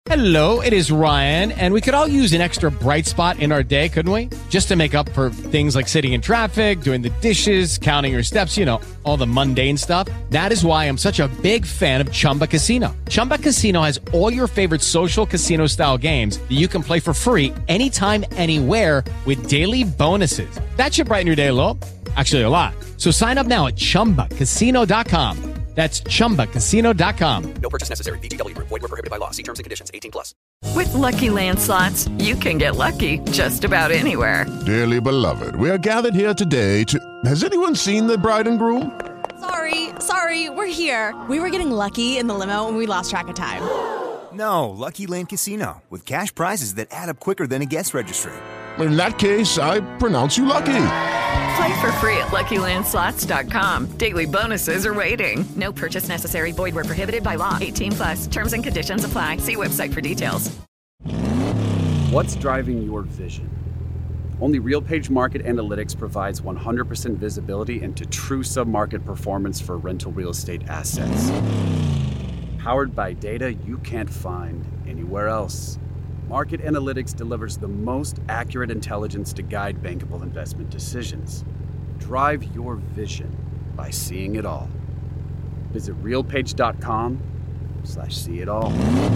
Hello, it is Ryan, and we could all use an extra bright spot in our day, couldn't we? Just to make up for things like sitting in traffic, doing the dishes, counting your steps, you know, all the mundane stuff. That is why I'm such a big fan of Chumba Casino. Chumba Casino has all your favorite social casino-style games that you can play for free anytime, anywhere with daily bonuses. That should brighten your day a little. Actually, a lot. So sign up now at ChumbaCasino.com. That's ChumbaCasino.com. No purchase necessary. VGW Group. Void where prohibited by law. See terms and conditions. 18+. With Lucky Land Slots, you can get lucky just about anywhere. Dearly beloved, we are gathered here today to... Has anyone seen the bride and groom? Sorry, we're here. We were getting lucky in the limo and we lost track of time. No, Lucky Land Casino. With cash prizes that add up quicker than a guest registry. In that case, I pronounce you lucky. Play for free at LuckyLandSlots.com. Daily bonuses are waiting. No purchase necessary. Void where prohibited by law. 18+. Terms and conditions apply. See website for details. What's driving your vision? Only RealPage Market Analytics provides 100% visibility into true sub-market performance for rental real estate assets. Powered by data you can't find anywhere else. Market Analytics delivers the most accurate intelligence to guide bankable investment decisions. Drive your vision by seeing it all. Visit realpage.com/see-it-all.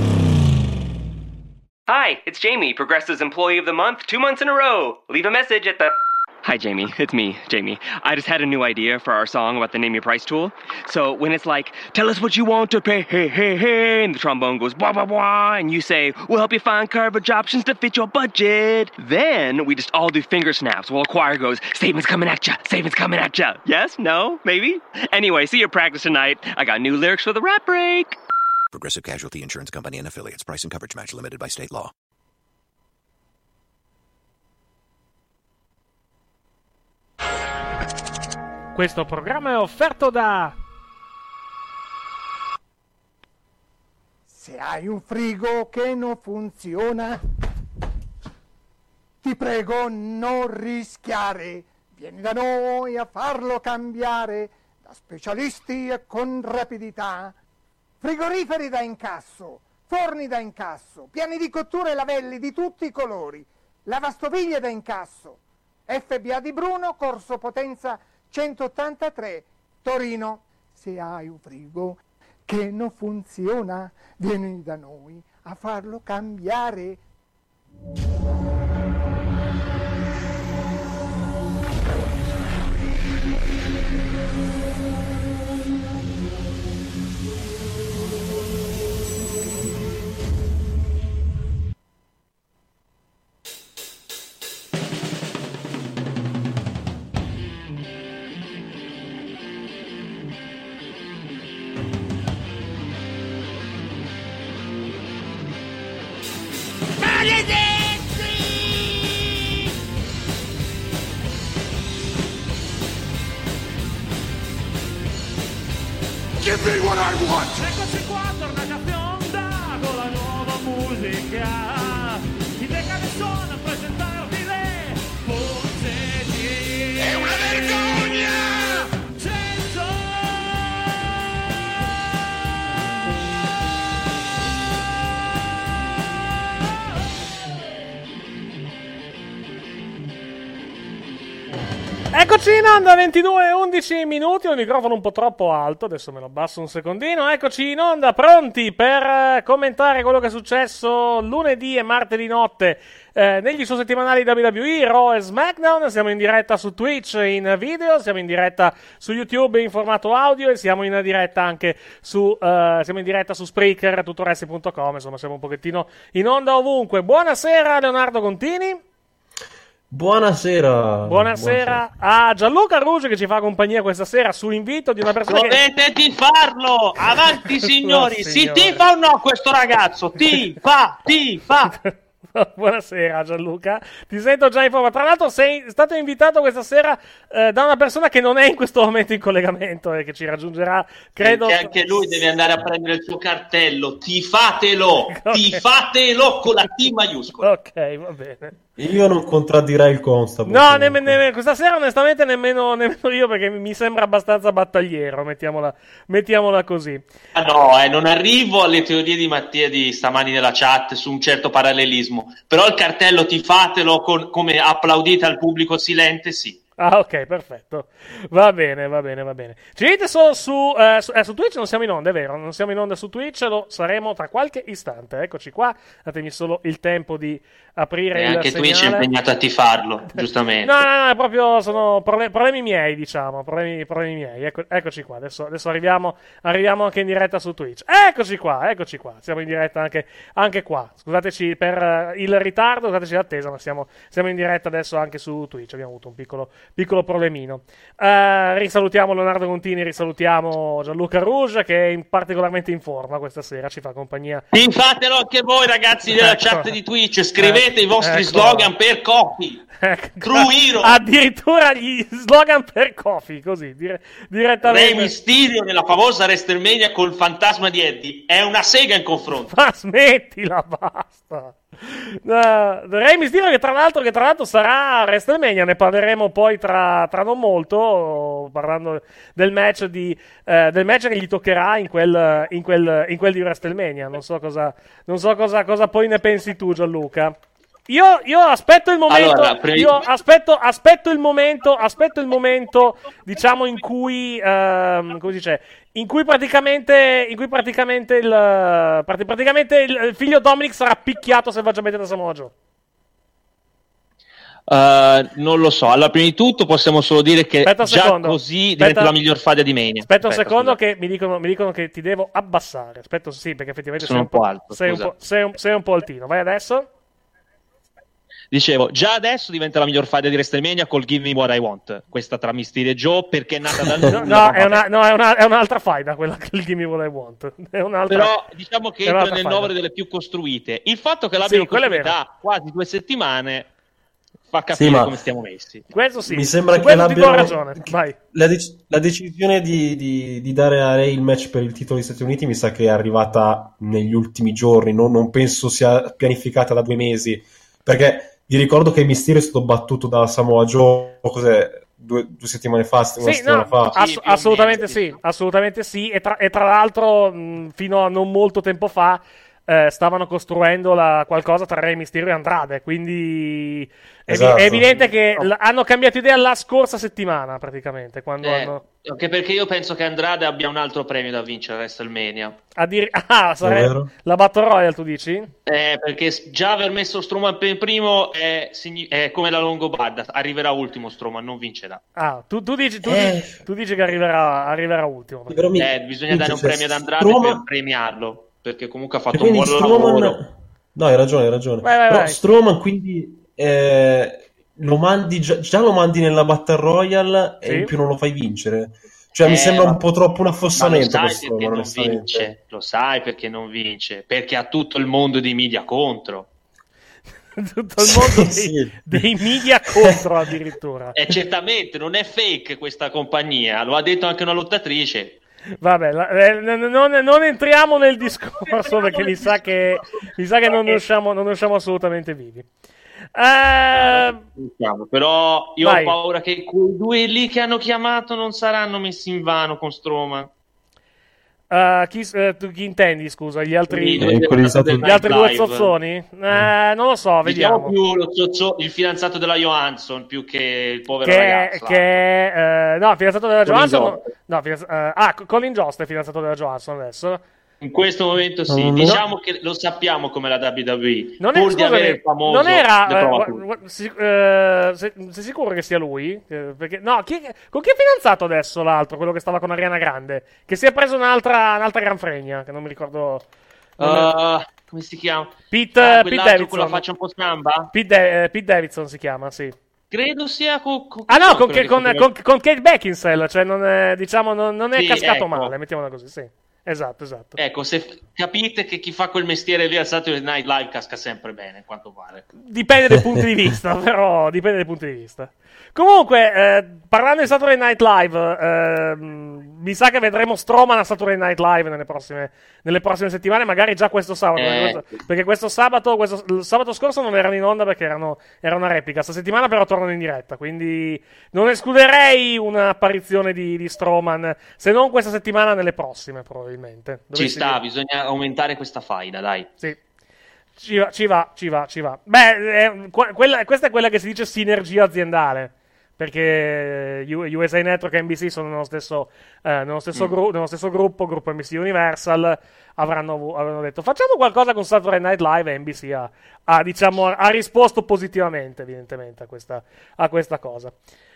Hi, it's Jamie, Progressive's Employee of the Month, 2 months in a row. Leave a message at the... Hi, Jamie. It's me, Jamie. I just had a new idea for our song about the Name Your Price tool. So when it's like, tell us what you want to pay, hey, hey, hey, and the trombone goes, blah, blah, blah, and you say, we'll help you find coverage options to fit your budget. Then we just all do finger snaps while a choir goes, savings coming at ya, savings coming at ya. Yes? No? Maybe? Anyway, see you practice tonight. I got new lyrics for the rap break. Progressive Casualty Insurance Company and Affiliates. Price and coverage match limited by state law. Questo programma è offerto da... Se hai un frigo che non funziona, ti prego non rischiare. Vieni da noi a farlo cambiare da specialisti e con rapidità. Frigoriferi da incasso, forni da incasso, piani di cottura e lavelli di tutti i colori, lavastoviglie da incasso. FBA di Bruno, Corso Potenza 183, Torino. Se hai un frigo che non funziona, vieni da noi a farlo cambiare. Give me what I want! Eccoci qua, tornata bionda con la nuova musica. I De Cabezon a presentarvi le Pozzetti. È una vergogna! 100! Eccoci in onda, 22:11 minuti, ho il microfono un po' troppo alto, adesso me lo abbasso un secondino. Eccoci in onda, pronti per commentare quello che è successo lunedì e martedì notte negli suoi settimanali WWE, Raw e SmackDown. Siamo in diretta su Twitch in video, siamo in diretta su YouTube in formato audio e siamo in diretta anche su Spreaker, tuttoresti.com, insomma siamo un pochettino in onda ovunque. Buonasera Leonardo Contini. Buonasera a Gianluca Ruggio che ci fa compagnia questa sera su invito di una persona dovete tifarlo, avanti signori, si tifa o no questo ragazzo, tifa Buonasera Gianluca, ti sento già informato. Tra l'altro sei stato invitato questa sera da una persona che non è in questo momento in collegamento e che ci raggiungerà, credo. Perché anche lui deve andare a prendere il suo cartello. Tifatelo, okay. Tifatelo con la T maiuscola. Ok, va bene. Io non contraddirei il Constabule. No, questa sera onestamente nemmeno io, perché mi sembra abbastanza battagliero, mettiamola così. Ah no, non arrivo alle teorie di Mattia di stamani nella chat su un certo parallelismo, però il cartello tifatelo come applaudite al pubblico silente, sì. Ah, ok, perfetto. Va bene. Ci vedete solo su Twitch, non siamo in onda, è vero? Non siamo in onda su Twitch, lo saremo tra qualche istante. Eccoci qua, datemi solo il tempo di aprire il anche segnale. Twitch è impegnato a tifarlo, giustamente. No, è proprio sono problemi miei, diciamo, problemi miei. Eccoci qua, adesso arriviamo anche in diretta su Twitch. Eccoci qua. Siamo in diretta anche qua. Scusateci per il ritardo, scusateci l'attesa, ma siamo in diretta adesso anche su Twitch. Abbiamo avuto un piccolo problemino. Risalutiamo Leonardo Contini, risalutiamo Gianluca Rouge, che è particolarmente in forma questa sera, ci fa compagnia. Fatelo anche voi, ragazzi della chat di Twitch, scrivete i vostri slogan per Coffee. True Hero. Addirittura gli slogan per Coffee, così direttamente. Rey Mysterio nella famosa WrestleMania col fantasma di Eddie è una sega in confronto. Ma smettila, basta. Rey Mysterio che tra l'altro sarà a WrestleMania, ne parleremo poi tra non molto, parlando del match che gli toccherà in quel di WrestleMania. Non so cosa poi ne pensi tu, Gianluca. Io aspetto il momento. Io aspetto il momento, diciamo, in cui come si dice, in cui praticamente il figlio Dominic sarà picchiato selvaggiamente da Samoa Joe. Non lo so. Allora, prima di tutto possiamo solo dire che già così diventa la miglior faida di Mania. Aspetta un secondo, che mi dicono che ti devo abbassare. Aspetta, sì, perché effettivamente sono un po' alto. Sei un po' altino. Vai adesso. Dicevo, già adesso diventa la miglior faida di WrestleMania col Give Me What I Want, questa tra Mysterio e Joe, perché è nata dal nulla. È un'altra faida quella che il Give Me What I Want. Però diciamo che entra nel novero delle più costruite. Il fatto che l'abbiano costruita quasi 2 settimane fa capire come stiamo messi. Questo sì. Mi sembra che abbiano ragione. Vai. La decisione di dare a Rey il match per il titolo degli Stati Uniti mi sa che è arrivata negli ultimi giorni, non penso sia pianificata da 2 mesi, perché vi ricordo che il Mysterio è stato battuto da Samoa Joe, cos'è, 2 settimane fa, assolutamente sì, e tra l'altro fino a non molto tempo fa stavano costruendo qualcosa tra Rey Mysterio e Andrade, quindi è evidente che hanno cambiato idea la scorsa settimana praticamente, quando anche perché io penso che Andrade abbia un altro premio da vincere a WrestleMania. Sarebbe la Battle Royale, tu dici? Perché già aver messo Strowman per primo è come la Longobarda, arriverà ultimo Strowman, non vincerà. Tu dici che arriverà ultimo. Bisogna dare un premio ad Andrade per premiarlo, perché comunque ha fatto un buon lavoro. No, hai ragione. Però Strowman quindi lo mandi già lo mandi nella Battle Royale e in più non lo fai vincere. Cioè mi sembra un po' troppo un affossamento per Strowman, onestamente. Lo sai perché non vince? Perché ha tutto il mondo dei media contro. Tutto il mondo dei media contro addirittura. Certamente non è fake questa compagnia, lo ha detto anche una lottatrice. Vabbè, non entriamo nel discorso perché mi sa che non ne usciamo assolutamente vivi. Però io ho paura che quei 2 lì che hanno chiamato non saranno messi in vano con Strowman. Chi intendi, scusa? Gli altri 2 zozzoni? Non lo so, vediamo. Più il fidanzato della Johansson più che il povero ragazzo. No, fidanzato della Johansson. Colin Jost è fidanzato della Johansson adesso. In questo momento sì, diciamo che lo sappiamo come la WWE. Di avere il famoso. Non era. Sei sicuro che sia lui? Perché, no, con chi è fidanzato adesso l'altro? Quello che stava con Ariana Grande? Che si è preso un'altra gran fregna, che non mi ricordo. Come si chiama? Pete Davidson. Con la faccia un po' stramba? Pete Davidson si chiama, sì. Credo sia con Kate Beckinsale, cioè non è cascato male, mettiamola così, sì. Esatto. Ecco, se capite che chi fa quel mestiere lì al Saturday Night Live casca sempre bene, a quanto pare. Dipende dai punti di vista, però dipende dai punti di vista. Comunque, parlando di Saturday Night Live, mi sa che vedremo Strowman a Saturday Night Live nelle prossime settimane, magari già questo sabato. Perché il sabato scorso non erano in onda perché era una replica. Sta settimana però tornano in diretta, quindi non escluderei un'apparizione di Strowman, se non questa settimana, nelle prossime probabilmente. Ci sta, bisogna aumentare questa faida, dai. Sì. Ci va. Beh, questa è quella che si dice sinergia aziendale, perché USA Network e NBC sono nello stesso gruppo NBC Universal. Avranno detto facciamo qualcosa con Saturday Night Live, e NBC ha risposto positivamente, evidentemente, a questa cosa.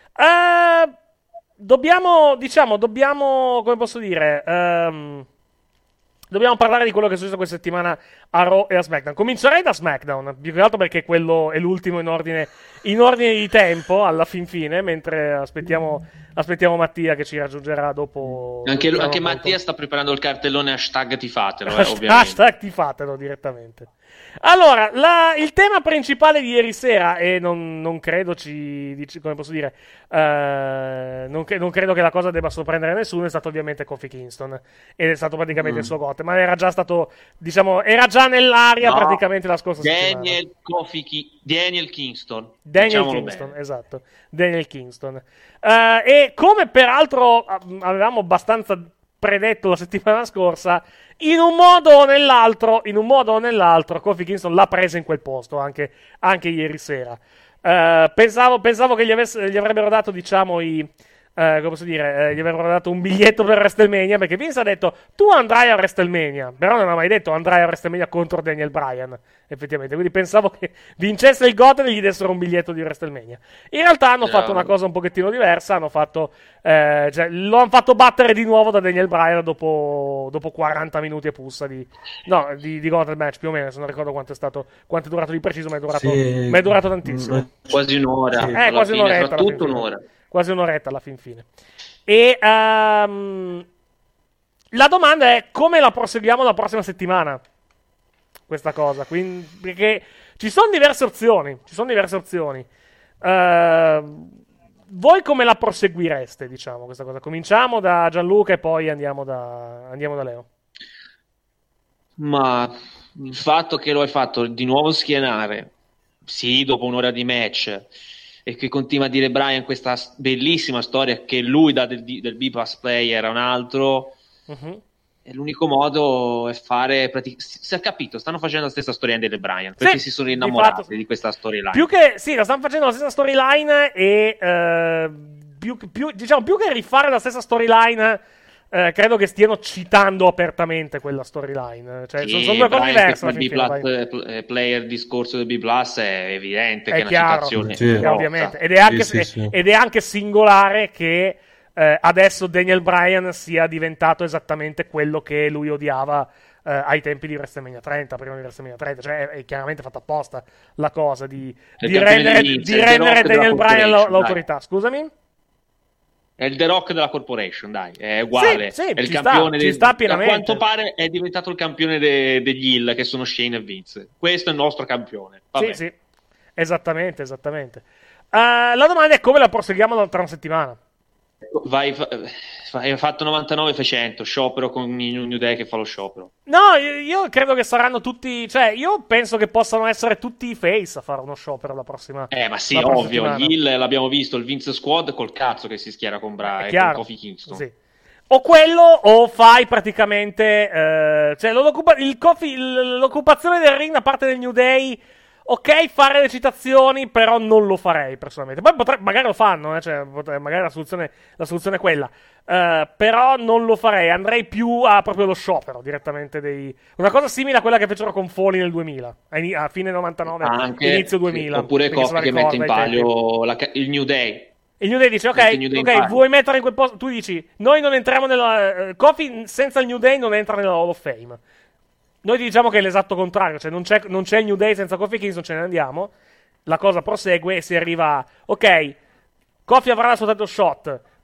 Dobbiamo, come posso dire, dobbiamo parlare di quello che è successo questa settimana a Raw e a SmackDown. Comincerei da SmackDown, più che altro perché quello è l'ultimo in ordine di tempo, alla fin fine, mentre aspettiamo Mattia che ci raggiungerà dopo. Anche Mattia sta preparando il cartellone #, tifatelo, ovviamente. #tifatelo direttamente. Allora, il tema principale di ieri sera, e non credo come posso dire, non credo che la cosa debba sorprendere nessuno, è stato ovviamente Kofi Kingston, ed è stato praticamente il suo GOT, ma era già stato, era già nell'aria praticamente la scorsa settimana. Daniel Kingston, esatto, Daniel Kingston. E come peraltro avevamo abbastanza predetto la settimana scorsa, in un modo o nell'altro Kofi Kingston l'ha presa in quel posto anche ieri sera. Pensavo che gli avrebbero dato, come posso dire, gli avrebbero dato un biglietto per WrestleMania, perché Vince ha detto tu andrai a WrestleMania, però non ha mai detto andrai a WrestleMania contro Daniel Bryan, effettivamente, quindi pensavo che vincesse il GOT e gli dessero un biglietto di WrestleMania. In realtà hanno fatto una cosa un pochettino diversa, lo hanno fatto battere di nuovo da Daniel Bryan dopo 40 minuti e pussa di GOT match, più o meno, se non ricordo quanto è durato di preciso, ma è durato tantissimo. Quasi un'ora. Quasi un'oretta. Tutto un'ora. Quasi un'oretta alla fin fine. E la domanda è come la proseguiamo la prossima settimana, questa cosa. Quindi, perché ci sono diverse opzioni. Voi come la proseguireste, diciamo, questa cosa? Cominciamo da Gianluca e poi andiamo da Leo. Ma il fatto che lo hai fatto di nuovo schienare, sì, dopo un'ora di match, e che continua a dire Brian questa bellissima storia che lui del B-Pass Play era un altro, e l'unico modo è fare si è capito, stanno facendo la stessa storyline delle Brian, perché si sono innamorati di questa storyline. Più che la stanno facendo la stessa storyline, e più che rifare la stessa storyline, credo che stiano citando apertamente quella storyline. Cioè, sono due cose diverse. Il player discorso del B-Plus è evidente che è chiaro, una citazione ovviamente. Ed è anche singolare che adesso Daniel Bryan sia diventato esattamente quello che lui odiava ai tempi di WrestleMania 30, prima di WrestleMania 30. Cioè è chiaramente fatta apposta la cosa di rendere Daniel Bryan l'autorità. Scusami? È il The Rock della Corporation, dai, è uguale. Sì, è il campione ci sta pienamente. A quanto pare è diventato il campione degli Hill, che sono Shane e Vince. Questo è il nostro campione. Vabbè. Sì, esattamente. La domanda è come la proseguiamo tra una settimana. Hai fatto 99, fai 100, sciopero con il New Day che fa lo sciopero. No, io credo che saranno tutti, cioè io penso che possano essere tutti i face a fare uno sciopero la prossima. Ma sì, ovvio, gli Hill l'abbiamo visto, il Vince Squad col cazzo che si schiera con Bray, con Kofi Kingston. Sì. O quello, o fai praticamente cioè l'occupazione del ring da parte del New Day. Ok, fare le citazioni, però non lo farei personalmente. Poi magari lo fanno, cioè, magari la soluzione è quella. Però non lo farei. Andrei più a proprio lo sciopero direttamente una cosa simile a quella che fecero con Foley nel 2000, a fine 99, inizio 2000. Oppure Kofi che mette in palio il New Day. Il New Day dice, ok, vuoi mettere in quel posto? Tu dici, noi non entriamo nella... Kofi senza il New Day non entra nella Hall of Fame. Noi diciamo che è l'esatto contrario, cioè non c'è il New Day senza Kofi Kingston, ce ne andiamo, la cosa prosegue e si arriva a, ok, Kofi avrà la sua title shot,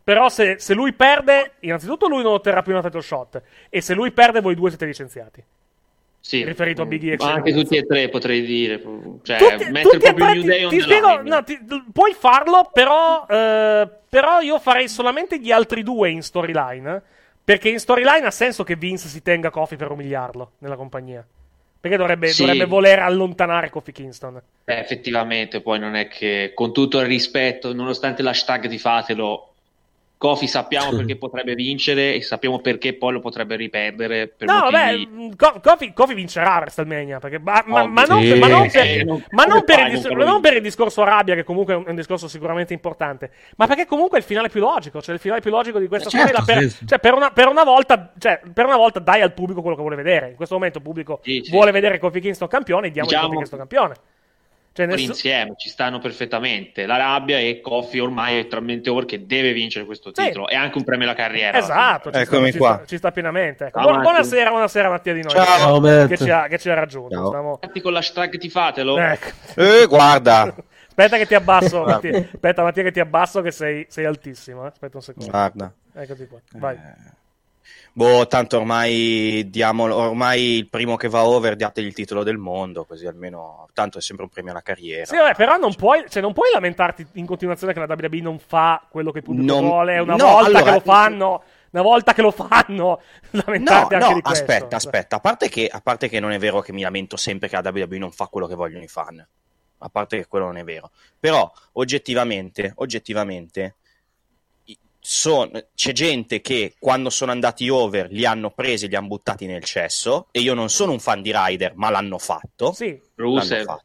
Però se lui perde, innanzitutto lui non otterrà più una title shot. E se lui perde, voi due siete licenziati. Sì, riferito a Big E. Ma anche tutti e tre, potrei dire. Cioè, mettere proprio New Day on the line. Puoi farlo, però io farei solamente gli altri due in storyline. Perché in storyline ha senso che Vince si tenga Kofi per umiliarlo nella compagnia. Perché dovrebbe voler allontanare Kofi Kingston. Effettivamente, poi non è che, con tutto il rispetto, nonostante l'hashtag di fatelo, Kofi sappiamo perché potrebbe vincere e sappiamo perché poi lo potrebbe riperdere. Per motivi... Kofi vincerà a WrestleMania. Perché, ma non per il discorso rabbia, che comunque è un discorso sicuramente importante, ma perché comunque è il finale più logico. Cioè, il finale più logico di questa storia. Per una volta dai al pubblico quello che vuole vedere. In questo momento il pubblico vuole vedere Kofi Kingston campione, e diamo Kofi Kingston campione. Cioè, insieme ci stanno perfettamente la rabbia, e Kofi ormai è talmente over che deve vincere questo titolo. È anche un premio alla carriera. Esatto, ci sta pienamente. Ecco. Buonasera Mattia Di Noi. Ciao, che ci ha raggiunto. Con l'hashtag ti fatelo. Guarda. Aspetta che ti abbasso, Mattia. Aspetta, Mattia, che ti abbasso, che sei altissimo. Aspetta un secondo. Guarda. Eccoti qua. Vai. Tanto ormai il primo che va over diategli il titolo del mondo, così almeno tanto è sempre un premio alla carriera. Sì, vabbè, però non puoi lamentarti in continuazione che la WWE non fa quello che il pubblico vuole. Una volta che lo fanno, lamentarti anche di questo. Aspetta, a parte che non è vero che mi lamento sempre che la WWE non fa quello che vogliono i fan. A parte che quello non è vero. Però oggettivamente c'è gente che quando sono andati over li hanno presi e li hanno buttati nel cesso, e io non sono un fan di Ryder, ma l'hanno fatto. Sì. Rusev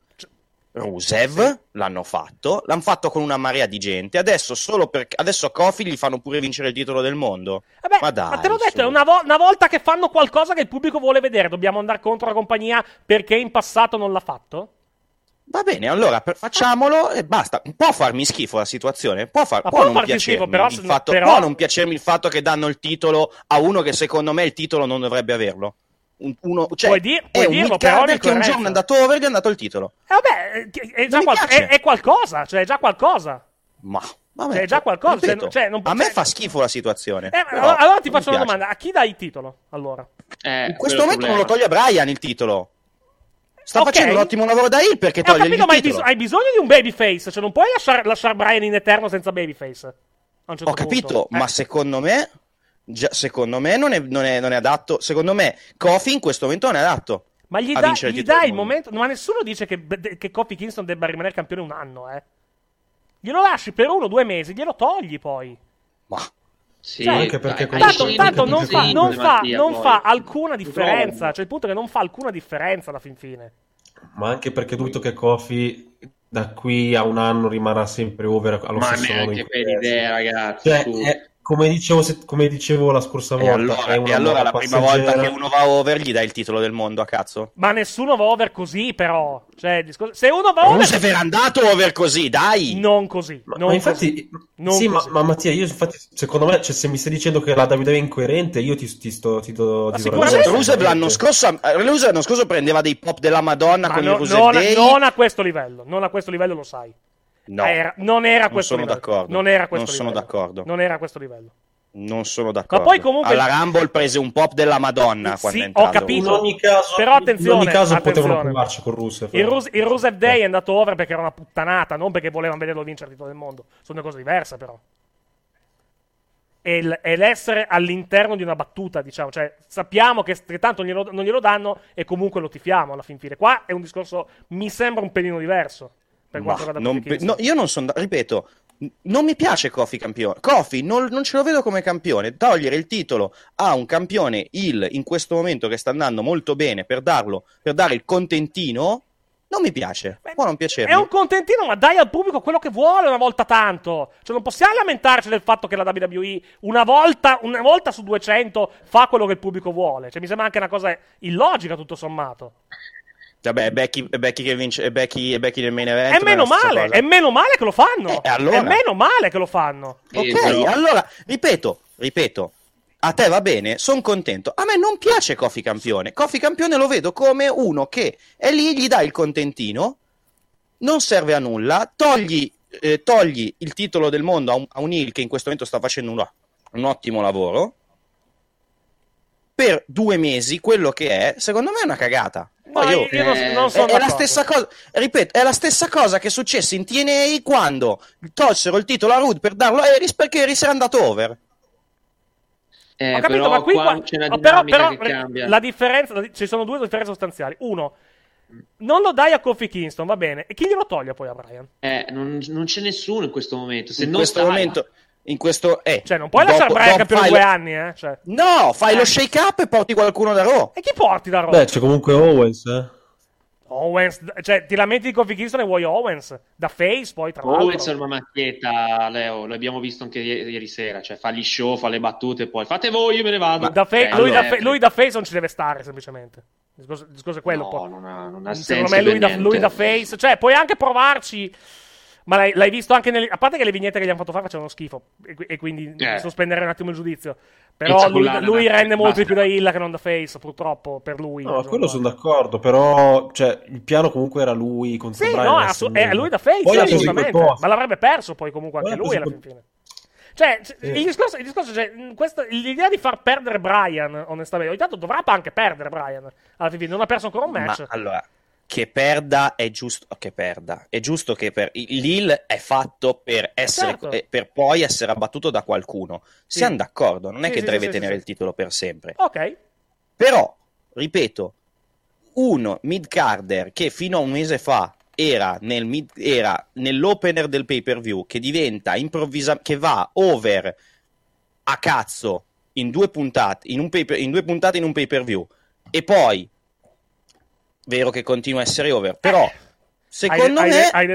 l'hanno fatto, l'hanno fatto con una marea di gente. Adesso Kofi gli fanno pure vincere il titolo del mondo. Vabbè, ma dai, ma te l'ho detto, è una volta che fanno qualcosa che il pubblico vuole vedere, dobbiamo andare contro la compagnia perché in passato non l'ha fatto? Va bene, allora facciamolo e basta. Può farmi schifo la situazione, può non piacermi il fatto che danno il titolo a uno che secondo me il titolo non dovrebbe averlo. È un mid-carder che un giorno è andato over e gli è andato il titolo. Vabbè, è qualcosa, cioè è già qualcosa. Ma vabbè, è già qualcosa. Ripeto, a me fa schifo la situazione. Allora ti faccio una domanda: a chi dai il titolo? Allora, in questo momento non lo toglie a Bryan il titolo. Sta facendo un ottimo lavoro da heel perché toglie il titolo. Ma hai bisogno di un babyface, cioè non puoi lasciare Bryan in eterno senza babyface. A un certo Ho capito, ma secondo me non è adatto. Secondo me Kofi in questo momento non è adatto. Ma gli dai il momento. Ma nessuno dice che Kofi Kingston debba rimanere campione un anno, Glielo lasci per 1 o 2 mesi, glielo togli poi. Ma sì, anche perché tanto non fa alcuna differenza. Cioè il punto è che non fa alcuna differenza alla fin fine. Ma anche perché dubito che Kofi da qui a un anno rimarrà sempre over allo stesso modo. Ma neanche per idea, ragazzi. Come dicevo la scorsa volta, allora la prima volta che uno va over gli dai il titolo del mondo a cazzo. Ma nessuno va over così, però. Cioè, se uno va over, Rusev era andato over così, dai. Non così. Ma infatti, ma Mattia, io infatti, secondo me, cioè, se mi stai dicendo che la WWE è incoerente, io ti do sicuramente Rusev l'anno scorso prendeva dei pop della Madonna con il Rusev Day. Non a questo livello, lo sai. No, non era questo livello. D'accordo. Non era questo livello. D'accordo. Non era questo livello. Non sono d'accordo. Ma poi comunque alla Rumble prese un pop della Madonna quando è entrato. Ho capito. In ogni caso, però attenzione, potevano provarci con Rusev. Il Rusev Day è andato over perché era una puttanata, non perché volevano vederlo vincere il titolo del mondo. Sono due cose diverse, però. E l'essere all'interno di una battuta, diciamo, cioè sappiamo che tanto non glielo danno e comunque lo tifiamo alla fin fine. Qua è un discorso, mi sembra un pelino diverso. Io non sono, ripeto, non mi piace Kofi campione. Kofi non ce lo vedo come campione. Togliere il titolo a un campione heel in questo momento che sta andando molto bene per dare il contentino, non mi piace. Può non piacermi. È un contentino, ma dai al pubblico quello che vuole una volta tanto. Cioè non possiamo lamentarci del fatto che la WWE una volta su 200 fa quello che il pubblico vuole. Cioè mi sembra anche una cosa illogica tutto sommato. Vabbè, Becky che vince, Becky nel main event. È meno male che lo fanno. Allora. È meno male che lo fanno. Ok, allora, ripeto, a te va bene, sono contento. A me non piace Kofi campione. Kofi campione lo vedo come uno che è lì, gli dai il contentino, non serve a nulla, togli togli il titolo del mondo a un heel che in questo momento sta facendo un ottimo lavoro per 2 mesi, quello che è, secondo me è una cagata. Io non sono è la stessa cosa, ripeto, è la stessa cosa che successe in TNA quando tolsero il titolo a Rude per darlo a Harris perché Harris era andato over. Ho capito, però ma qui c'è una dinamica che cambia. La differenza, ci sono 2 differenze sostanziali. Uno, non lo dai a Kofi Kingston, va bene, e chi glielo toglie poi a Bryan? Non c'è nessuno in questo momento. Se in non questo momento cioè non puoi lasciare Bryan campione 2 anni, cioè. No, fai lo shake up e porti qualcuno da Raw. E chi porti da Raw? Beh, c'è comunque Owens, Owens, cioè ti lamenti di Kofi Kingston e vuoi Owens da face, poi tra l'altro Owens è una macchietta, Leo, l'abbiamo visto anche ieri sera, cioè fa gli show, fa le battute, poi fate voi, io me ne vado. Lui da face non ci deve stare, semplicemente. Il discorso è quello. No, non ha senso. Secondo me lui da face, cioè puoi anche provarci. Ma l'hai visto anche a parte che le vignette che gli hanno fatto fare facevano schifo e quindi sospenderei un attimo il giudizio. Però lui rende molto di più da heel che non da face, purtroppo per lui. No, quello sono d'accordo, però cioè, il piano comunque era lui contro Bryan. È lui da face, assolutamente. Ma l'avrebbe perso poi comunque anche lui alla fine. Cioè, il discorso cioè, l'idea di far perdere Bryan, onestamente, ogni tanto dovrà anche perdere Bryan alla fine, non ha perso ancora un match. Ma allora, che perda è giusto che perda. È giusto che l'Hill è fatto per essere per poi essere abbattuto da qualcuno. Siamo d'accordo, non è che deve tenere il titolo per sempre. Ok. Però, ripeto, uno mid-carder che fino a un mese fa era nell'opener del pay-per-view, che diventa che va over a cazzo in 2 puntate in un pay-per-view e poi vero che continua a essere over, però secondo me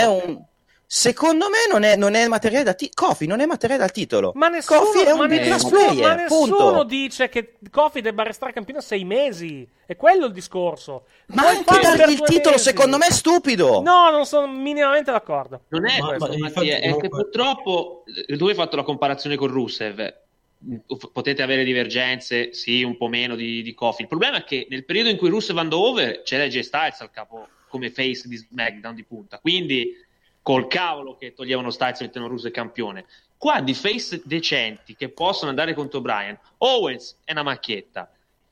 non è materiale da Kofi non è materiale da titolo. Ma nessuno, Kofi è un big class player, ma nessuno punto. dice che Kofi debba restare campione 6 mesi. È quello il discorso. Ma anche dargli il titolo secondo me è stupido. No, non sono minimamente d'accordo. Non è questo, Mattia, è che purtroppo tu hai fatto la comparazione con Rusev. Potete avere divergenze, sì, un po' meno di Kofi. Il problema è che nel periodo in cui Rusev andò over c'era AJ Styles al capo come face di SmackDown di punta, quindi col cavolo che toglievano Styles e mettevano Rusev campione. Qua di face decenti che possono andare contro Bryan, Owens è una macchietta.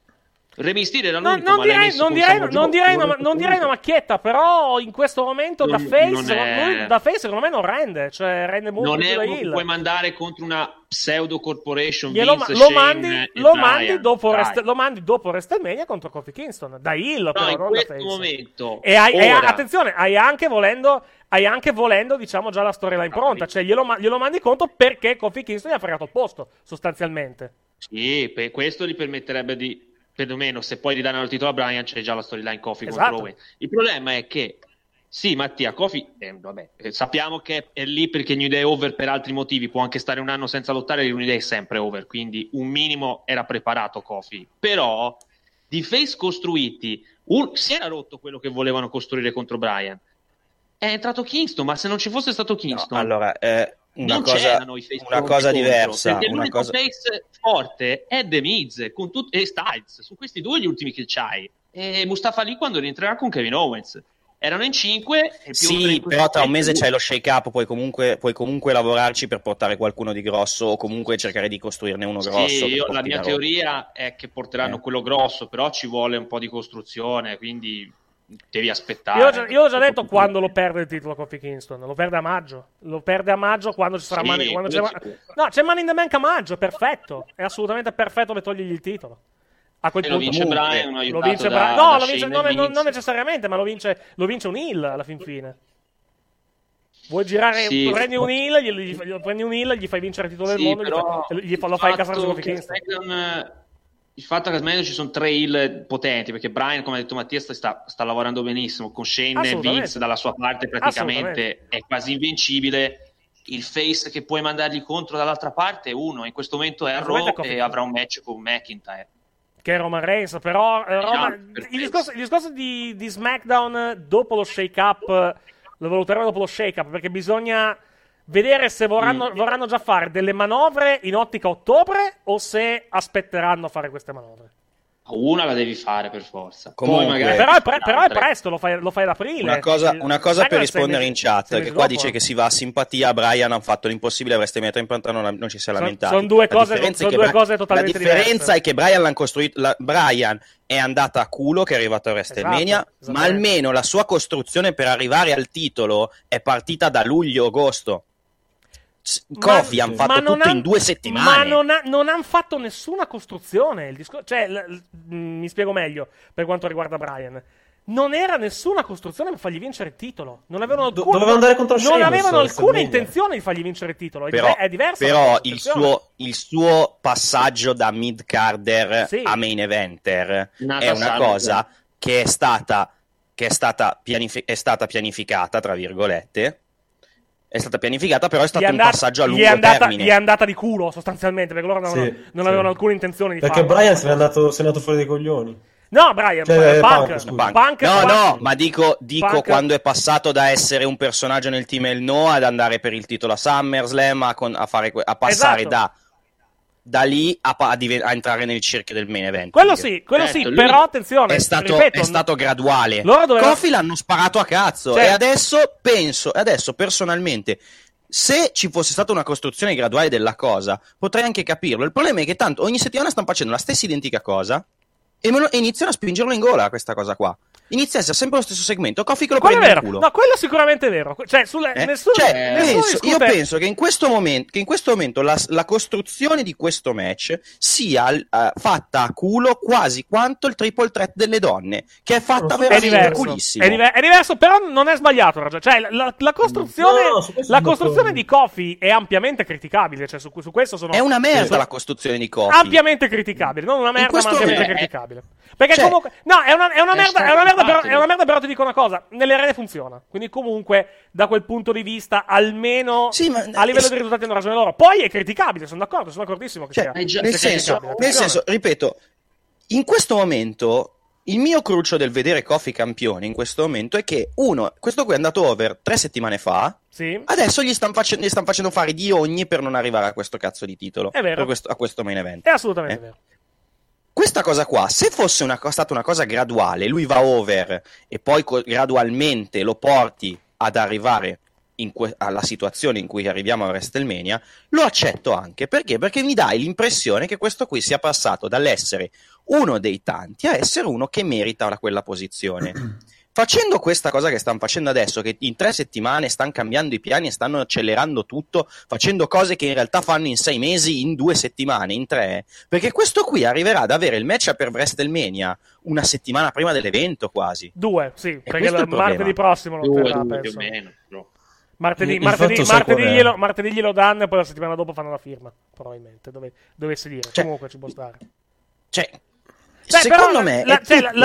Re Mysterio era l'unico, non direi una macchietta, però in questo momento da face secondo me non rende, cioè rende molto più da heel. Non puoi mandare contro una pseudo corporation lo mandi dopo WrestleMania contro Kofi Kingston da heel, però non da face. Momento, e attenzione, hai anche volendo diciamo già la storyline pronta, cioè glielo mandi contro perché Kofi Kingston gli ha fregato il posto sostanzialmente. Sì, questo gli permetterebbe di, perlomeno se poi ridanno il titolo a Bryan, c'è già la storyline Kofi contro Owens. Il problema è che sì, Mattia, Kofi sappiamo che è lì perché New Day è over per altri motivi, può anche stare un anno senza lottare, New Day è sempre over, quindi un minimo era preparato Kofi, però di face costruiti si era rotto quello che volevano costruire contro Bryan, è entrato Kingston, ma se non ci fosse stato Kingston allora una cosa diversa, perché l'unico face forte è The Miz e Styles, su questi due gli ultimi che c'hai, e Mustafa Ali quando rientrerà con Kevin Owens. Erano in 5 e sì, però tra un mese c'hai lo shake up, puoi comunque lavorarci per portare qualcuno di grosso o comunque cercare di costruirne uno grosso. Sì, la mia teoria è che porteranno quello grosso, però ci vuole un po' di costruzione, quindi devi aspettare. Io ho già detto quando lo perde il titolo Kofi Kingston, lo perde a maggio. Lo perde a maggio quando ci sarà c'è Money in the Bank a maggio, è perfetto. È assolutamente perfetto per togliergli il titolo. A quel punto lo vince Bryan, non necessariamente, ma lo vince un heel alla fin fine. Vuoi girare, prendi un heel, gli fai vincere il titolo del mondo, lo fai incassare su Kofi Kingston. Il fatto che a SmackDown ci sono 3 heel potenti, perché Bryan, come ha detto Mattia, sta lavorando benissimo con Shane e Vince dalla sua parte, praticamente è quasi invincibile. Il face che puoi mandargli contro dall'altra parte è uno, in questo momento è a Raw e avrà un match con McIntyre, che è Roman Reigns, però il discorso di SmackDown dopo lo shake-up lo valuteremo dopo lo shake-up, perché bisogna vedere se vorranno già fare delle manovre in ottica ottobre o se aspetteranno a fare queste manovre. Una la devi fare per forza. Comunque, poi magari però è presto, lo fai ad aprile. Una cosa per rispondere in chat, che qua dice che si va a simpatia. Brian ha fatto l'impossibile, avreste messo in pronta, non ci si è lamentato. Sono due cose totalmente diverse. La differenza è che Brian l'ha costruito. Brian è andata a culo, che è arrivato a WrestleMania, ma almeno la sua costruzione per arrivare al titolo è partita da luglio-agosto. Kofi hanno fatto tutto in 2 settimane. Ma non hanno fatto nessuna costruzione. Mi spiego meglio per quanto riguarda Brian. Non era nessuna costruzione per fargli vincere il titolo. Non avevano alcuna intenzione di fargli vincere il titolo. È diverso. Però il suo passaggio da mid-carder a main eventer è una cosa che è stata pianificata, tra virgolette. È stata pianificata, però è stato un passaggio a lungo termine. Gli è andata di culo, sostanzialmente, perché loro non avevano alcuna intenzione di farlo. Perché Brian se n'è andato fuori dei coglioni. No, Brian, Punk. No, ma dico Punk. Quando è passato da essere un personaggio nel team El No ad andare per il titolo a SummerSlam, a passare da lì a entrare nel cerchio del main event. Quello sì, però attenzione, è stato graduale. Kofi l'hanno sparato a cazzo, e adesso personalmente, se ci fosse stata una costruzione graduale della cosa, potrei anche capirlo. Il problema è che tanto ogni settimana stanno facendo la stessa identica cosa e iniziano a spingerlo in gola questa cosa qua. Inizia a essere sempre lo stesso segmento. Kofi che lo prende in culo. No, quello sicuramente è vero. Io penso che in questo momento la costruzione di questo match sia fatta a culo quasi quanto il triple threat delle donne, che è fatta veramente culissimo. È diverso, però non è sbagliato. Cioè, la costruzione di Kofi è ampiamente criticabile. Cioè, su questo sono. È una merda la costruzione di Kofi. Ampiamente criticabile. Non una merda, ma ampiamente criticabile. Perché comunque. No, è una merda. È una merda, però ti dico una cosa, nelle arene funziona, quindi comunque da quel punto di vista almeno a livello di risultati hanno ragione loro. Poi è criticabile, sono d'accordissimo che sia. Nel senso, ripeto, in questo momento il mio cruccio del vedere Kofi campione in questo momento è che questo qui è andato over 3 settimane fa, adesso gli stanno facendo fare di ogni per non arrivare a questo cazzo di titolo, è vero. A questo main event. È assolutamente vero. Questa cosa qua, se fosse stata una cosa graduale, lui va over e poi gradualmente lo porti ad arrivare alla situazione in cui arriviamo a WrestleMania, lo accetto anche. Perché? Perché mi dai l'impressione che questo qui sia passato dall'essere uno dei tanti a essere uno che merita quella posizione. Facendo questa cosa che stanno facendo adesso, che in 3 settimane stanno cambiando i piani e stanno accelerando tutto, facendo cose che in realtà fanno in 6 mesi, in 2 settimane, in 3, perché questo qui arriverà ad avere il match per WrestleMania una settimana prima dell'evento quasi. 2, sì, perché martedì prossimo lo terrà, penso. Più o meno, no. Martedì glielo danno e poi la settimana dopo fanno la firma, probabilmente, dovesse dire. Comunque ci può stare. Secondo me la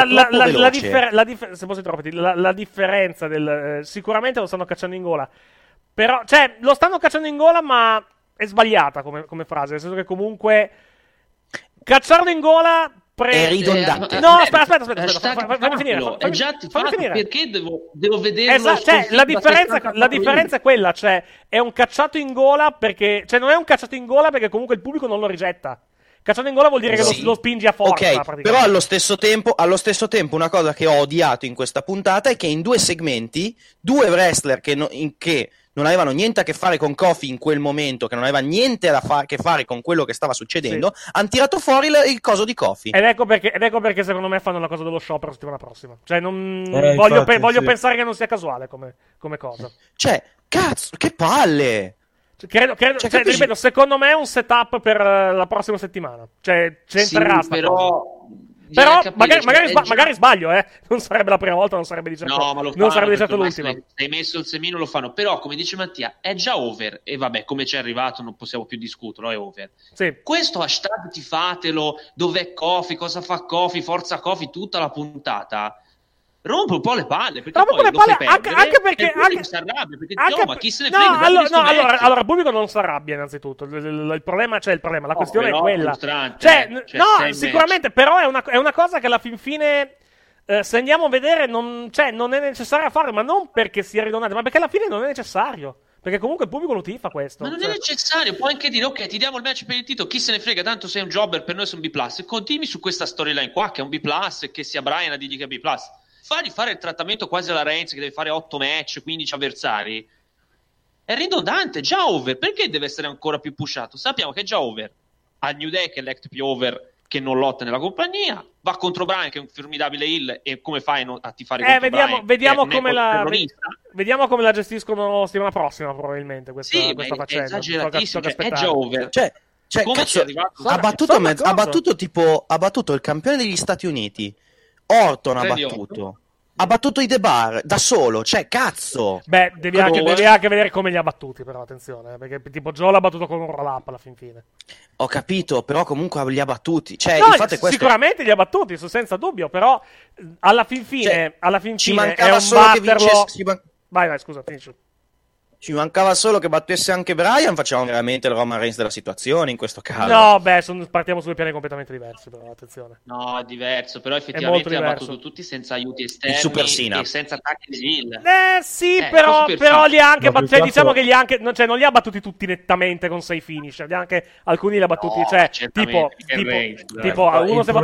differenza sicuramente lo stanno cacciando in gola, però lo stanno cacciando in gola, ma è sbagliata come frase, nel senso che comunque cacciarlo in gola è ridondante. No, aspetta, fammi finire. È già fatto, perché devo vederlo? La differenza è quella, è un cacciato in gola perché, non è un cacciato in gola perché comunque il pubblico non lo rigetta. Cacciato in gola vuol dire che lo spingi a forza. Ok, però allo stesso tempo una cosa che ho odiato in questa puntata è che in 2 segmenti 2 wrestler che non avevano niente a che fare con Kofi in quel momento, che non aveva niente a che fare con quello che stava succedendo, hanno tirato fuori il coso di Kofi. Ed ecco perché secondo me fanno la cosa dello sciopero la settimana prossima. Voglio pensare che non sia casuale come cosa. Cazzo, che palle! Ripeto, secondo me è un setup per la prossima settimana. C'entrerà sta cosa. Però magari sbaglio, non sarebbe la prima volta, non sarebbe di certo, non sarebbe di certo l'ultima. Se hai messo il semino lo fanno, però come dice Mattia è già over e vabbè, come ci è arrivato non possiamo più discuterlo, è over. Questo hashtag tifatelo, dov'è Kofi, cosa fa Kofi, forza Kofi, tutta la puntata rompe un po' le palle, perché poi lo fai perdere, anche perché si arrabbia, perché ma chi se ne frega. Allora il pubblico non si arrabbia innanzitutto, il problema, la questione è quella, sicuramente, però è una cosa che alla fin fine se andiamo a vedere non è necessario fare, ma non perché sia ridondante, ma perché alla fine non è necessario. Perché comunque il pubblico lo tifa questo. Ma non è necessario, puoi anche dire ok, ti diamo il match per il titolo, chi se ne frega, tanto sei un jobber, per noi sei un B+, e continui su questa storyline qua che è un B+, e che sia Bryan a dirgli che è B+. Fagli fare il trattamento quasi alla Reigns che deve fare 8 match, 15 avversari. È ridondante, già over, perché deve essere ancora più pushato? Sappiamo che è già over. A New Day che è l'act più over che non lotta nella compagnia, va contro Bryan che è un formidabile heel, e come fai a tifare contro Bryan? Vediamo come la gestiscono settimana prossima probabilmente questa faccenda. È esageratissimo, è già over. Cioè cazzo, ha battuto il campione degli Stati Uniti, Orton ha battuto i The Bar da solo, cioè cazzo. Beh, devi anche vedere come li ha battuti, però attenzione, perché tipo Joe l'ha battuto con un roll-up alla fin fine. Ho capito, però comunque li ha battuti. Cioè, no, il fatto è questo. Sicuramente li ha battuti, senza dubbio, però alla fin fine, ci mancava solo che vincesse. Vai, scusa, finisci. Ci mancava solo che battesse anche Bryan, facciamo veramente il Roman Reigns della situazione in questo caso. No, beh, partiamo su due piani completamente diversi, però attenzione. No, è diverso, però effettivamente ha battuto tutti senza aiuti esterni, il Super Sina, e senza attacchi di heel. Sì, però li ha anche diciamo che non li ha battuti tutti nettamente con 6 finish, alcuni li ha battuti, tipo uno si è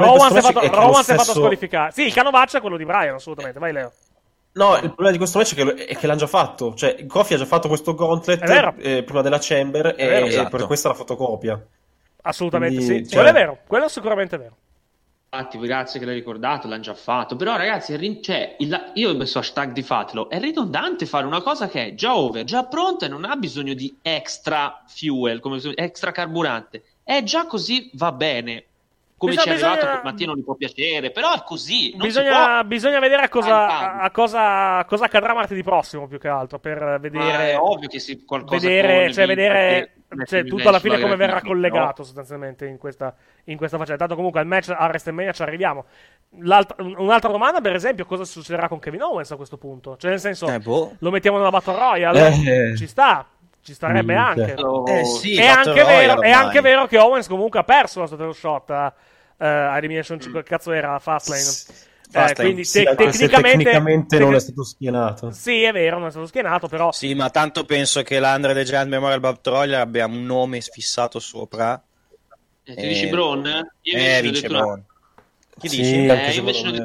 fatto squalificare. Sì, il canovaccio è quello di Bryan, assolutamente. Vai, Leo. No, il problema di questo match è che l'hanno già fatto. Cioè, Kofi ha già fatto questo gauntlet prima della Chamber e per questa la fotocopia. Assolutamente. Quindi, sì. Quello è vero, quello è sicuramente vero. Infatti, grazie che l'hai ricordato, l'hanno già fatto. Però, ragazzi, io ho messo hashtag di fatelo. È ridondante fare una cosa che è già over, già pronta e non ha bisogno di extra fuel, extra carburante. È già così, va bene. Come ci è arrivato che Mattia non gli può piacere, però è così. Bisogna vedere a cosa accadrà martedì prossimo, più che altro, per vedere. È ovvio che qualcosa vedere tutto alla fine come verrà collegato sostanzialmente in questa faccenda. Tanto comunque al match a WrestleMania ci arriviamo. Un'altra domanda, per esempio, cosa succederà con Kevin Owens a questo punto? Cioè, nel senso, lo mettiamo nella Battle Royale? Ci starebbe anche. Sì, è anche vero che Owens comunque ha perso la sua title shot a Elimination, che cazzo era? Fastlane. Quindi tecnicamente non è stato schienato. Sì, è vero, non è stato schienato, però. Sì, ma tanto penso che l'Andre The Giant Memorial Battle Royale abbia un nome fissato sopra. Tu dici Braun? Vince Braun. Chi dici? Io invece ne ho detto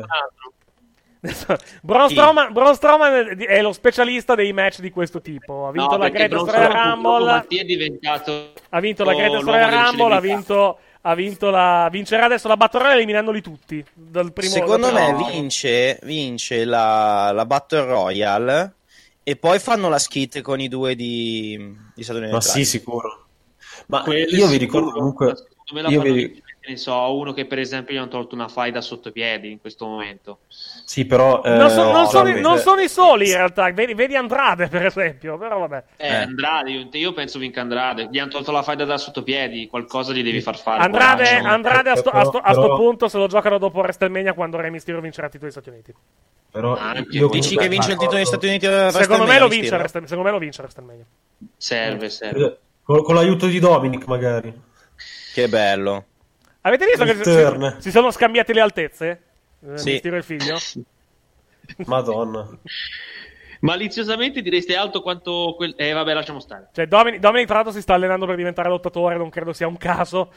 un altro. Braun Strowman è lo specialista dei match di questo tipo. Ha vinto la Greatest Royal Rumble. Ha vinto la Greatest Royal Rumble. Vincerà adesso la Battle Royale eliminandoli tutti. Secondo me vince la Battle Royale e poi fanno la skit con i due di Stati Uniti. Ma sì, sicuro. Ma io vi ricordo comunque. Ne so, uno che per esempio gli hanno tolto una faida sotto i piedi in questo momento. Sì, però non sono i soli in realtà. Vedi Andrade per esempio, però vabbè. Andrade, io penso vinca Andrade. Gli hanno tolto la faida da sotto piedi, qualcosa gli devi far fare. Andrade a sto punto se lo giocano dopo WrestleMania, quando Rey Mysterio vincerà il titolo degli Stati Uniti. Però io dici che vince il titolo degli Stati Uniti? Secondo me lo vince WrestleMania. Serve. Con l'aiuto di Dominic magari. Che bello. Avete visto che si sono scambiate le altezze? Sì. Mysterio e il figlio? Madonna. Maliziosamente direste alto quanto vabbè, lasciamo stare. Cioè, Dominic tra l'altro si sta allenando per diventare lottatore, non credo sia un caso.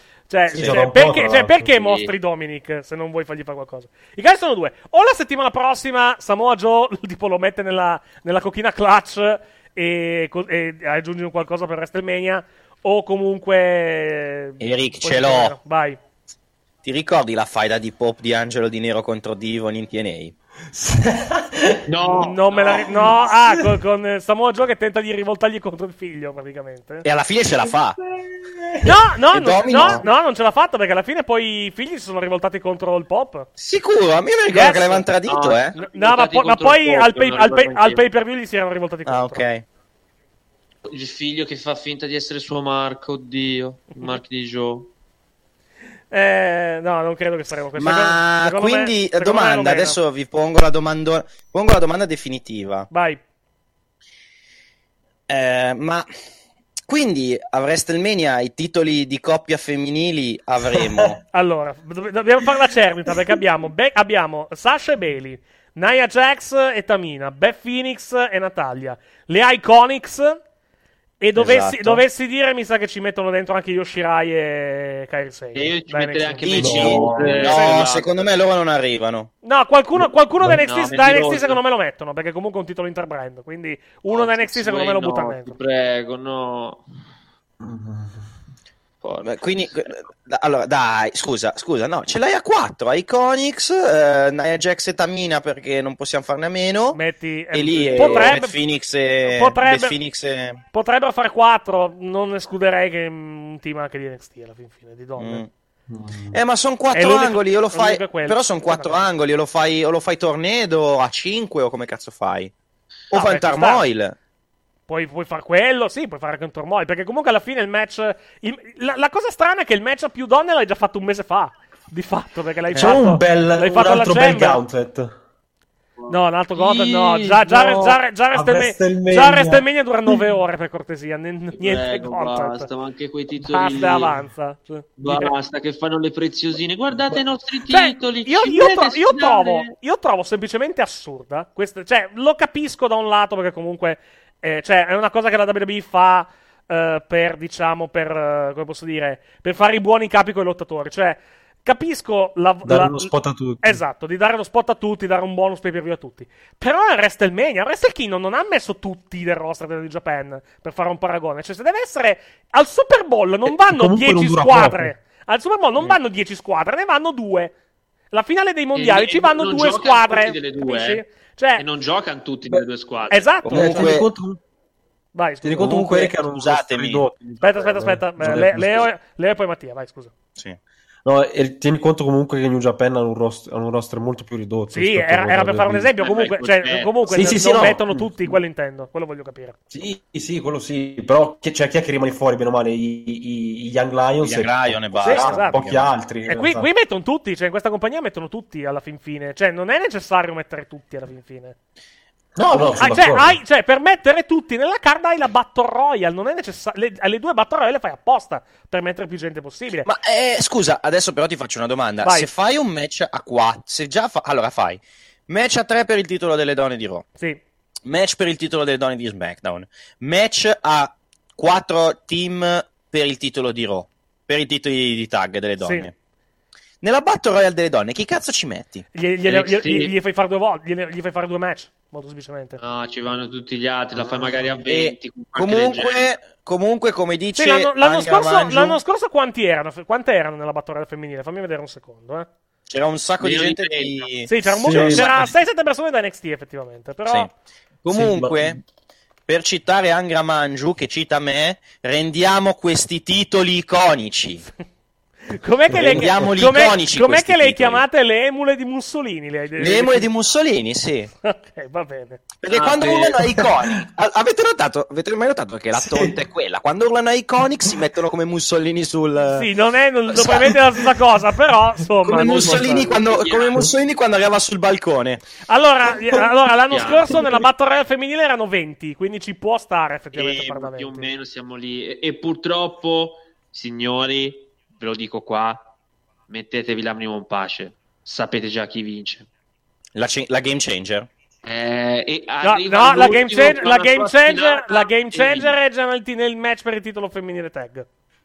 Perché mostri Dominic se non vuoi fargli fare qualcosa? I casi sono due. O la settimana prossima Samoa Joe tipo lo mette nella cochina clutch e aggiungi qualcosa per WrestleMania, o comunque Eric ce l'ho. Vai. Ti ricordi la faida di Pop di Angelo Di Nero contro Devon in TNA? Con Samoa Joe che tenta di rivoltargli contro il figlio praticamente. E alla fine ce la fa. No, non ce l'ha fatta, perché alla fine poi i figli si sono rivoltati contro il Pop. Sicuro? A me mi ricordo che l'avevano tradito, ma poi al pay per view gli si erano rivoltati contro. Ok. Il figlio che fa finta di essere suo Mark, oddio, Mark di Joe. No, non credo che faremo questo. Ma quindi, domanda, adesso vi pongo la domanda definitiva. Vai. Ma quindi a WrestleMania i titoli di coppia femminili avremo? Allora, dobbiamo fare la cernita, perché abbiamo Sasha e Bayley, Nia Jax e Tamina, Beth Phoenix e Natalia, le Iconics E dovessi dire, mi sa che ci mettono dentro anche Yoshirai e Kairi Sane. E io ci metterei anche No, secondo me loro non arrivano. No, qualcuno da NXT secondo me lo mettono, perché comunque è un titolo interbrand, quindi uno da NXT secondo me lo buttano dentro. Ti prego, no. Quindi, allora, dai, scusa, no, ce l'hai a 4, Iconics, Nia Jax e Tamina perché non possiamo farne a meno. Metti, e lì Beth Phoenix e... Potrebbero fare 4, non escluderei che un team anche di NXT alla fine, di donne. Ma sono 4 angoli, io lo fai, però sono 4 angoli, o lo fai Tornado a 5 o come cazzo fai? O fai un Turmoil. Puoi fare quello, sì, puoi fare anche un turmoil, perché comunque alla fine il match... La cosa strana è che il match a più donne l'hai già fatto un mese fa, di fatto, perché l'hai fatto... un altro bel gauntlet. No, un altro gauntlet no, già WrestleMania dura 9 ore, per cortesia, niente gauntlet. Basta, ma anche quei titoli... Basta, avanza. Basta, che fanno le preziosine, guardate i nostri titoli. Io trovo semplicemente assurda, lo capisco da un lato, perché comunque... cioè, è una cosa che la WWE fa come posso dire, per fare i buoni capi con i lottatori. Cioè, capisco dare uno spot a tutti. Esatto, di dare lo spot a tutti, dare un bonus pay per view a tutti. Però è WrestleMania, Wrestle Kingdom non ha messo tutti del roster del Japan, per fare un paragone. Cioè, se deve essere al Super Bowl non vanno 10 squadre. Al Super Bowl non vanno 10 squadre, ne vanno 2. La finale dei mondiali ci vanno 2 squadre. Delle due, e non giocano tutti nelle 2 squadre. Esatto. Comunque... Vai, ti ricordo comunque che hanno usato ridotti. Aspetta. Leo e poi Mattia, vai, scusa. Sì. No, e tieni conto comunque che New Japan hanno un roster molto più ridotto. Sì, era per fare un esempio. Comunque non mettono tutti, quello intendo. Quello voglio capire. Sì, quello sì. Però chi è che rimane fuori, bene o male? I Young Lions. Lion e basta. Sì, esatto. Pochi altri. E qui mettono tutti. Cioè, in questa compagnia mettono tutti alla fin fine. Cioè, non è necessario mettere tutti alla fin fine. No, per mettere tutti nella card hai la Battle Royale. Non è necessario. Le 2 Battle Royale le fai apposta per mettere più gente possibile. Ma scusa, adesso però ti faccio una domanda. Vai. Se fai un match a 4, allora fai match a 3 per il titolo delle donne di Raw. Sì. Match per il titolo delle donne di SmackDown. Match a 4 team per il titolo di Raw. Per i titoli di tag delle donne. Sì. Nella Battle Royale delle donne, chi cazzo ci metti? Gli fai fare 2 volte, gli fai fare 2 match, molto semplicemente. No, ci vanno tutti gli altri, la fai magari a 20. Comunque, come dice... Sì, l'anno scorso quante erano nella Battle Royale femminile? Fammi vedere un secondo, C'era un sacco di gente di... Sì, c'era 6-7 persone da NXT, effettivamente, però... Sì. Comunque... Per citare Angra Manju, che cita me, rendiamo questi titoli iconici. Com'è che le chiamate le emule di Mussolini? Le emule di Mussolini, sì. Ok, va bene. Perché quando urlano a Iconic, avete mai notato che la tonta è quella? Quando urlano a Iconic si mettono come Mussolini sul... Sì, non probabilmente la stessa cosa, però insomma... Come Mussolini quando arrivava sul balcone. Allora l'anno scorso nella Battle Royale femminile erano 20, quindi ci può stare effettivamente. Più o meno siamo lì. E purtroppo, signori... Ve lo dico qua, mettetevi l'animo in pace. Sapete già chi vince. La Game Changer? La Game Changer è già nel match per il titolo femminile tag.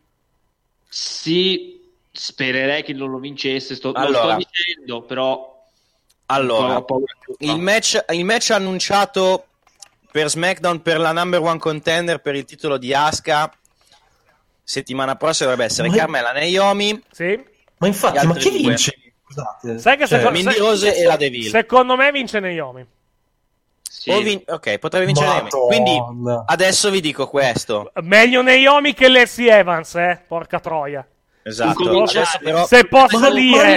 Sì, spererei che non lo vincesse. Lo sto dicendo, però... Allora, il match annunciato per SmackDown per la number 1 contender per il titolo di Asuka... settimana prossima dovrebbe essere Carmella Naomi. Sì. Ma infatti, ma chi vince? Scusate. Sai che Mindy Rose e la Deville. Secondo me vince Naomi. Sì. Ok, potrebbe vincere Naomi. Quindi adesso vi dico questo. Meglio Naomi che Lacey Evans, porca troia. Esatto. Però... Se posso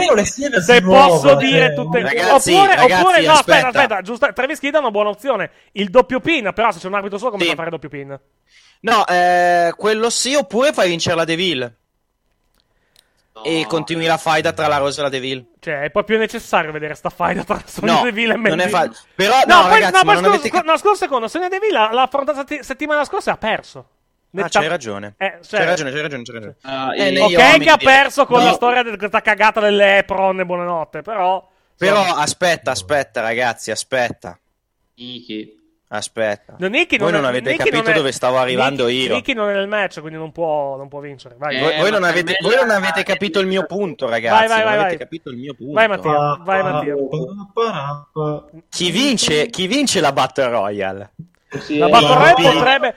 dire tutte ragazzi, oppure no, aspetta, giusto, Travis Kidd è una buona opzione. Il doppio pin, però se c'è un arbitro solo come fa a fare doppio pin? No, quello sì, oppure fai vincere la Deville. E continui la faida tra la Rose e la Deville. Cioè, è proprio necessario vedere sta faida tra Sonya Deville e Mandy. Non è però ragazzi, scusa un secondo, Sonya Deville l'ha affrontata settimana scorsa e ha perso. C'hai ragione. C'hai ragione. Ok che ha perso con la storia di questa cagata delle Epron e buonanotte, però aspetta ragazzi, aspetta. Aspetta. Voi non avete capito dove stavo arrivando io. Nicky non è nel match, quindi non può vincere. Vai. Voi non avete capito il mio punto, ragazzi. Vai. Avete capito il mio punto. Vai Mattia. Chi vince la Battle Royale? Sì, la Battle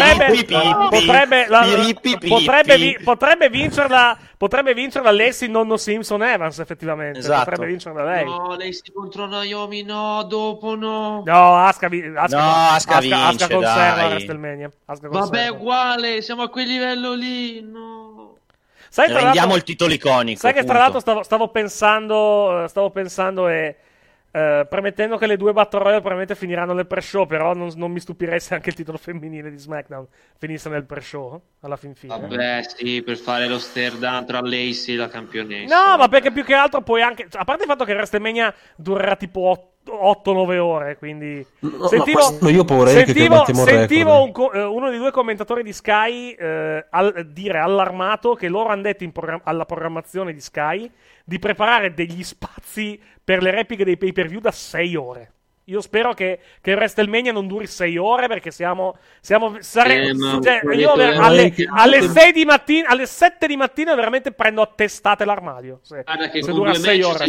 Royale potrebbe vincerla Lacey nonno Simpson Evans, effettivamente. Esatto. Potrebbe vincerla lei. No, Lacey contro Naomi, dopo no. No, Asuka conserva WrestleMania. Vabbè, uguale, siamo a quel livello lì, no. Rendiamo il titolo iconico. Sai che tra l'altro stavo pensando e premettendo che le due Battle Royale probabilmente finiranno nel pre-show, però non mi stupirei se anche il titolo femminile di SmackDown finisse nel pre-show alla fin fine. Vabbè, sì, per fare lo stare down tra Lacey e la campionessa. No, ma perché più che altro puoi anche, a parte il fatto che WrestleMania durerà tipo 8-9 ore, quindi sentivo uno dei due commentatori di Sky dire allarmato che loro hanno detto alla programmazione di Sky di preparare degli spazi per le repliche dei pay-per-view da 6 ore. Io spero che WrestleMania non duri 6 ore, perché io alle 6 di mattina, alle 7 di mattina veramente prendo a testate l'armadio. Guarda che se con dura 6 ore.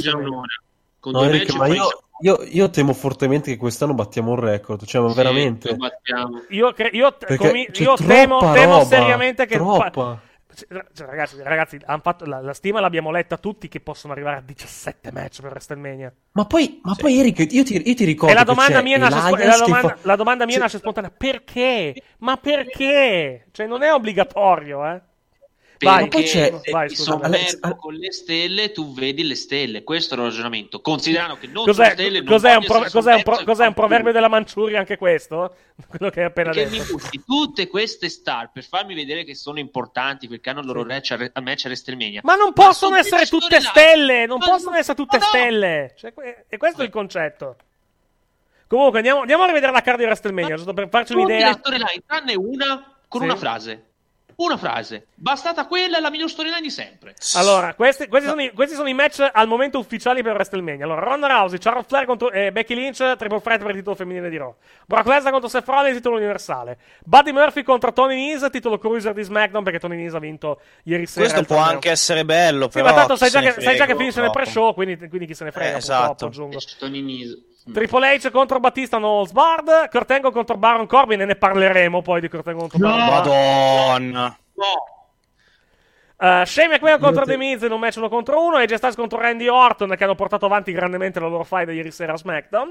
Io temo fortemente che quest'anno battiamo un record, cioè veramente. Io temo seriamente che ragazzi, hanno fatto la stima, l'abbiamo letta tutti, che possono arrivare a 17 match per WrestleMania. Ma poi Eric, io ti ricordo. E la domanda mia nasce spontanea: perché? Ma perché? Cioè, non è obbligatorio, Perché con le stelle tu vedi le stelle, questo è il ragionamento, considerando che non sono stelle. Cos'è un proverbio della Manciuria anche questo? Quello che hai appena detto. Mi butti tutte queste star per farmi vedere che sono importanti, perché hanno il loro match a WrestleMania. Ma non possono essere tutte stelle, non possono essere tutte stelle. Cioè, e questo è il concetto. Comunque andiamo a rivedere la card di WrestleMania, giusto per farci un'idea. Le storyline, tranne una con una frase. Una frase, bastata quella è la miglior storyline di sempre. Allora, questi sono i match al momento ufficiali per WrestleMania. Allora, Ronda Rousey, Charlotte Flair contro Becky Lynch, triple threat per il titolo femminile di Raw. Brock Lesnar contro Seth Rollins, titolo universale. Buddy Murphy contro Tony Nese, titolo cruiser di SmackDown, perché Tony Nese ha vinto ieri sera. Questo può anche essere bello, però. Sì, ma tanto sai già che finisce nel pre-show, quindi chi se ne frega, esatto. Aggiungo. Tony Nese. Triple H contro Batista, no Holds Barred. Kurt Angle contro Baron Corbin, e ne parleremo poi di Kurt Angle contro Baron Corbin. Madonna. No. Shane McMahon contro The Miz in un match 1 contro 1, e AJ Styles contro Randy Orton, che hanno portato avanti grandemente la loro fight ieri sera a SmackDown.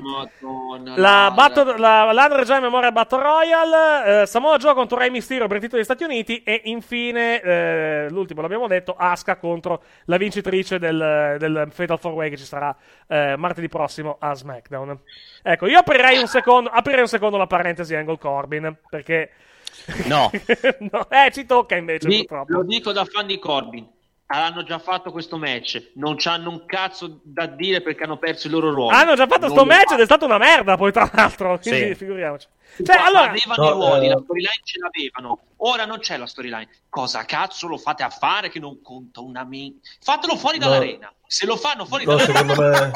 L'Andre Giant Memorial Battle Royale, Samoa Joe contro Rey Mysterio per il titolo degli Stati Uniti, e infine l'ultimo l'abbiamo detto, Asuka contro la vincitrice del Fatal 4-Way che ci sarà martedì prossimo a SmackDown. Ecco, io aprirei un secondo la parentesi Angle Corbin, perché no, ci tocca invece, purtroppo. Lo dico da fan di Corbin, hanno già fatto questo match, non c'hanno un cazzo da dire perché hanno perso i loro ruoli. Hanno già fatto sto match ed è stata una merda, poi tra l'altro, quindi figuriamoci. Avevano i ruoli, la storyline ce l'avevano, ora non c'è la storyline. Cosa cazzo lo fate a fare che non conta una fatelo fuori dall'arena. Se lo fanno fuori dall'arena,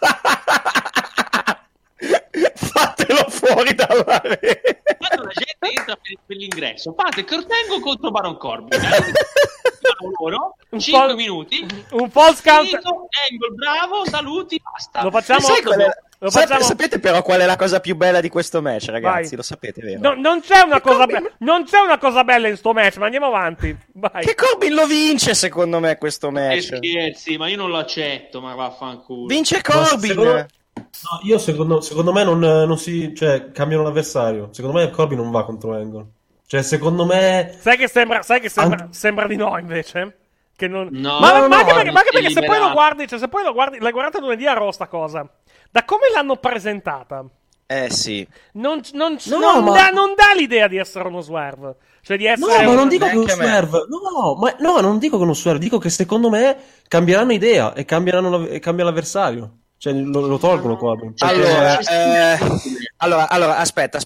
fatelo fuori dall'arena. Quando la gente entra per l'ingresso, fate Kurt Angle contro Baron Corbin, loro 5 minuti, un false count, Angle bravo, saluti, basta. Lo facciamo. Sapete però qual è la cosa più bella di questo match, ragazzi? Vai. Lo sapete, vero? No, non c'è una cosa bella in sto match, ma andiamo avanti. Vai. Che Corbin lo vince, secondo me, questo match. Scherzi, ma io non lo accetto, ma vaffanculo. Vince Corbin. No, io secondo me non si, cioè, cambiano l'avversario. Secondo me Corbin non va contro Angle. Cioè, secondo me Sai che sembra di no, invece? Che non... No, ma anche perché se poi lo guardi, l'hai guardata lunedì a Raw sta cosa. Da come l'hanno presentata? Sì. Non dà l'idea di essere uno swerve. Cioè di essere... No, ma non dico che è uno swerve. No, non dico che è uno swerve. Dico che secondo me cambieranno idea e cambia l'avversario. Cioè lo tolgono qua. Allora, aspetta.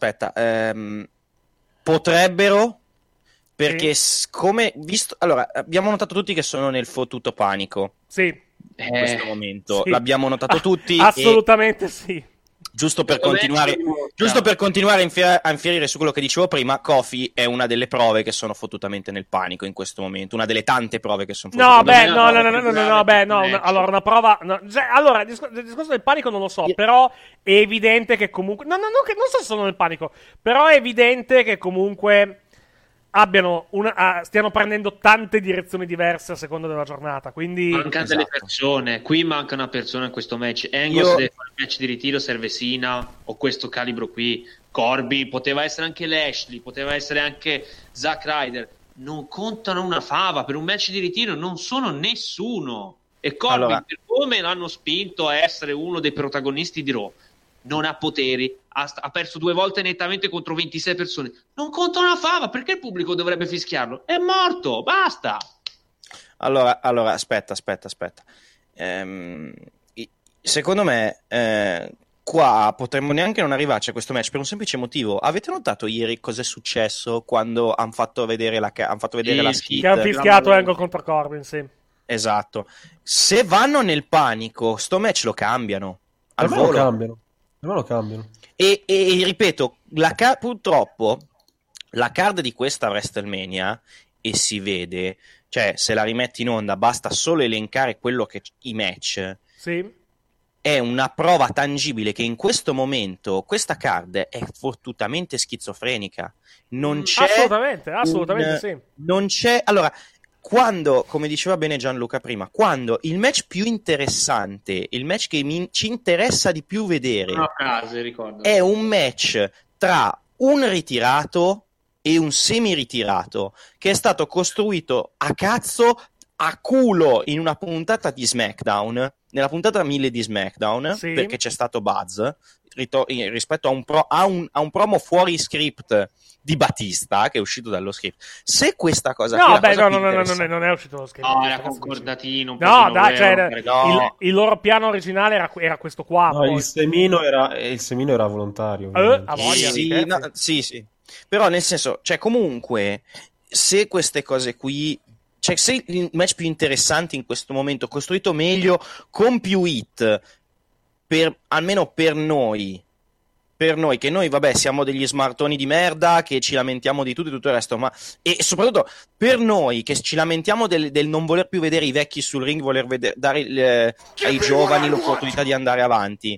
Potrebbero, perché come visto, allora abbiamo notato tutti che sono nel fottuto panico. Sì. In questo momento sì. L'abbiamo notato tutti. Assolutamente sì. Giusto per continuare a infierire su quello che dicevo prima, Kofi è una delle prove che sono fottutamente nel panico in questo momento, una delle tante prove che sono fottutamente allora una prova allora il discorso del panico non lo so, però è evidente che comunque non so se sono nel panico, però è evidente che comunque stiano prendendo tante direzioni diverse a seconda della giornata, quindi mancano delle persone. Qui manca una persona in questo match. Angle deve fare il match di ritiro, serve Cena o questo calibro qui. Corby, poteva essere anche Lashley, poteva essere anche Zack Ryder. Non contano una fava per un match di ritiro, non sono nessuno. E Corby, per come l'hanno spinto a essere uno dei protagonisti di Raw, non ha poteri, ha perso 2 volte nettamente contro 26 persone. Non conta una fava, perché il pubblico dovrebbe fischiarlo? È morto, basta. Allora aspetta. Secondo me qua potremmo neanche non arrivarci a questo match per un semplice motivo. Avete notato ieri cos'è successo quando hanno fatto vedere la skit? Che ha fischiato Angle contro Corbin, sì. Esatto. Se vanno nel panico, sto match lo cambiano. Al volo. Lo cambiano. E ripeto, purtroppo la card di questa WrestleMania, e si vede, cioè se la rimetti in onda basta solo elencare quello che i match. Sì. È una prova tangibile che in questo momento questa card è fottutamente schizofrenica. Non c'è assolutamente sì. Non c'è. Allora, quando, come diceva bene Gianluca prima, quando il match più interessante, il match che ci interessa di più vedere, è un match tra un ritirato e un semi-ritirato, che è stato costruito a cazzo, a culo, in una puntata di SmackDown, nella puntata 1000 di SmackDown, sì, perché c'è stato buzz rispetto a un promo fuori script di Batista che è uscito dallo script. Se questa cosa non è uscito dallo script. No, era concordatino. Il loro piano originale era questo qua. No, il semino era volontario. A voglia, sì. Però nel senso, cioè comunque, se queste cose qui, cioè se il match più interessante in questo momento, costruito meglio, con più hit, almeno per noi, che noi vabbè siamo degli smartoni di merda che ci lamentiamo di tutto e tutto il resto, e soprattutto per noi che ci lamentiamo del non voler più vedere i vecchi sul ring, voler dare ai giovani l'opportunità di andare avanti,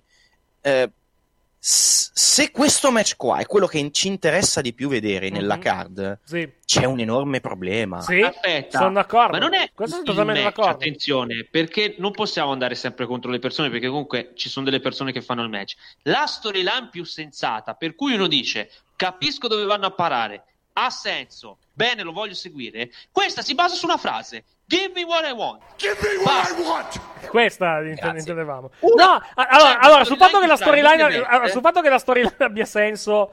se questo match qua è quello che ci interessa di più vedere nella card, sì, c'è un enorme problema. Sì, aspetta, sono d'accordo. Ma non è questo totalmente d'accordo. Attenzione, perché non possiamo andare sempre contro le persone, perché comunque ci sono delle persone che fanno il match. La storyline più sensata, per cui uno dice capisco dove vanno a parare, ha senso, bene, lo voglio seguire, questa si basa su una frase: give me what I want. Give me what I want. Questa intendevamo. No, allora sul fatto che la storyline abbia senso,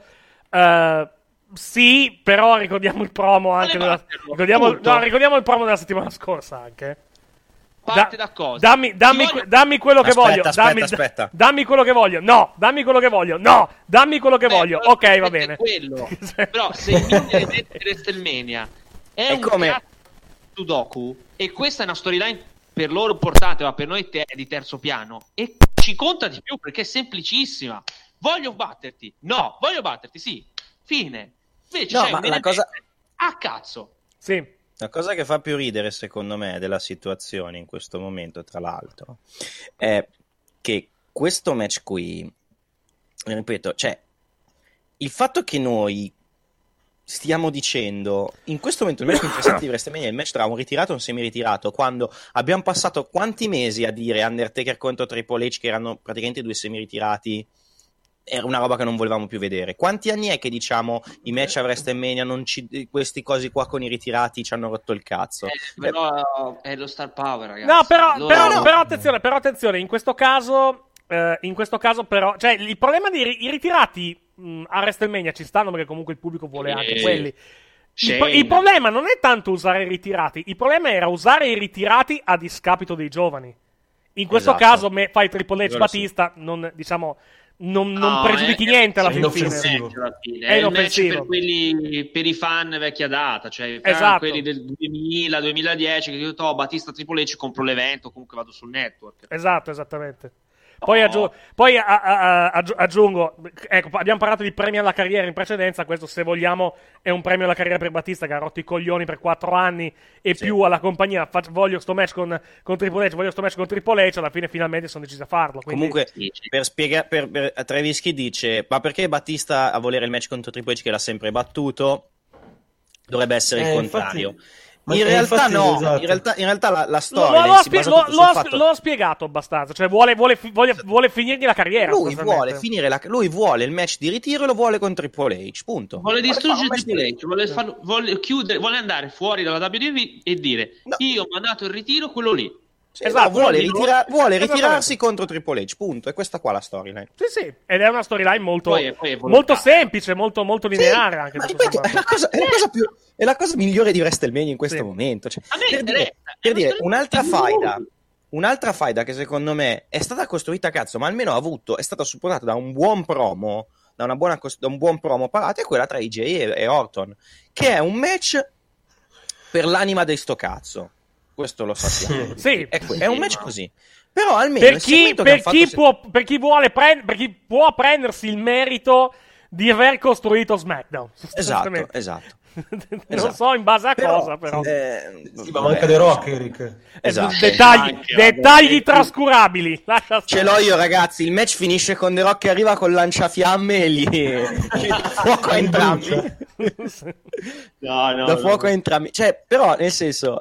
sì, però ricordiamo il promo anche ricordiamo il promo della settimana scorsa anche. Parte da cosa? Dammi quello che voglio. Aspetta. Dammi quello che voglio. No, dammi quello che voglio. No, dammi quello che voglio. Ok, va bene. Quello. Però se il mio evento di WrestleMania è un come Sudoku, e questa è una storyline per loro importante, ma per noi è di terzo piano, e ci conta di più perché è semplicissima. Voglio batterti. No, voglio batterti, sì. Fine. Invece no, ma la cosa a cazzo. Sì. La cosa che fa più ridere, secondo me, della situazione in questo momento, tra l'altro, è che questo match qui, ripeto, cioè, il fatto che noi stiamo dicendo in questo momento il match più interessante di WrestleMania è il match tra un ritirato e un semi-ritirato, quando abbiamo passato quanti mesi a dire Undertaker contro Triple H, che erano praticamente 2 semi-ritirati, era una roba che non volevamo più vedere. Quanti anni è che diciamo i match a WrestleMania questi cosi qua con i ritirati ci hanno rotto il cazzo? Però è lo star power, ragazzi. No, però attenzione, in questo caso però, cioè il problema i ritirati a WrestleMania ci stanno perché comunque il pubblico vuole anche quelli. Il problema non è tanto usare i ritirati, il problema era usare i ritirati a discapito dei giovani. In questo caso fai Triple H Batista, non pregiudichi niente alla fine. È inoffensivo per i fan vecchia data, cioè quelli del 2000, 2010 che dicono Batista Triple H, compro l'evento, comunque vado sul network. Esatto, esattamente. Poi aggiungo, ecco, abbiamo parlato di premi alla carriera in precedenza, questo se vogliamo è un premio alla carriera per Batista che ha rotto i coglioni per 4 anni e più alla compagnia, voglio sto match con Triple H, voglio sto match con Triple H, alla fine finalmente sono decisi a farlo. Quindi... Comunque, per spiegare, Trevischi dice, ma perché Batista a volere il match contro Triple H che l'ha sempre battuto? Dovrebbe essere il contrario. Infatti... In realtà no, esatto. in realtà la storia l'ho spiegato abbastanza, cioè vuole finirgli la carriera. Lui vuole il match di ritiro e lo vuole con Triple H, punto. Vuole distruggere Triple H, vuole andare fuori dalla WWE e dire io ho mandato il ritiro, quello lì. Sì, esatto, vuole ritirarsi contro Triple H, punto. E questa qua la storyline. Sì, ed è una storyline molto semplice, molto lineare anche. Ma ripeto, è la cosa migliore di WrestleMania in questo momento. Cioè, per dire un'altra faida che secondo me è stata costruita a cazzo, ma almeno è stata supportata da un buon promo, da un buon promo parato, è quella tra AJ e Orton, che è un match per l'anima di sto cazzo. Questo lo sappiamo. Sì. È un match così. Però almeno per chi può prendersi il merito di aver costruito SmackDown. Esatto. Non so in base a cosa, però. Ma manca The Rock, Eric. Esatto. Dettagli trascurabili. Ce l'ho io, ragazzi. Il match finisce con The Rock che arriva col lanciafiamme e gli fuoco a entrambi. Da fuoco a entrambi. Cioè, però, nel senso...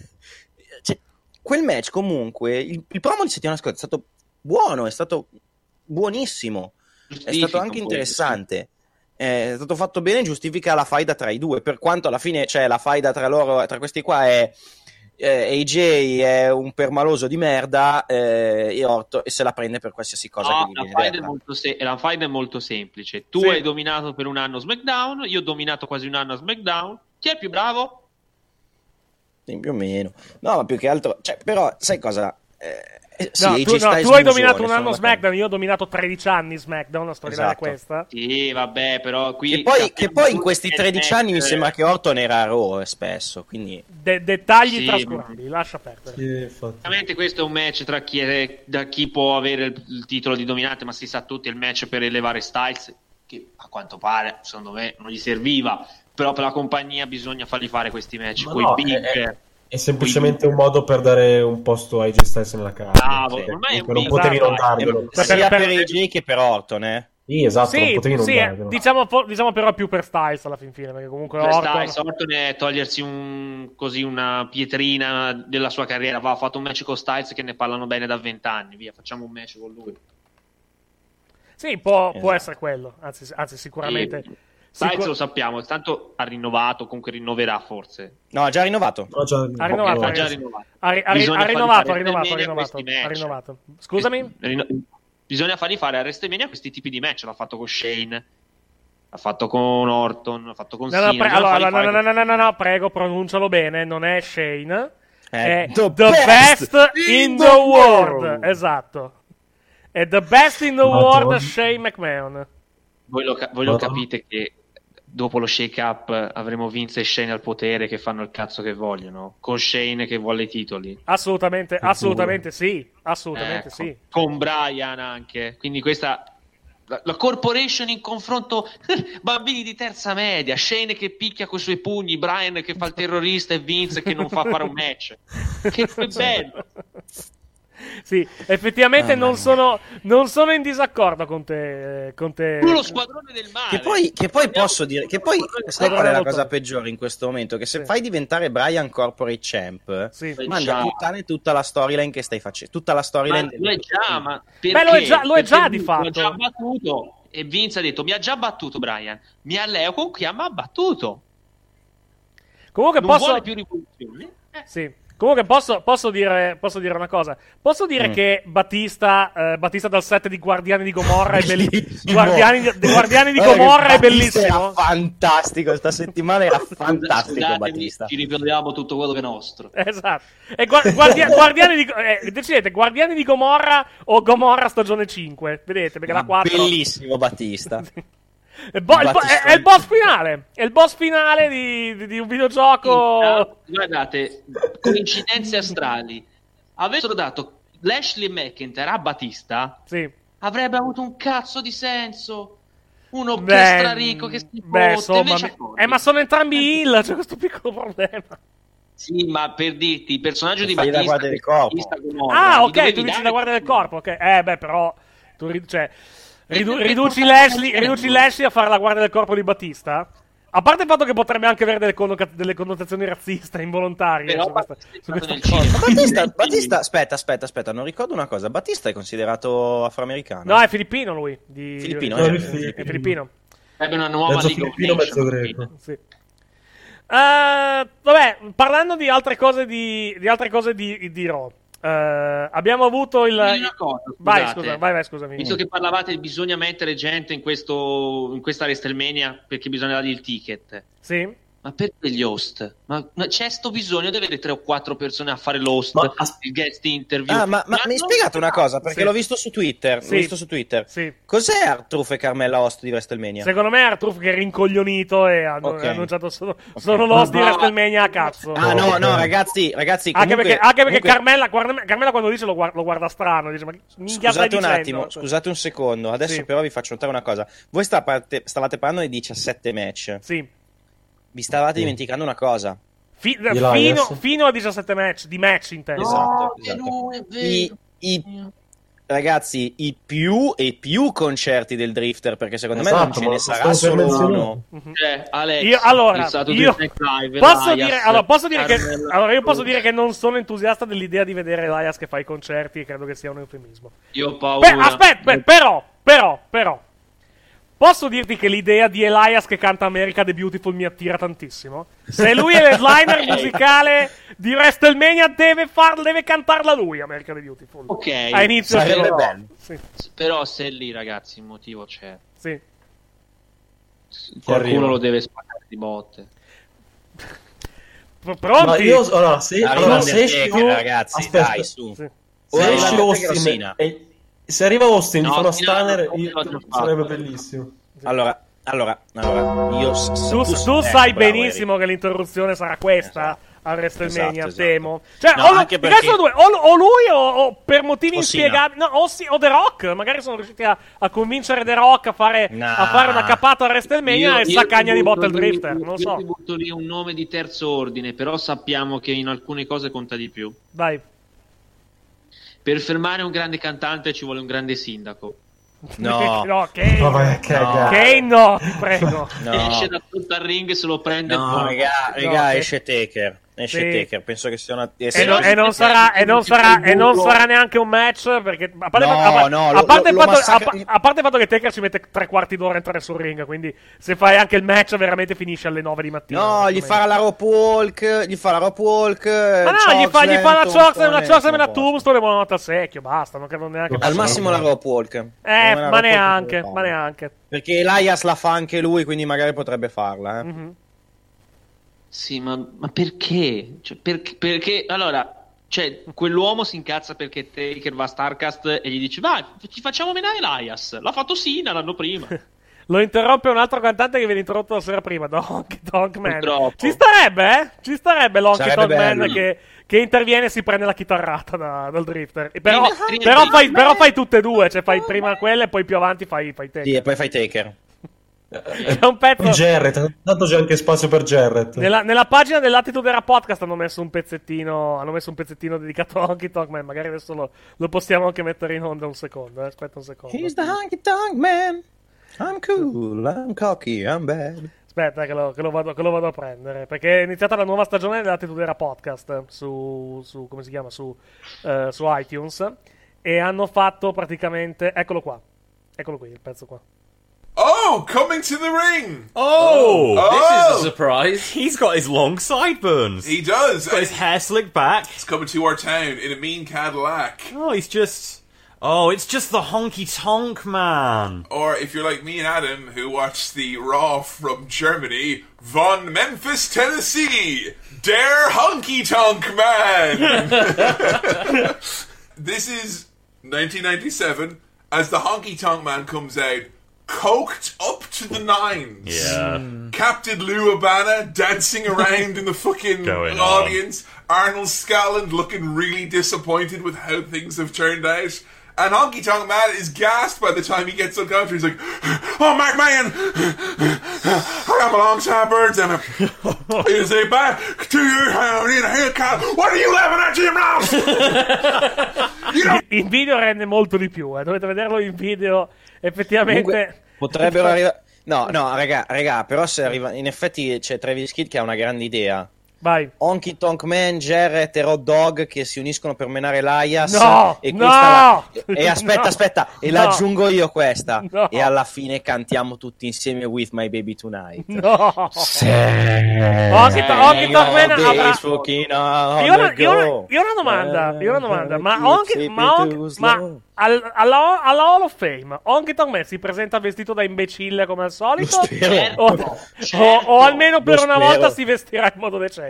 quel match comunque, il promo di settimana scorsa è stato buono, è stato buonissimo, è stato anche interessante, è stato fatto bene, giustifica la faida tra i due, per quanto alla fine la faida tra loro, tra questi qua è AJ è un permaloso di merda e Orton e se la prende per qualsiasi cosa che gli viene. La faida è molto semplice, tu hai dominato per un anno SmackDown, io ho dominato quasi un anno SmackDown, chi è più bravo? Più o meno, no, ma più che altro, però sai cosa? Tu hai dominato un anno SmackDown, io ho dominato 13 anni SmackDown, la storia è questa. Sì, vabbè, però qui che poi in questi 13 anni mi sembra che Orton era a Raw spesso, quindi dettagli trascurabili, lascia perdere. Ovviamente questo è un match tra chi può avere il titolo di dominante, ma si sa tutti, il match per elevare Styles, che a quanto pare secondo me non gli serviva, però per la compagnia bisogna fargli fare questi match è semplicemente un modo per dare un posto a AJ Styles nella cara. Non potevi non darglielo sia per AJ che per Orton, Sì, esatto, non potevi non darglielo. Diciamo però più per Styles alla fin fine, perché comunque Orton è togliersi una pietrina della sua carriera. Ha fatto un match con Styles che ne parlano bene da 20 anni, via, facciamo un match con lui. Sì, può essere quello, anzi sicuramente. Styles lo sappiamo, tanto ha rinnovato, comunque rinnoverà forse. No, ha già rinnovato. Ha rinnovato. Scusami? Bisogna fargli fare a WrestleMania questi tipi di match, l'ha fatto con Shane, l'ha fatto con Orton, l'ha fatto con Cena. No, prego, pronuncialo bene, non è Shane, è the best in the world. Esatto. È the best in the world Shane McMahon. Voi lo capite che dopo lo shake up avremo Vince e Shane al potere che fanno il cazzo che vogliono, con Shane che vuole i titoli. Assolutamente sì. Sì. Con Bryan anche. Quindi questa la corporation in confronto bambini di terza media, Shane che picchia coi suoi pugni, Bryan che fa il terrorista e Vince che non fa fare un match. Che bello. Sì, effettivamente non sono in disaccordo con te. Tu lo squadrone del male. Che poi posso dire che poi sai qual è la cosa peggiore in questo momento? Che se fai diventare Bryan Corporate Champ, manda a puttane tutta la storyline che stai facendo. Tutta la storyline. Lo è già di fatto. L'ho già battuto. E Vince ha detto: mi ha già battuto Bryan. Mi alleo con chi mi ha battuto. Comunque non vuole più rivoluzioni. Sì. Comunque posso dire una cosa. Posso dire che Batista dal set di Guardiani di Gomorra è bellissimo. Guardiani di Gomorra è bellissimo. Era fantastico, sta settimana era fantastico. Batista. Ci ricordiamo tutto quello che è nostro. Esatto. E Guardiani di decidete Guardiani di Gomorra o Gomorra stagione 5. Vedete, perché la 4 bellissimo Batista. È il boss finale. È il boss finale di un videogioco. Guardate, coincidenze astrali. Avessero dato Lashley McIntyre a Batista avrebbe avuto un cazzo di senso. Uno che è straricco, che si fotte. Ma sono entrambi heel, c'è questo piccolo problema. Sì, ma per dirti, il personaggio di Batista... la guardia del corpo. Ok, tu dici la guardia del corpo, ok. Però... Tu, riduci Lashley a fare la guardia del corpo di Batista? A parte il fatto che potrebbe anche avere delle connotazioni razziste involontarie su questa cosa. Batista, aspetta, non ricordo una cosa. Batista è considerato afroamericano? No, è filippino lui. Filippino? È filippino. Sarebbe una nuova mezzo filippino, mezzo greco. Sì. Vabbè, parlando di altre cose di Raw. Abbiamo avuto Una cosa, vai, scusami. Visto che parlavate, bisogna mettere gente in questa WrestleMania perché bisogna dargli il ticket. Sì. Ma perché gli host? Ma c'è sto bisogno di avere 3 o 4 persone a fare l'host, il guest interview? Ma mi spiegate una cosa, perché l'ho visto su Twitter. Sì. Cos'è R-Truth e Carmella host di WrestleMania? Secondo me R-Truth che è rincoglionito e ha annunciato sono l'host di WrestleMania a cazzo. No, ragazzi. Anche perché Carmella quando dice lo guarda strano, dice, ma minchia stai dicendo? Scusate un secondo, adesso però vi faccio notare una cosa. Voi stavate parlando di 17 match. Sì. Vi stavate dimenticando una cosa. Fino a 17 match, di match intendo. Esatto. Ragazzi, i più concerti del Drifter, perché secondo me non ce ne sarà solo uno. Io posso dire che non sono entusiasta dell'idea di vedere Elias che fa i concerti, e credo che sia un eufemismo. Io ho paura. Però posso dirti che l'idea di Elias che canta America the Beautiful mi attira tantissimo. Se lui è l'headliner musicale di WrestleMania, deve cantarla lui, America the Beautiful. Ok, a inizio sarebbe bello. Sì. Però se lì, ragazzi, il motivo c'è. Sì. Qualcuno lo deve spaccare di botte. Pronti? Ragazzi, aspetta, dai, su. Sì. Se arriva Austin fa una stunner, sarebbe bellissimo. Allora, io tu sai benissimo che l'interruzione sarà questa a WrestleMania, esatto. Cioè, anche perché... o lui o per motivi inspiegabili, o The Rock, magari sono riusciti a convincere The Rock a fare una cappata a WrestleMania e saccagna di botte il Drifter, non lo so. Io ti butto lì un nome di terzo ordine, però sappiamo che in alcune cose conta di più. Vai. Per fermare un grande cantante ci vuole un grande sindaco. No, Kane, ti prego. Esce da tutto al ring e se lo prende. Raga, esce Taker. Taker, penso che sia una... E non sarà neanche un match, perché a parte il fatto che Taker ci mette 3/4 d'ora a entrare sul ring, quindi se fai anche il match veramente finisce alle 9 di mattina. No, gli fa la rope walk. Ma no, gli fa la chokeslam e la tombstone e buonanotte al secchio, basta, non credo neanche. Al massimo la rope walk. Ma neanche. Perché Elias la fa anche lui, quindi magari potrebbe farla, Mm-hmm. Sì, ma perché? Cioè, perché allora, quell'uomo si incazza perché Taker va a Starcast e gli dice vai, ci facciamo menare Elias. L'ha fatto Sina l'anno prima. Lo interrompe un altro cantante che viene interrotto la sera prima, Honky Tonk Man. Ci starebbe l'Honky Tonk Man che interviene e si prende la chitarrata dal Drifter. Però fai tutte e due, cioè fai prima quelle e poi più avanti fai Taker. Sì, e poi fai Taker. C'è un pezzo. Jarrett, tanto c'è anche spazio per Jarrett. Nella pagina dell'Attitude Era Podcast hanno messo un pezzettino dedicato a Honky Tonk Man. Magari adesso lo possiamo anche mettere in onda un secondo. Aspetta un secondo. He's the Honky Tonk Man. I'm cool, I'm cocky, I'm bad. Aspetta che lo vado a prendere, perché è iniziata la nuova stagione dell'Attitude Era Podcast su come si chiama, su iTunes, e hanno fatto praticamente, eccolo qui il pezzo qua. Oh, coming to the ring! Oh, this is a surprise. He's got his long sideburns. He does. He's got his hair slicked back. He's coming to our town in a mean Cadillac. Oh, it's just the Honky Tonk Man. Or if you're like me and Adam, who watched the Raw from Germany, von Memphis, Tennessee, der Honky Tonk Man! This is 1997, as the Honky Tonk Man comes out, coked up to the nines. Yeah. Captain Lou Albano dancing around in the fucking audience. Arnold Scotland looking really disappointed with how things have turned out. And Honky Tonk Man is gassed by the time he gets on commentary. He's like, "Oh, Mark Mayon, I am alongside Birds and you say back to your house in a haircut. What are you laughing at, Jim Ross?" In video rende molto di più, dovete vederlo in video, effettivamente. Comunque, potrebbero arrivare... No, raga, però se arriva... In effetti c'è Travis Kidd che ha una grande idea. Vai. Honky Tonk Man, Jarrett e Road Dogg che si uniscono per menare l'Aias. E aspetta, e l'aggiungo io questa. No. E alla fine cantiamo tutti insieme With My Baby Tonight. No. Honky Tonk Man avrà... Io ho una domanda. Ma alla Hall of Fame Honky Tonk Man si presenta vestito da imbecille come al solito? O almeno per una volta si vestirà in modo decente?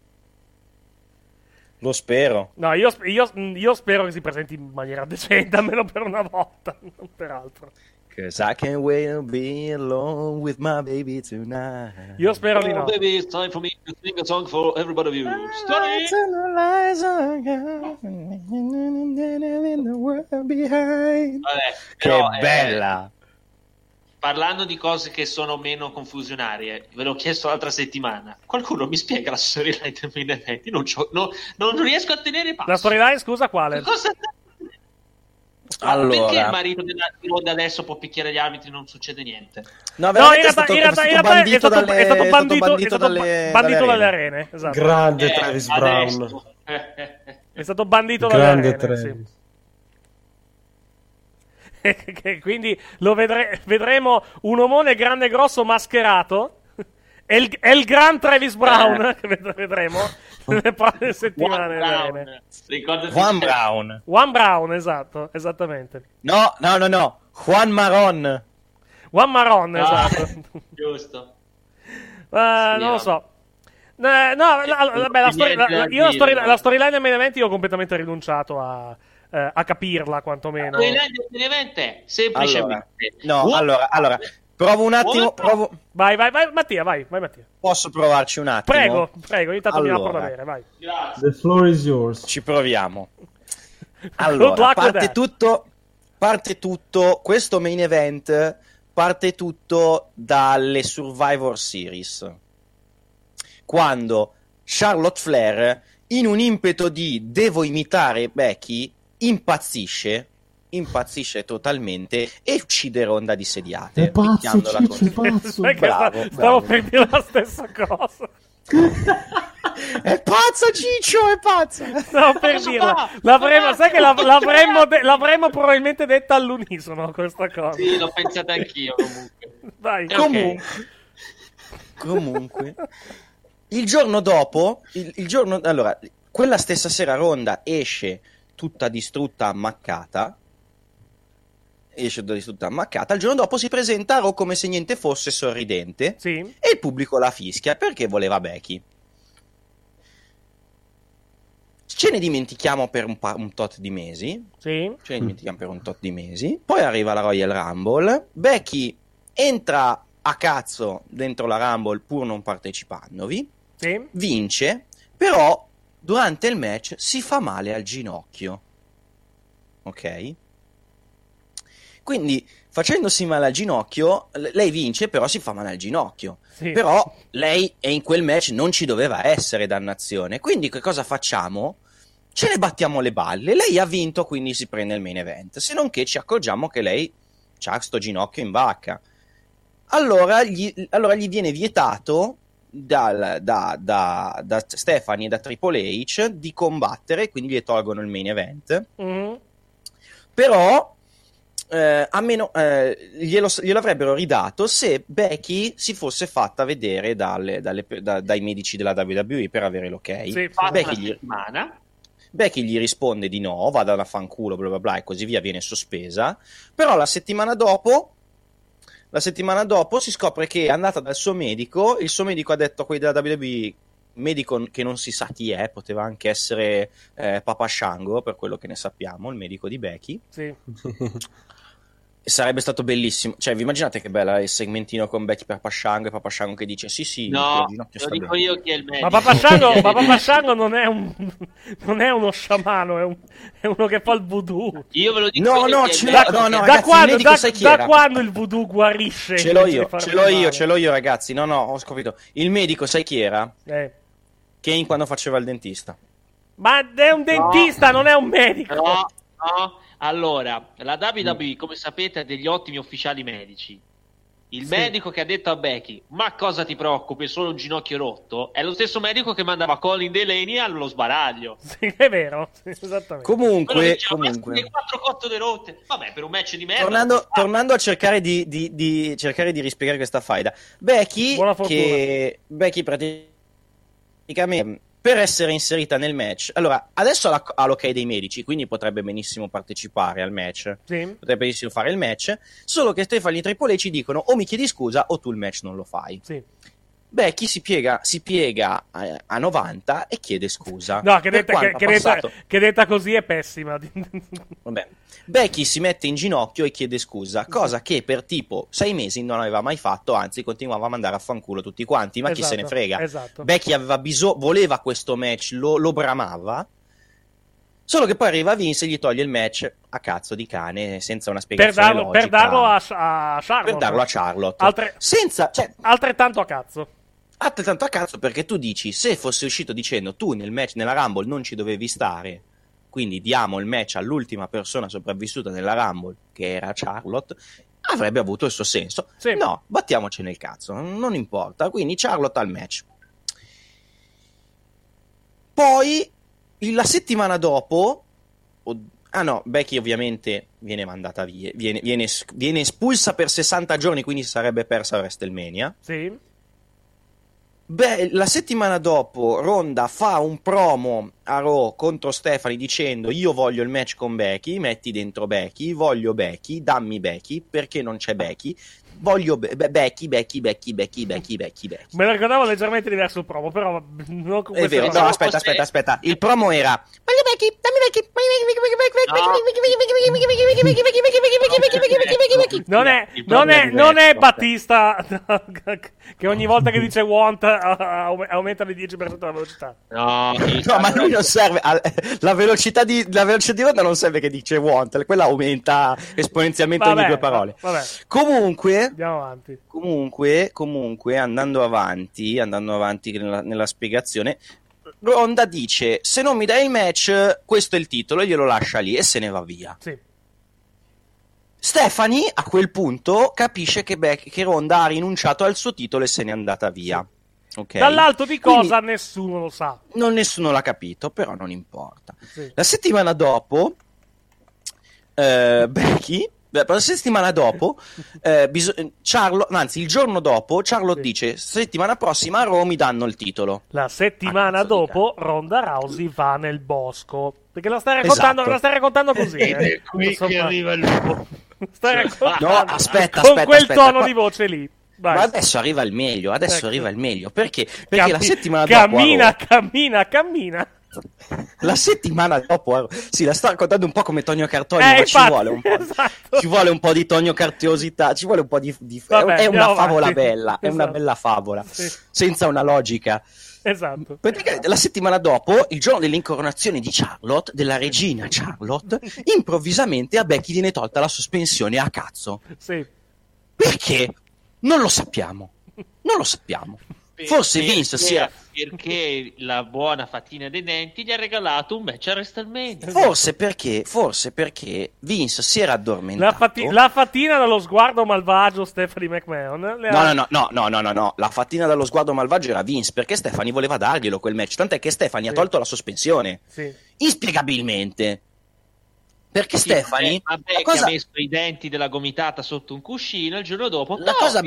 Lo spero. No, io spero che si presenti in maniera decente, almeno per una volta, non per altro. Cause I can't wait to be alone with my baby tonight. Io spero di no. Baby, it's time for me to sing a song for everybody of you. Che bella! Parlando di cose che sono meno confusionarie, ve l'ho chiesto l'altra settimana. Qualcuno mi spiega la storyline del main event? Non riesco a tenere passo. La storyline, scusa, quale? Allora, perché il marito della Ronda adesso può picchiare gli arbitri e non succede niente? No, in realtà è stato bandito dalle arene. Esatto. Grande Travis Brown. È stato bandito dalle arene. Sì. Quindi lo vedremo un omone grande e grosso mascherato. È il gran Travis Brown che vedremo nelle prossime settimane. Juan Brown. Juan Brown, esatto, esattamente. No, Juan Maron. Juan Maron, esatto. Giusto. Non lo so. La storyline del main event io ho completamente rinunciato a capirla, quantomeno. La storyline del main event è semplicemente... Allora, provo un attimo. Vai, Mattia, vai, Mattia. Posso provarci un attimo? Prego, io intanto mi apro da bere, vai. The floor is yours. Ci proviamo. Allora, parte tutto, questo main event parte tutto dalle Survivor Series. Quando Charlotte Flair, in un impeto di devo imitare Becky, impazzisce totalmente e uccide Ronda di sediate. È pazzo, Bravo. Stavo per dire la stessa cosa. È pazzo, Ciccio, è pazzo. Stavo per dirla. L'avremmo probabilmente detta all'unisono questa cosa. Sì, l'ho pensata anch'io comunque. Vai. Comunque. Il giorno dopo, allora, quella stessa sera Ronda esce tutta distrutta, ammaccata. Il giorno dopo si presenta a Raw come se niente fosse, sorridente. Sì. E il pubblico la fischia perché voleva Becky. Ce ne dimentichiamo per un tot di mesi. Sì. Poi arriva la Royal Rumble. Becky entra a cazzo dentro la Rumble pur non partecipandovi. Sì. Vince, però durante il match si fa male al ginocchio. Ok? Quindi, facendosi male al ginocchio, lei vince, però si fa male al ginocchio. Sì. Però lei in quel match non ci doveva essere, dannazione. Quindi che cosa facciamo? Ce ne battiamo le balle. Lei ha vinto, quindi si prende il main event. Se non che ci accorgiamo che lei c'ha sto ginocchio in vacca. Allora gli viene vietato da Stephanie e da Triple H di combattere, quindi gli tolgono il main event. Mm-hmm. Però glielo avrebbero ridato se Becky si fosse fatta vedere dai medici della WWE per avere l'ok. Sì, Becky gli risponde di no, vada a fanculo, bla bla bla, e così via, viene sospesa. Però la settimana dopo si scopre che è andata dal suo medico. Il suo medico ha detto a quelli della WWE, medico che non si sa chi è, poteva anche essere Papa Shango, per quello che ne sappiamo, il medico di Becky. Sì. Sarebbe stato bellissimo. Cioè, vi immaginate che bella il segmentino con Becky Papasciango e Papasciango che dice sì, no, lo dico io chi è il medico. Ma Papasciango non è uno sciamano, è uno che fa il voodoo. Io ve lo dico da quando il voodoo guarisce? Ce l'ho io ragazzi. No, ho scoperto. Il medico sai chi era? Kane quando faceva il dentista. Ma è un dentista, non è un medico. No. Allora, la WWE, come sapete, ha degli ottimi ufficiali medici. Il medico che ha detto a Becky: ma cosa ti preoccupi, è solo un ginocchio rotto, è lo stesso medico che mandava Colin Delaney allo sbaraglio. Sì, è vero, esattamente. Comunque. Le 4 cotte rotte. Vabbè, per un match di merda. Tornando a cercare di cercare di rispiegare questa faida. Becky praticamente, per essere inserita nel match, allora adesso ha l'ok dei medici, quindi potrebbe benissimo partecipare al match, potrebbe benissimo fare il match, solo che Stephanie e Triple H ci dicono o mi chiedi scusa o tu il match non lo fai. Becky si piega a 90 e chiede scusa. No, che detta così è pessima. Vabbè. Becky si mette in ginocchio e chiede scusa, cosa che per tipo 6 mesi non aveva mai fatto, anzi continuava a mandare a fanculo tutti quanti, ma chi se ne frega. Becky aveva voleva questo match, lo bramava, solo che poi arriva Vince e gli toglie il match a cazzo di cane, senza una spiegazione logica. Per darlo a Charlotte. Per darlo a Charlotte. Altrettanto a cazzo. Altrettanto a cazzo, perché tu dici, se fosse uscito dicendo tu nel match nella Rumble non ci dovevi stare, quindi diamo il match all'ultima persona sopravvissuta nella Rumble, che era Charlotte, avrebbe avuto il suo senso. No, battiamoci nel cazzo, non importa, quindi Charlotte al match. Poi la settimana dopo Becky ovviamente viene mandata via, viene espulsa per 60 giorni, quindi sarebbe persa WrestleMania. La settimana dopo Ronda fa un promo a Raw contro Stephanie dicendo: io voglio il match con Becky, metti dentro Becky, voglio Becky, dammi Becky, perché non c'è Becky, voglio Becky. Me lo ricordavo leggermente diverso il promo, però non con è vero, no, aspetta, il promo era: voglio Becky, dammi Becky. Non è Battista che ogni volta che dice want aumenta di 10% la velocità. No, ma lui non serve. La velocità di Ronda non serve che dice want, quella aumenta esponenzialmente ogni 2 parole. Comunque, andiamo avanti. Comunque, andando avanti nella spiegazione, Ronda dice: se non mi dai il match, questo è il titolo, e glielo lascia lì e se ne va via. Stephanie a quel punto capisce che Ronda ha rinunciato al suo titolo e se n'è andata via. Okay? Dall'alto di cosa nessuno lo sa. Nessuno l'ha capito, però non importa. La settimana dopo Becky la settimana dopo il giorno dopo Charlotte dice: settimana prossima a Raw mi danno il titolo. La settimana dopo Ronda Rousey va nel bosco, perché la stai raccontando così. È qui che arriva il lupo. No, aspetta, con quel tono di voce lì. Vai. Ma adesso arriva il meglio, perché la settimana dopo cammina. La settimana dopo la sto raccontando un po' come Tonio Cartoni, ma ci vuole un po', ci vuole un po' di Tonio Cartiosità, ci vuole un po' di vabbè, è una favola bella, è una bella favola, senza una logica. Esatto. Praticamente la settimana dopo, il giorno dell'incoronazione di Charlotte, della regina Charlotte, improvvisamente a Becky viene tolta la sospensione a cazzo. Perché? Non lo sappiamo. Forse Vince perché la buona fatina dei denti gli ha regalato un match a WrestleMania. Forse perché Vince si era addormentato. La fatina dallo sguardo malvagio Stephanie McMahon. No. La fatina dallo sguardo malvagio era Vince, perché Stephanie voleva darglielo quel match. Tant'è che Stephanie ha tolto la sospensione. Inspiegabilmente. Perché Stephanie ha messo i denti della gomitata sotto un cuscino il giorno dopo. La cosa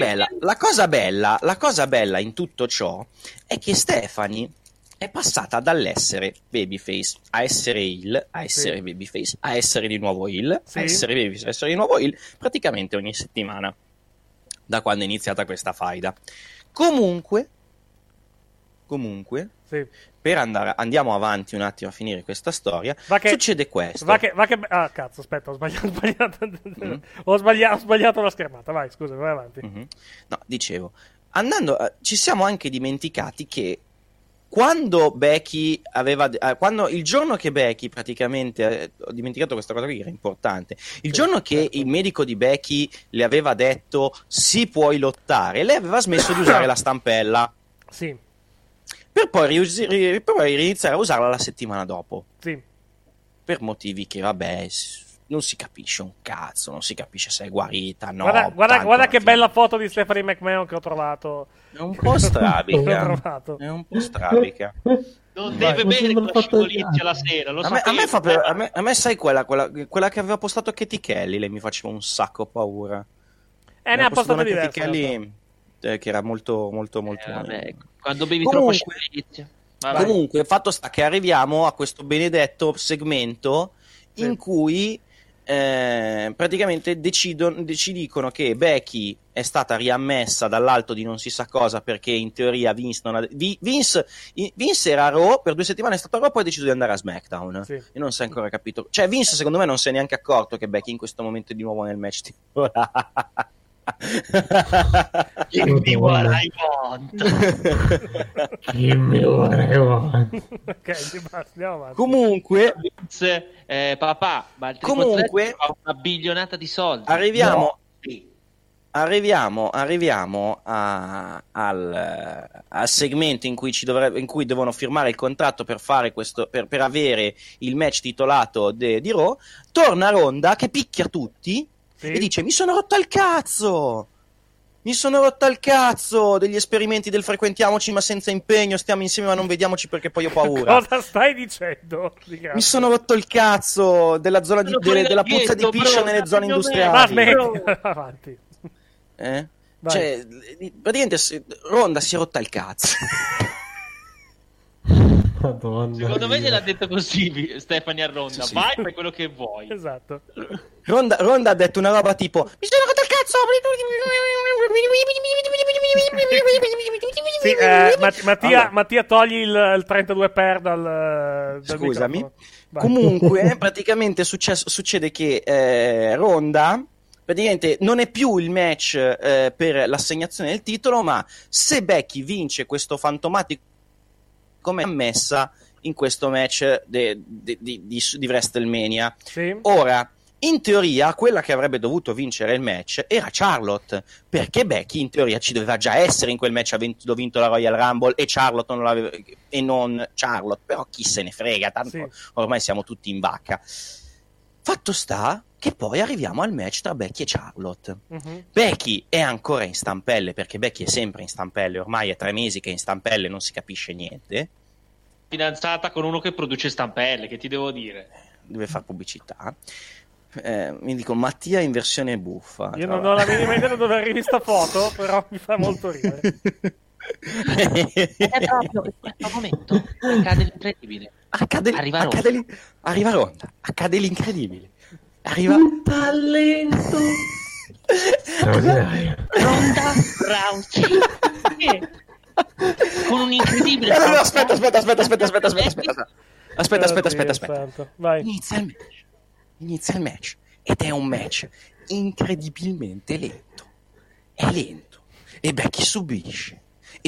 bella in tutto ciò è che Stephanie è passata dall'essere babyface a essere heel, a essere babyface, a essere di nuovo heel, a essere babyface, a essere di nuovo heel, praticamente ogni settimana da quando è iniziata questa faida. Comunque Sì. Andiamo avanti un attimo a finire questa storia. Succede questo. Cazzo, aspetta, ho sbagliato la schermata. Vai, scusa, vai avanti. No, dicevo, ci siamo anche dimenticati che quando il giorno che Becky praticamente, ho dimenticato questa cosa qui, era importante, il giorno che il medico di Becky le aveva detto si puoi lottare, lei aveva smesso di usare la stampella. Sì. Per poi iniziare a usarla la settimana dopo. Sì. Per motivi che, vabbè, non si capisce un cazzo, non si capisce se è guarita, no. Guarda che bella foto di Stephanie McMahon che ho trovato. È un po' strabica. È un po' strabica. Non deve bere con la scivolizia la sera, lo a me sai quella che aveva postato Katie Kelly, lei mi faceva un sacco paura. Ne ha postato diverse. Katie Kelly, che era molto vabbè, quando bevi troppo scivolizia. Comunque, fatto sta che arriviamo a questo segmento in cui praticamente ci dicono che Becky è stata riammessa dall'alto di non si sa cosa, perché in teoria Vince era a Raw per 2 settimane, è stato a Raw, poi ha deciso di andare a SmackDown. Sì. E non si è ancora capito, cioè Vince secondo me non si è neanche accorto che Becky in questo momento è di nuovo nel match Give me what I want. Ok, andiamo avanti. Comunque papà, ma il comunque ha una bilionata di soldi. Arriviamo al segmento in cui devono firmare il contratto per fare questo, per avere il match titolato di Raw. Torna Ronda che picchia tutti. Sì. E dice: mi sono rotta il cazzo degli esperimenti del frequentiamoci ma senza impegno, stiamo insieme ma non vediamoci perché poi ho paura. Cosa stai dicendo? Mi sono rotto il cazzo della zona della puzza di piscia nelle zone industriali. Ma avanti. Cioè, praticamente Ronda si è rotta il cazzo. Madonna. Secondo me gliel'ha detto così Stephanie a Ronda. Sì. Vai, fai quello che vuoi. Esatto. Ronda ha detto una roba tipo: mi sono rotto il cazzo. Sì, Mattia togli il 32 per dal scusami. Comunque praticamente succede che Ronda praticamente non è più il match per l'assegnazione del titolo, ma se Becky vince questo fantomatico come ammessa in questo match di WrestleMania. Sì. Ora, in teoria, quella che avrebbe dovuto vincere il match era Charlotte, perché Becky in teoria ci doveva già essere in quel match avendo vinto la Royal Rumble e Charlotte non l'aveva, e non Charlotte, però chi se ne frega, tanto sì. Ormai siamo tutti in vacca. Fatto sta che poi arriviamo al match tra Becky e Charlotte. Uh-huh. Becky è ancora in stampelle, perché Becky è sempre in stampelle, ormai è 3 mesi che è in stampelle, non si capisce niente. Fidanzata con uno che produce stampelle, che ti devo dire? Deve fare pubblicità. Mi dico Mattia in versione buffa. Io non ho la minima idea dove arrivi sta foto, però mi fa molto ridere. È proprio in questo momento accade l'incredibile. Arriva Ronda, accade l'incredibile. Arriva un talento Ronda Rousey con un incredibile aspetta. Vai. Inizia il match ed è un match incredibilmente lento. È lento e Becky subisce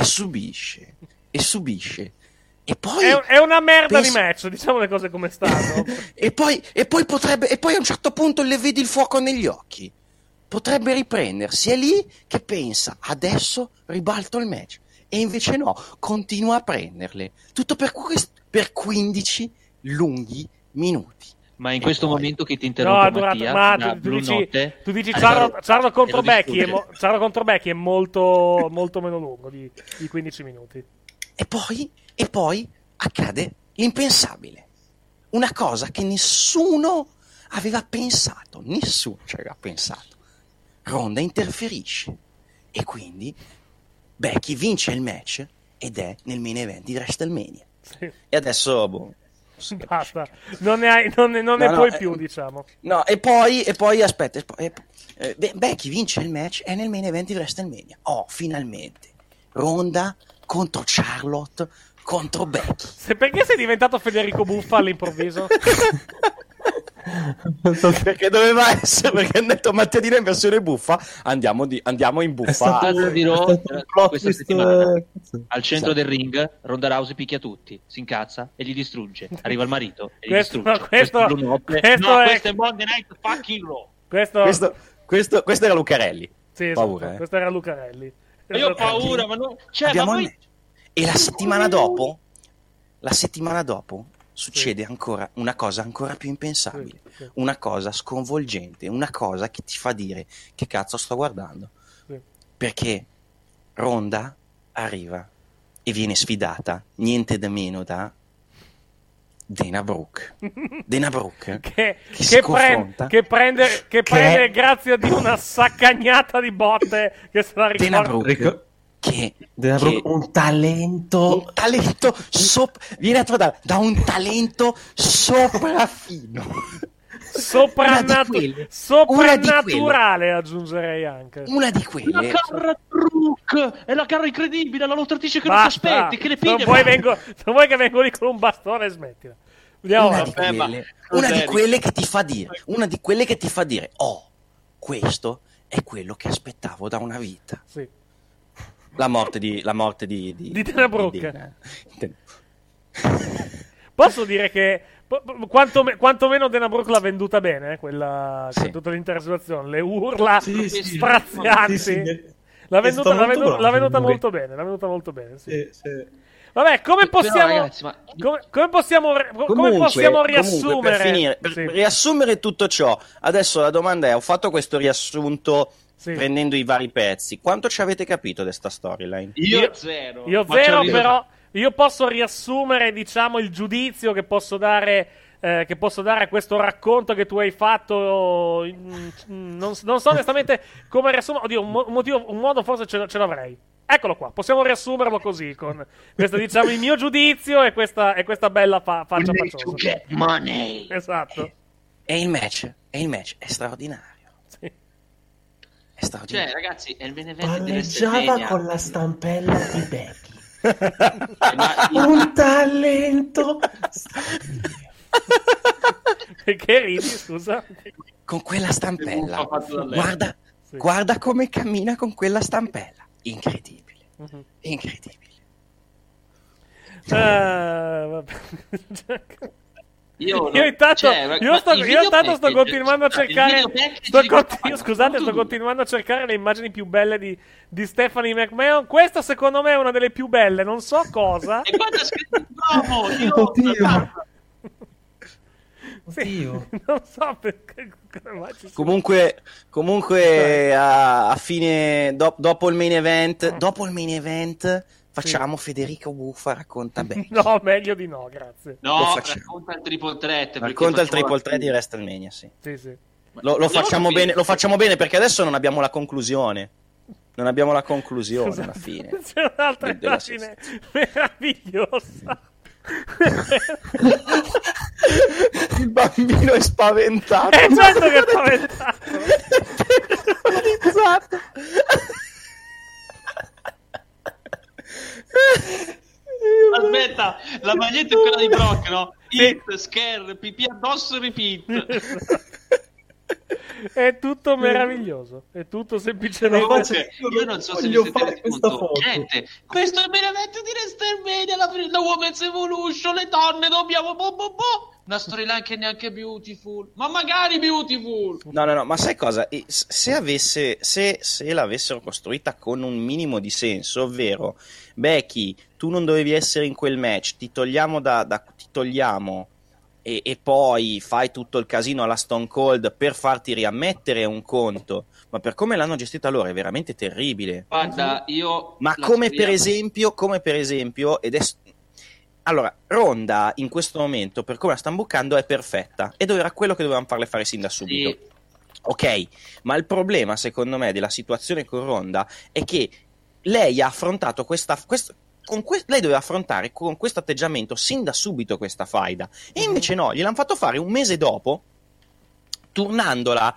e poi è una merda di match, diciamo le cose come stanno. e poi a un certo punto le vedi il fuoco negli occhi. Potrebbe riprendersi, è lì che pensa: adesso ribalto il match, e invece no, continua a prenderle, tutto per 15 lunghi minuti. Ma in questo momento che ti interrompo, Mattia, tu dici Charlo contro Becky è molto, molto meno lungo di 15 minuti. E poi accade l'impensabile, una cosa che nessuno aveva pensato. Ronda interferisce e quindi Becky vince il match ed è nel main event di WrestleMania. Sì. E adesso basta, non ne puoi più, diciamo. No, e poi aspetta, Becky vince il match, è nel main event di WrestleMania. Oh, finalmente Ronda contro Charlotte contro Becky. Perché sei diventato Federico Buffa all'improvviso? Perché doveva essere, perché hanno detto Mattiadina in versione buffa, andiamo in buffa. Questa settimana al centro del ring Ronda Rousey picchia tutti, si incazza e li distrugge. Arriva il marito e li distrugge. Questo è Monday Night Fucking Raw. Questo era Lucarelli. Sì, paura, questo era Lucarelli. Io ho paura, ma non... E la settimana dopo succede ancora una cosa ancora più impensabile, una cosa sconvolgente, una cosa che ti fa dire che cazzo sto guardando, perché Ronda arriva e viene sfidata niente da meno da Dana Brooke che prende grazie a una saccagnata di botte che se la ricorda. Dana Brooke un talento viene attraverso da un talento sopraffino, soprannaturale, aggiungerei anche una di quelle. La Cara Brooke è la cara incredibile, la lottatrice che non ti aspetti, che le piglia. Non vuoi che vengo lì con un bastone e smettila. Una di quelle che ti fa dire oh, questo è quello che aspettavo da una vita. Sì. La morte di Dana Brooke. Posso dire che quantomeno Dana Brooke l'ha venduta bene, quella con tutta l'intera situazione, le urla strazianti. L'ha venuta molto bene, sì. Vabbè, come possiamo riassumere? Per riassumere tutto ciò, adesso la domanda è: ho fatto questo riassunto prendendo i vari pezzi, quanto ci avete capito di sta storyline? Io zero, però io posso riassumere, diciamo, il giudizio che posso dare a questo racconto che tu hai fatto. Non so onestamente come riassumere. Oddio, un modo forse ce l'avrei. Eccolo qua, possiamo riassumerlo così, con questo, diciamo, il mio giudizio e questa bella faccia facciosa. Get money. Esatto. E il match è straordinario. Cioè, ragazzi, è il main event di WrestleMania con la stampella di Becky. Un talento. Perché ridi, scusa? Con quella stampella. Guarda come cammina con quella stampella. Incredibile. Vabbè. Io intanto sto continuando a cercare. Sto continuando a cercare le immagini più belle di Stephanie McMahon. Questa, secondo me, è una delle più belle. Non so cosa. E quando è scritto Oddio. Non so perché. Comunque a fine dopo il main event. Facciamo Federico Buffa racconta bene. No, meglio di no, grazie. No, racconta il triple threat. Racconta il triple threat di WrestleMania, sì. Sì. Lo facciamo bene perché adesso non abbiamo la conclusione. Alla fine. C'è un'altra immagine meravigliosa. Il bambino è spaventato. Certo che è spaventato. Aspetta, la maglietta è quella di Brock, no? Hit, scare, pipì addosso, repeat. È tutto meraviglioso, è tutto semplicemente. Io non so se vi siete conto. Gente, questo è il main event di WrestleMania, la Women's Evolution, le donne dobbiamo una storyline che è neanche beautiful, ma magari beautiful. No, ma sai cosa? Se l'avessero costruita con un minimo di senso, ovvero Becky, tu non dovevi essere in quel match, ti togliamo e poi fai tutto il casino alla Stone Cold per farti riammettere un conto, ma per come l'hanno gestita loro è veramente terribile. Guarda, per esempio allora, Ronda in questo momento, per come la stanno bucando, è perfetta ed era quello che dovevamo farle fare sin da subito. Sì. Ok, ma il problema secondo me della situazione con Ronda è che lei ha affrontato lei doveva affrontare con questo atteggiamento sin da subito questa faida, e invece no, gliel'hanno fatto fare un mese dopo, turnandola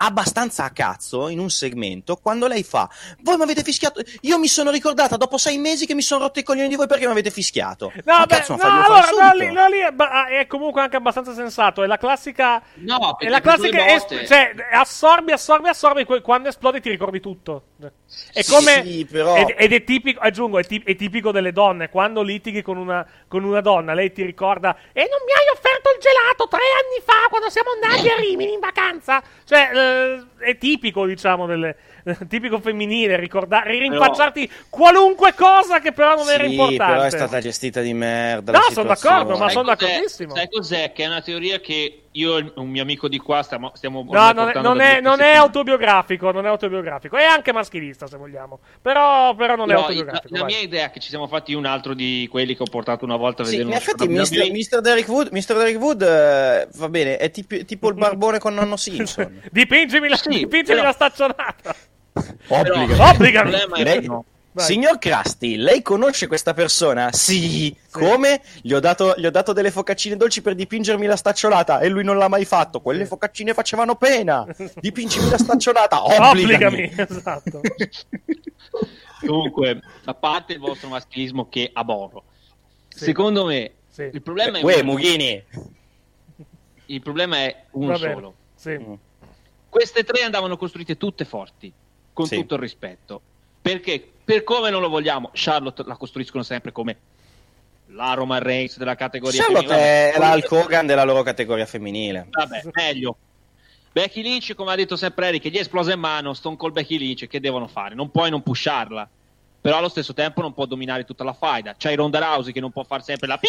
abbastanza a cazzo in un segmento quando lei fa: voi mi avete fischiato, io mi sono ricordata dopo 6 mesi che mi sono rotto i coglioni di voi perché mi avete fischiato. No, allora lì è comunque anche abbastanza sensato. È la classica. No, è la classica. Cioè, assorbi. Quando esplode ti ricordi tutto. È come. Sì, però. Ed è tipico. Aggiungo, è tipico delle donne. Quando litighi con una donna, lei ti ricorda. E non mi hai offerto il gelato 3 anni fa quando siamo andati a Rimini in vacanza. Cioè, è tipico, diciamo, tipico femminile, rinfacciarti qualunque cosa che però non era importante. Però è stata gestita di merda. No, sono d'accordo, ma sono d'accordissimo. Sai cos'è? Che è una teoria che io e un mio amico di qua stiamo no, non è autobiografico, è anche maschilista se vogliamo, però non è autobiografico. La mia idea è che ci siamo fatti un altro di quelli che ho portato una volta a vedere. In effetti Mr. Derek Wood va bene, è tipo il barbone con nonno Simpson. Dipingimi la staccionata. Obbligami. Signor Krusty, lei conosce questa persona? Sì. Come? Gli ho dato delle focaccine dolci per dipingermi la stacciolata e lui non l'ha mai fatto. Quelle focaccine facevano pena. Dipingimi la stacciolata. Obbligami. Esatto. Comunque, a parte il vostro maschilismo che aborro, secondo me il problema è Mughini. Il problema è uno solo. Sì. Queste 3 andavano costruite tutte forti, con tutto il rispetto. Perché, per come non lo vogliamo, Charlotte la costruiscono sempre come la Roman Reigns della categoria femminile. Charlotte è la Hulk Hogan della loro categoria femminile. Vabbè, meglio. Becky Lynch, come ha detto sempre Eric, che gli è esplosa in mano, Stone Cold Becky Lynch, che devono fare? Non puoi non pusharla, però allo stesso tempo non può dominare tutta la faida. C'hai Ronda Rousey che non può fare sempre la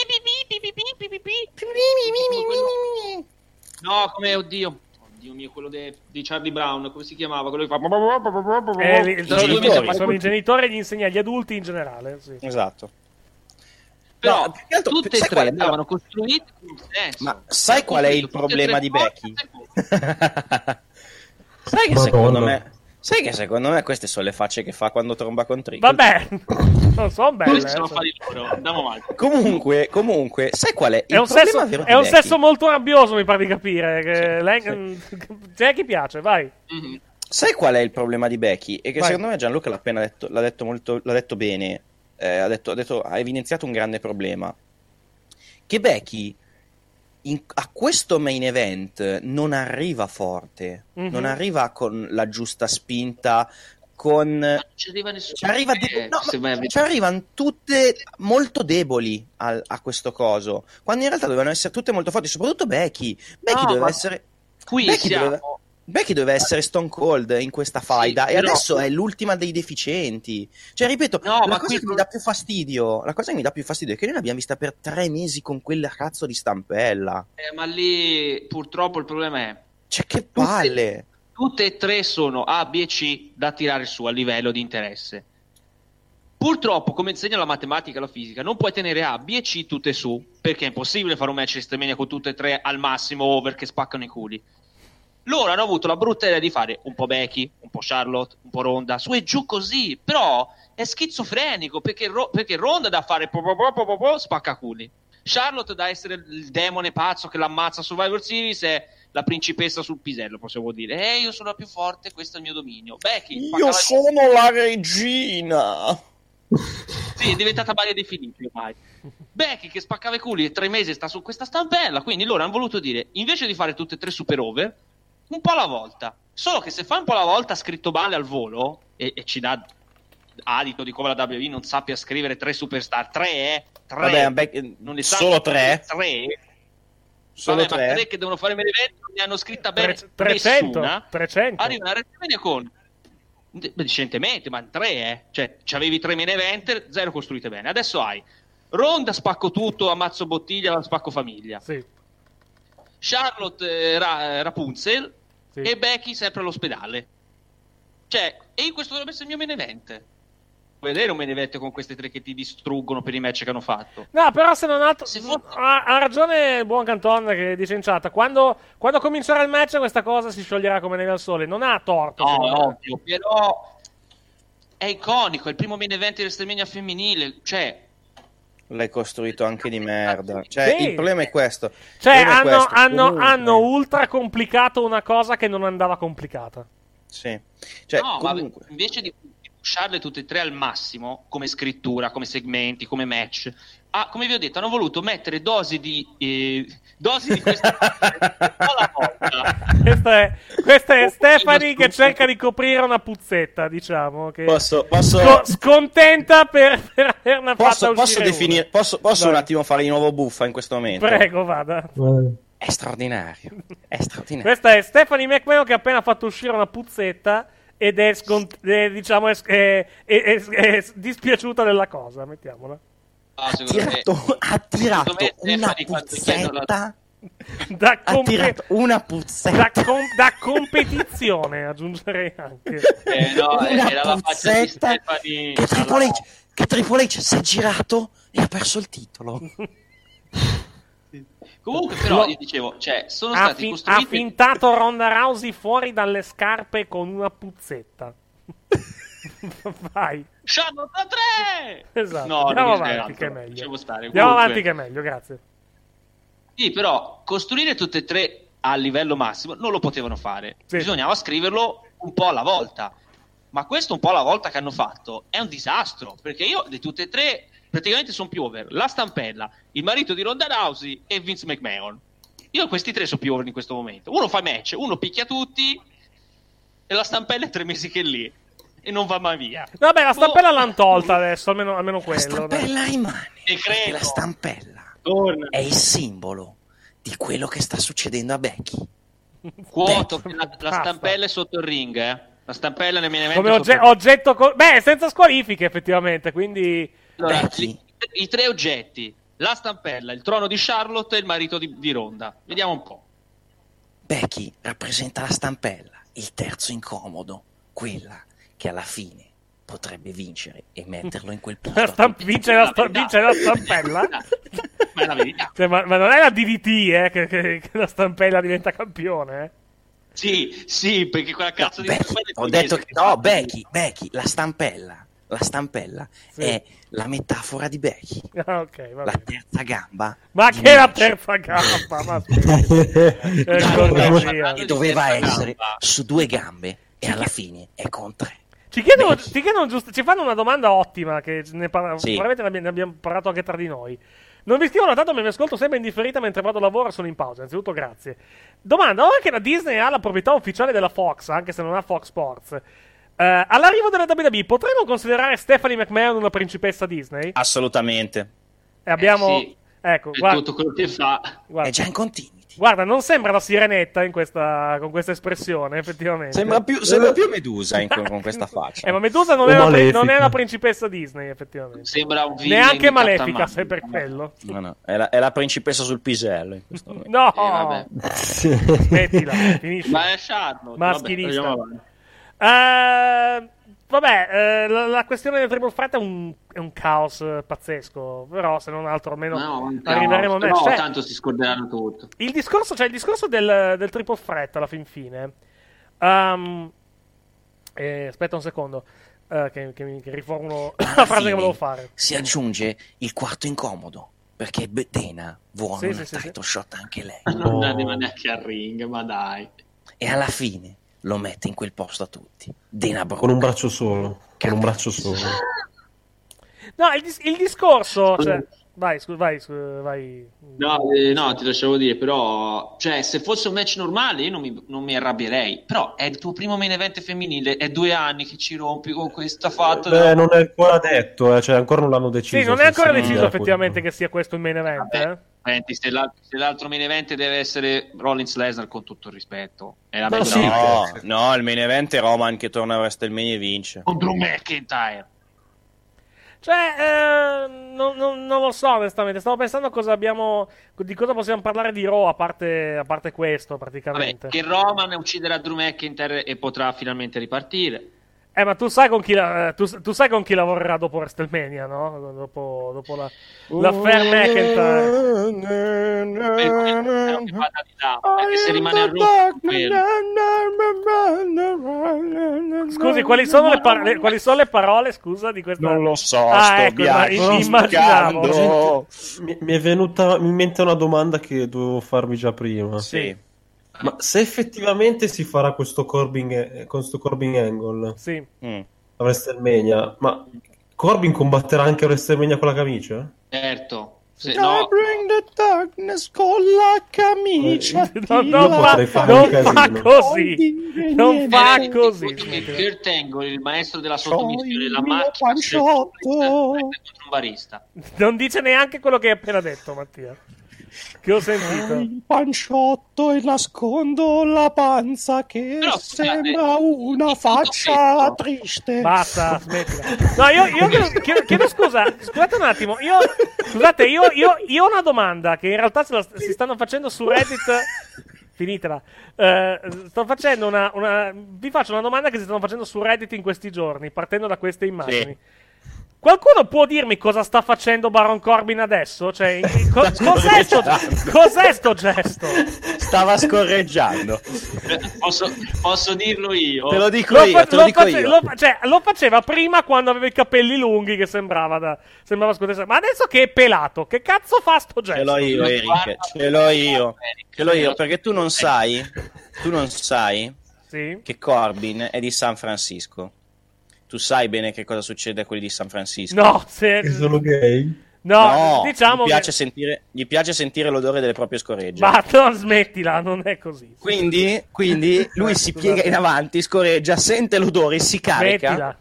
no, come oddio mio, quello di Charlie Brown, come si chiamava? Quello che fa sono i genitori e gli insegna agli adulti in generale. Sì. Esatto. Però tutte e 3 andavano costruite con un senso. Ma sai qual è il problema di Becky? Sai che secondo me queste sono le facce che fa quando tromba con Trick. Vabbè, non sono belle. Andiamo avanti. Comunque, sai qual è il problema vero di Becky? È un sesso molto rabbioso, mi pare di capire. Che c'è chi piace, vai. Mm-hmm. Sai qual è il problema di Becky? E che secondo me Gianluca l'ha appena detto, l'ha detto bene. Ha evidenziato un grande problema. Che Becky a questo main event non arriva forte, non arriva con la giusta spinta, ci arrivano tutte molto deboli a questo coso, quando in realtà dovevano essere tutte molto forti, soprattutto Becky doveva essere Becky doveva essere Stone Cold in questa faida e adesso è l'ultima dei deficienti. Cioè, ripeto, la cosa che mi dà più fastidio è che noi l'abbiamo vista per 3 mesi con quella cazzo di stampella. Ma lì purtroppo il problema è che palle. Tutte e 3 sono A, B e C da tirare su a livello di interesse. Purtroppo, come insegna la matematica e la fisica, non puoi tenere A, B e C tutte su, perché è impossibile fare un match di WrestleMania con tutte e 3 al massimo over che spaccano i culi. Loro hanno avuto la brutta idea di fare un po' Becky, un po' Charlotte, un po' Ronda, su e giù così, però è schizofrenico perché Ronda da fare spaccaculi. Charlotte da essere il demone pazzo che l'ammazza a Survivor Series è la principessa sul pisello, possiamo dire. Io sono la più forte, questo è il mio dominio. Becky, io sono la regina. Sì, è diventata Maria De Filippi ormai. Becky che spaccava i culi e 3 mesi sta su questa stampella, quindi loro hanno voluto dire, invece di fare tutte e 3 super over, un po' alla volta. Solo che se fai un po' alla volta scritto male al volo e ci dà adito di come la WWE non sappia scrivere 3 superstar, 3 non ne solo 3 solo 3 che devono fare main event, non ne hanno scritta bene 300 arriva una WrestleMania con decentemente, ma 3 cioè c'avevi 3 main event, 0 costruite bene. Adesso hai Ronda spacco tutto, ammazzo bottiglia, spacco famiglia. Sì. Charlotte Rapunzel e Becky sempre all'ospedale. Cioè, e questo dovrebbe essere il mio main event. Vedere un main event con queste 3 che ti distruggono per i match che hanno fatto. No, però se non altro ha ragione il buon Canton che dice in chat, quando comincerà il match questa cosa si scioglierà come neve al sole. Non ha torto. No, ovvio, però è iconico, è il primo main event di WrestleMania femminile, cioè L'hai costruito anche di merda. Cioè, il problema è questo. Cioè, hanno ultra complicato una cosa che non andava complicata. Sì. Cioè, no, comunque... ma invece di pusharle tutte e tre al massimo, come scrittura, come segmenti, come match, come vi ho detto, hanno voluto mettere dosi di questa alla volta. Questa è Stephanie che cerca di coprire una puzzetta, diciamo. Che posso scontenta per averla fatta uscire. Posso un attimo fare di nuovo buffa in questo momento? Prego, vada. È straordinario. Questa è Stephanie McMahon che ha appena fatto uscire una puzzetta ed è dispiaciuta della cosa, mettiamola. Ha tirato una puzzetta. Una puzzetta da competizione, aggiungerei anche. Una puzzetta che Triple H si è girato e ha perso il titolo. Comunque, però, io dicevo, cioè, sono stati costruiti. Ha fintato Ronda Rousey fuori dalle scarpe con una puzzetta. Vai. Charlotte da 3! Esatto. No, andiamo avanti che è meglio. Andiamo avanti che è meglio, grazie. Sì, però costruire tutte e tre a livello massimo non lo potevano fare. Sì. Bisognava scriverlo un po' alla volta. Ma questo un po' alla volta che hanno fatto è un disastro, perché io di tutte e tre praticamente sono più over. La Stampella, il marito di Ronda Rousey e Vince McMahon. Io questi tre sono più over in questo momento. Uno fa match, uno picchia tutti e la Stampella è 3 mesi che è lì e non va mai via. Vabbè, la Stampella l'hanno tolta adesso, almeno quello. La Stampella rimane. E la Stampella è il simbolo di quello che sta succedendo a Becky. Quoto che la Stampella è sotto il ring, La Stampella nel main event come oggetto senza squalifiche effettivamente, quindi allora, i tre oggetti: la Stampella, il trono di Charlotte e il marito di Ronda. Vediamo un po'. Becky rappresenta la Stampella, il terzo incomodo, quella che alla fine potrebbe vincere e metterlo in quel posto. Vince la Stampella? Ma è la verità. Cioè, ma non è la DDT che la Stampella diventa campione, Sì, perché quella cazzo di ho detto che no, Becky, la Stampella sì, è la metafora di Becky. Okay, la terza gamba. Ma che è la terza gamba? Ma doveva essere su 2 gambe e alla fine è con 3. Ci fanno una domanda ottima che probabilmente ne abbiamo parlato anche tra di noi. Non vi scrivono tanto, ma mi ascolto sempre indifferita mentre vado a lavoro, sono in pausa. Innanzitutto grazie. Domanda: ora che la Disney ha la proprietà ufficiale della Fox, anche se non ha Fox Sports, all'arrivo della WWE potremmo considerare Stephanie McMahon una principessa Disney? Assolutamente. E abbiamo sì. Ecco, guarda, tutto quello che fa è già in continuity. Guarda, non sembra la sirenetta con questa espressione, effettivamente. Sembra più Medusa con questa faccia. Ma Medusa non è la principessa Disney, effettivamente. Sembra un neanche Malefica, se per quello. No, è la principessa sul pisello in questo momento. No! Vabbè. Smettila, finisci. Ma è Charlotte. Maschilista. La questione del Triple Threat è un caos pazzesco, però se non altro almeno arriveremo a me. Però tanto si scorderanno tutto. Il discorso del Triple Threat alla fin fine. Aspetta un secondo, che riformulo la frase che volevo fare. Si aggiunge il quarto incomodo, perché Dana vuole un title shot anche lei. Non arriva neanche al ring, ma dai. E alla fine lo mette in quel posto a tutti. Dana Brooke. Con un braccio solo. No, il discorso... Cioè, vai. No, ti lasciavo dire, però... Cioè, se fosse un match normale io non mi arrabbierei. Però è il tuo primo main event femminile, è 2 anni che ci rompi con questa fatta... non è ancora detto, cioè ancora non l'hanno deciso. Sì, non è ancora deciso effettivamente che sia questo il main event, Senti, se l'altro main event deve essere Rollins Lesnar, con tutto il rispetto, è la no, il main event è Roman che torna a WrestleMania e vince con Drew McIntyre. Cioè, non lo so onestamente. Stavo pensando di cosa possiamo parlare di Raw a parte questo praticamente. Vabbè, che Roman ucciderà Drew McIntyre e potrà finalmente ripartire. Ma tu sai con chi tu sai con chi lavorerà dopo WrestleMania, no? Dopo la Fair McIntyre. Perché se rimane a Raw, scusi, quali sono le parole, scusa, di questa? Non lo so, immaginavo. Mi è venuta in mente una domanda che dovevo farvi già prima. Sì. Ma se effettivamente si farà questo Corbin Angle a WrestleMania, ma Corbin combatterà anche a WrestleMania con la camicia? Certo. No. Bring the darkness con la camicia. Non fa così. Kurt Angle, il maestro della sottomissione, la macchina contro un barista. Non dice neanche quello che hai appena detto, Mattia. Che ho sentito il panciotto e nascondo la panza che sembra una faccia triste. Basta, smettila. No, io chiedo scusa, scusate un attimo. Io ho una domanda che in realtà si stanno facendo su Reddit. Finitela. Sto facendo vi faccio una domanda che si stanno facendo su Reddit in questi giorni, partendo da queste immagini. Sì. Qualcuno può dirmi cosa sta facendo Baron Corbin adesso? Cioè, cos'è sto gesto? Stava scorreggiando. Posso dirlo io? Te lo dico io. Lo faceva prima quando aveva i capelli lunghi che sembrava scontesse. Ma adesso che è pelato, che cazzo fa sto gesto? Ce l'ho io, Eric. Ce l'ho io, perché tu non sai sì? che Corbin è di San Francisco. Tu sai bene che cosa succede a quelli di San Francisco? No, sono gay? No, diciamo gli piace sentire l'odore delle proprie scorregge. Ma non smettila, non è così. Quindi lui si piega in avanti, scorreggia, sente l'odore, si carica.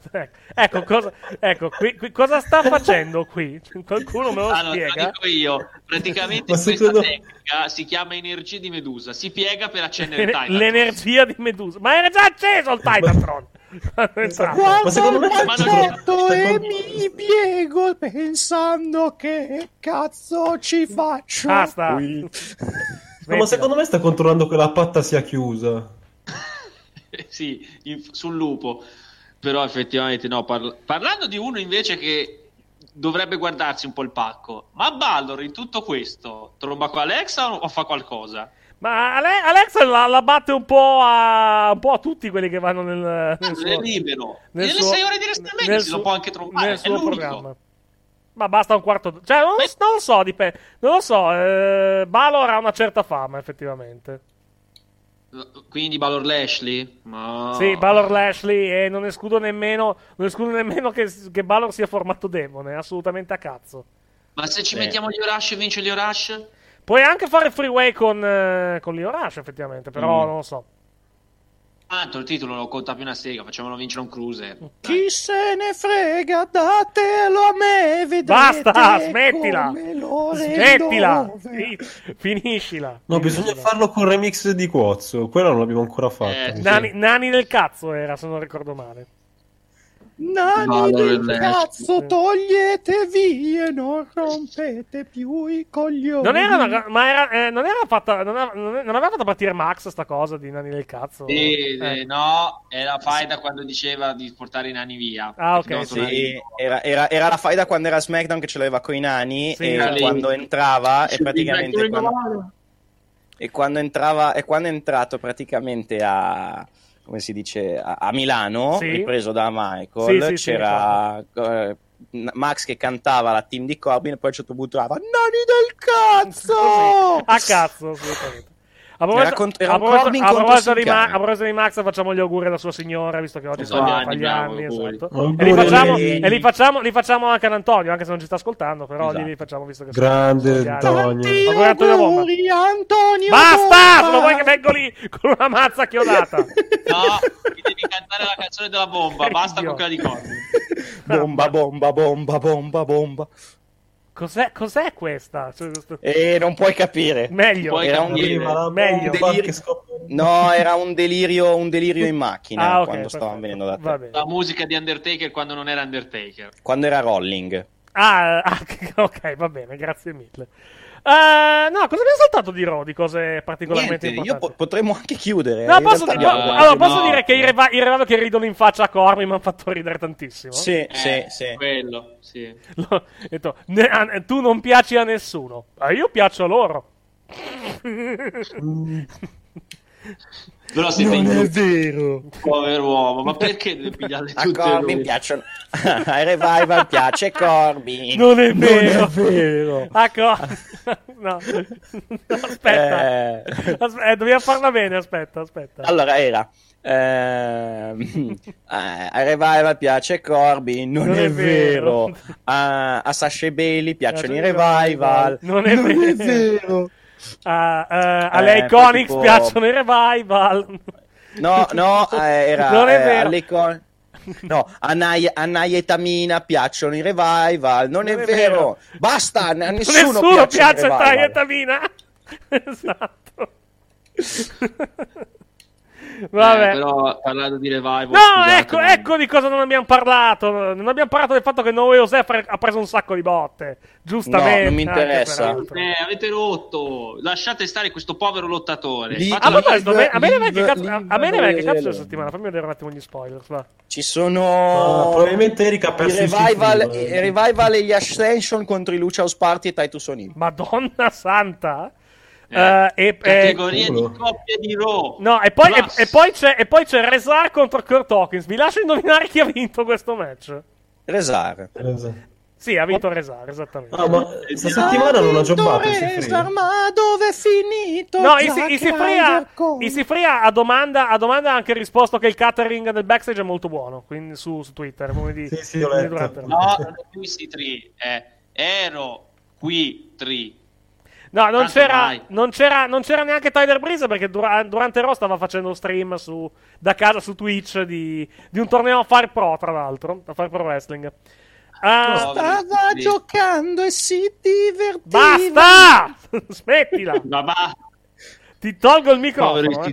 Cosa sta facendo qui? Qualcuno me lo spiega? Lo dico io. Praticamente questa tecnica si chiama energia di Medusa. Si piega per accendere il Titanatron. L'energia di Medusa. Ma era già acceso il Titanatron. Guardo il panciotto e mi piego pensando che cazzo ci faccio. Basta. Ma secondo me sta controllando che la patta sia chiusa. Sì, sul lupo. Però effettivamente no. Parlando di uno invece che dovrebbe guardarsi un po' il pacco. Ma Balor in tutto questo tromba con Alexa o fa qualcosa? Ma Alexa la batte un po' a tutti quelli che vanno nel suo... È libero. Nelle 6 ore di WrestleMania si lo può anche trombare. Nel suo programma. Ma basta un quarto... Cioè, non lo so, dipende. Non lo so. Balor ha una certa fama, effettivamente. Quindi Balor Lashley? Ma... Sì, Balor Lashley, e non escludo nemmeno che Balor sia formato demone. Assolutamente a cazzo. Ma se ci mettiamo gli Orash e vince gli Orash? Puoi anche fare freeway con Lio Rush, effettivamente, però non lo so. Tanto il titolo non conta più una sega, facciamolo vincere un cruiser. Chi se ne frega, datelo a me, vedete. Basta, smettila. Finiscila. No, bisogna farlo con remix di Quozzo, quello non l'abbiamo ancora fatto. Nani nel cazzo era, se non ricordo male. Nani del cazzo, togliete via, non rompete più i coglioni. Non aveva fatto partire Max sta cosa di Nani del cazzo? No, è la faida quando diceva di portare i nani via. Ah, ok. Sì, era la faida quando era SmackDown che ce l'aveva coi nani, sì, e quando entrava e praticamente quando è entrato praticamente a, come si dice, a Milano, sì, ripreso da Michael, sì, c'era Max che cantava la team di Corbin e poi a un certo punto nani del cazzo! A cazzo, assolutamente. A proposito di Max, facciamo gli auguri alla sua signora, visto che oggi fa gli anni, esatto. E li facciamo anche ad Antonio, anche se non ci sta ascoltando, però esatto, li facciamo visto che grande Antonio. Auguri Antonio Bomba. Basta! Se lo vuoi che vengo lì con una mazza chiodata. No, mi devi cantare la canzone della bomba, basta con quella di Corbin. Bomba, bomba, bomba, bomba, bomba. Cos'è questa? Non puoi capire. Meglio. Era un delirio in macchina, quando stavamo venendo da te. La musica di Undertaker quando non era Undertaker. Quando era Rolling. Ok, va bene, grazie mille. No, cosa abbiamo saltato di Raw, di cose particolarmente importanti? Io potremmo anche chiudere. No, posso dire che i Revival che ridono in faccia a Corby mi hanno fatto ridere tantissimo. Sì. Quello, sì. Detto, tu non piaci a nessuno, ma io piaccio a loro. Però non è vero, povero uomo, ma perché deve pigliarle tutte a Corbin piacciono ai Revival piace Corbin. Non è vero. No. Aspetta, dobbiamo farla bene. Aspetta. Allora era ai Revival piace Corbin, non è vero. A Sasha e Bailey piacciono i Revival, non è vero. Alle Iconics piacciono i Revival. No, era non è vero. No, a Naya e Tamina piacciono i Revival, non è vero. Basta, a nessuno piace Naya e Tamina. Esatto. Vabbè. Però parlando di Revival, no, scusate, ecco di cosa non abbiamo parlato. Non abbiamo parlato del fatto che Noe Joseph ha preso un sacco di botte. Giustamente. No, non mi interessa. Avete rotto. Lasciate stare questo povero lottatore. A me ne vai che cazzo la settimana. Fammi vedere un attimo gli spoilers. Va. Ci sono probabilmente Erika ha perso i Revival e gli Ascension contro i Lucha House Party e Titus O'Neil. Madonna santa. Categoria di coppia di Raw. No, e poi c'è Rezar contro Kurt Hawkins. Vi lascio indovinare chi ha vinto questo match. Rezar. Sì, ha vinto Rezar, esattamente. No, ma questa settimana non ha giocato Rezar, ma dove è finito? No, Easy Free a domanda ha anche risposto che il catering del backstage è molto buono. Quindi su Twitter. Sì, ho letto. No, qui si ero qui 3. No, non c'era neanche Tyler Breeze perché durante Raw stava facendo stream da casa su Twitch di un torneo a Fire Pro, tra l'altro, a Fire Pro Wrestling. Stava giocando e si divertiva. Basta! Smettila! Ti tolgo il microfono.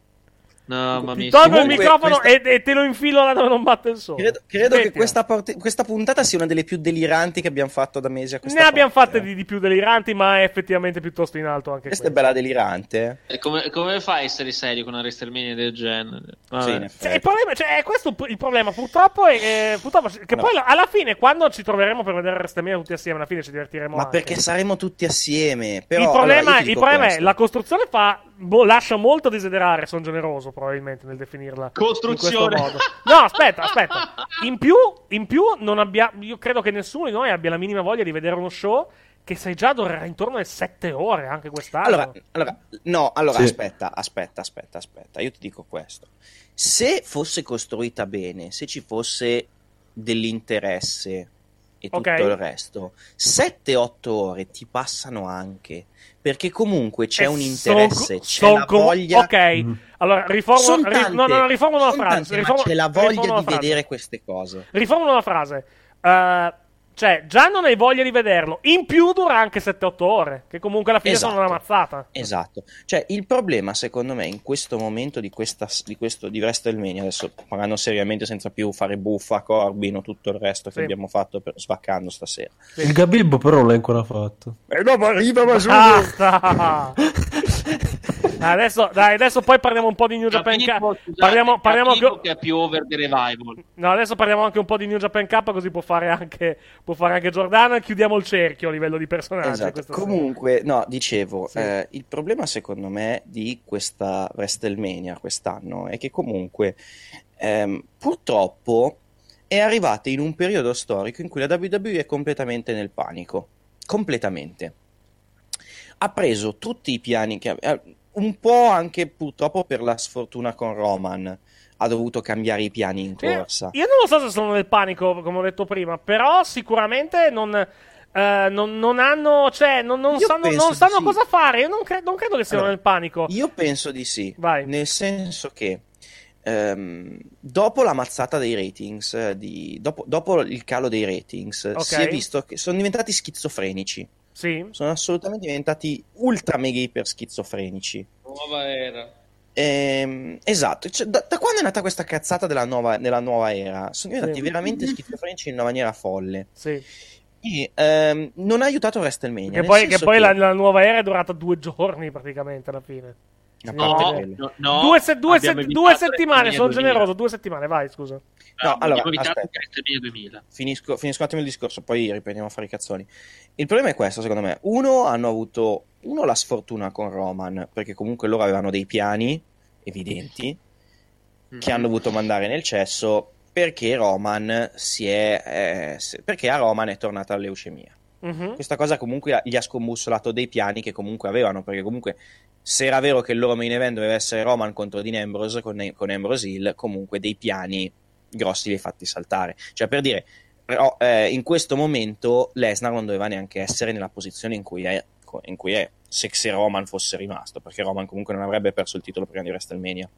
No, ti tolgo il microfono e te lo infilo là dove non batte il sole. Credo che questa puntata sia una delle più deliranti che abbiamo fatto da mesi a questa parte. Ne abbiamo fatte di più deliranti, ma è effettivamente piuttosto in alto anche questa. È bella delirante. Come fai a essere serio con una WrestleMania del genere? Sì, il problema, è questo il problema, purtroppo che poi alla fine, quando ci troveremo per vedere WrestleMania tutti assieme, alla fine ci divertiremo ma anche. Perché saremo tutti assieme. Però, il problema è la costruzione lascia molto a desiderare, sono generoso probabilmente nel definirla costruzione in questo modo. No, aspetta. In più io credo che nessuno di noi abbia la minima voglia di vedere uno show che sai già durerà intorno alle 7 ore anche quest'anno. Allora, sì. Aspetta, io ti dico questo. Se fosse costruita bene, se ci fosse dell'interesse e tutto il resto, 7-8 ore ti passano anche, perché comunque c'è un interesse, c'è la voglia. Ok, allora riformulo una frase. C'è la voglia di vedere queste cose. Riformulo una frase. Cioè, già non hai voglia di vederlo. In più dura anche 7-8 ore, che comunque alla fine sono una mazzata. Esatto. Cioè, il problema, secondo me, in questo momento di WrestleMania, adesso parlando seriamente senza più fare buffa, Corbin o tutto il resto che abbiamo fatto svaccando stasera. Sì. Il Gabibbo però non l'ha ancora fatto. No, ma arriva Adesso poi parliamo un po' di New Japan Cup. Parliamo che è più over the Revival. No, adesso parliamo anche un po' di New Japan Cup, così può fare anche Giordano e chiudiamo il cerchio a livello di personaggi. Esatto. Comunque, dicevo, il problema secondo me di questa WrestleMania quest'anno è che comunque purtroppo è arrivata in un periodo storico in cui la WWE è completamente nel panico. Completamente. Ha preso tutti i piani che un po' anche purtroppo per la sfortuna con Roman ha dovuto cambiare i piani in corsa. Io non lo so se sono nel panico, come ho detto prima, però sicuramente non hanno, cioè non sanno cosa fare. Io non credo che siano nel panico. Io penso di sì. Vai. Nel senso che dopo la mazzata dei ratings, dopo il calo dei ratings, si è visto che sono diventati schizofrenici. Sì. Sono assolutamente diventati ultra mega iper schizofrenici. Nuova era. Esatto, cioè, da quando è nata questa cazzata della nuova era sono diventati veramente schizofrenici in una maniera folle. Sì. non ha aiutato WrestleMania. Che poi la nuova era è durata 2 giorni praticamente alla fine. No, 2 settimane, sono generoso, 2 settimane, vai, scusa. No, allora, finisco un attimo il discorso, poi riprendiamo a fare i cazzoni. Il problema è questo, secondo me. Hanno avuto la sfortuna con Roman, perché comunque loro avevano dei piani evidenti che hanno dovuto mandare nel cesso, perché Roman perché a Roman è tornata la leucemia. Questa cosa comunque gli ha scombussolato dei piani che comunque avevano, perché comunque se era vero che il loro main event doveva essere Roman contro Dean Ambrose con Ambrose Hill, comunque dei piani grossi li hai fatti saltare. Cioè, per dire, in questo momento Lesnar non doveva neanche essere nella posizione in cui è se Roman fosse rimasto, perché Roman comunque non avrebbe perso il titolo prima di WrestleMania.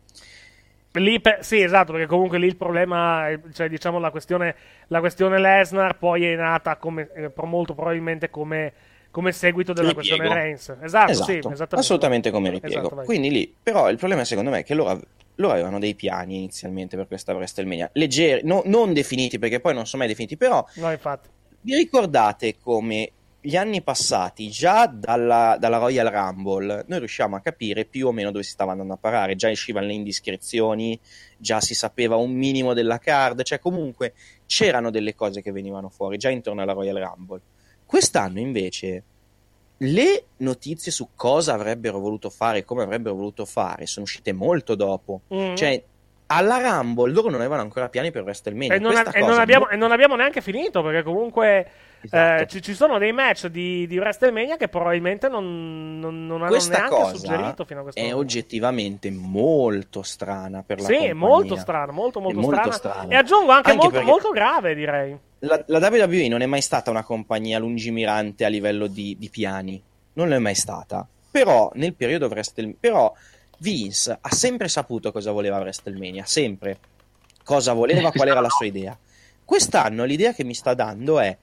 Sì, esatto, perché comunque lì il problema, cioè diciamo la questione Lesnar poi è nata molto probabilmente come seguito della questione Reigns. Esatto, sì, esattamente. Assolutamente come ripiego. Esatto, quindi lì, però il problema secondo me è che loro avevano dei piani inizialmente per questa WrestleMania, leggeri, non definiti, perché poi non sono mai definiti, però no, infatti. Vi ricordate come gli anni passati, già dalla Royal Rumble, noi riusciamo a capire più o meno dove si stava andando a parare, già uscivano le indiscrezioni, già si sapeva un minimo della card, cioè comunque c'erano delle cose che venivano fuori già intorno alla Royal Rumble. Quest'anno invece le notizie su cosa avrebbero voluto fare, come avrebbero voluto fare, sono uscite molto dopo. Cioè, alla Rumble loro non avevano ancora piani per WrestleMania. E non abbiamo neanche finito, perché comunque ci sono dei match di WrestleMania che probabilmente non hanno neanche suggerito fino a questo momento. È oggettivamente molto strana per la compagnia. Sì, molto strana, molto strana. E aggiungo anche molto grave, direi. La WWE non è mai stata una compagnia lungimirante a livello di piani, non lo è mai stata. Però nel periodo WrestleMania, Vince ha sempre saputo cosa voleva WrestleMania, sempre cosa voleva, qual era la sua idea. Quest'anno l'idea che mi sta dando è: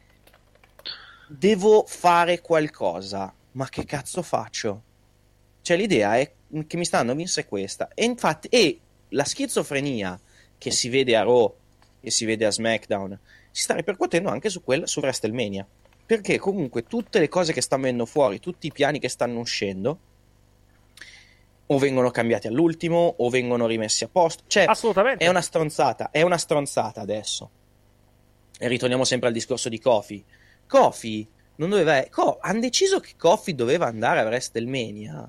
devo fare qualcosa, ma che cazzo faccio? Cioè l'idea che mi sta dando Vince è questa, e infatti la schizofrenia che si vede a Raw e si vede a SmackDown si sta ripercuotendo anche su WrestleMania, perché comunque tutte le cose che stanno venendo fuori, tutti i piani che stanno uscendo, o vengono cambiati all'ultimo o vengono rimessi a posto. Cioè, assolutamente. È una stronzata adesso. E ritorniamo sempre al discorso di Kofi. Kofi non doveva... hanno deciso che Kofi doveva andare a WrestleMania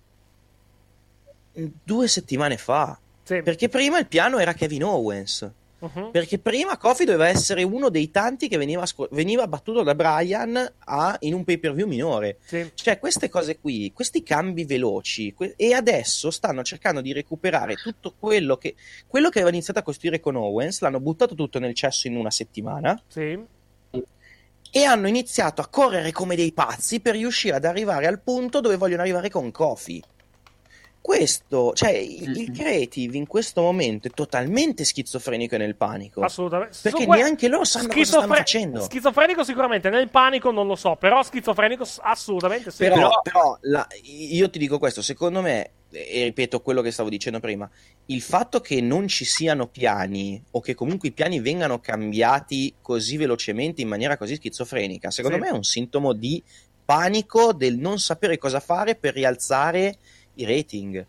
2 settimane fa. Sì. Perché prima il piano era Kevin Owens. Perché prima Kofi doveva essere uno dei tanti che veniva battuto da Bryan in un pay-per-view minore. Sì. Cioè queste cose qui, questi cambi veloci, e adesso stanno cercando di recuperare tutto quello che aveva iniziato a costruire con Owens, l'hanno buttato tutto nel cesso in una settimana. Sì. E hanno iniziato a correre come dei pazzi per riuscire ad arrivare al punto dove vogliono arrivare con Kofi. Questo, cioè il creative in questo momento è totalmente schizofrenico e nel panico. Assolutamente. Perché neanche loro sanno cosa stanno facendo. Schizofrenico sicuramente, nel panico non lo so, però schizofrenico assolutamente sì. Però io ti dico questo, secondo me, e ripeto quello che stavo dicendo prima, il fatto che non ci siano piani, o che comunque i piani vengano cambiati così velocemente in maniera così schizofrenica, secondo me è un sintomo di panico, del non sapere cosa fare per rialzare i rating.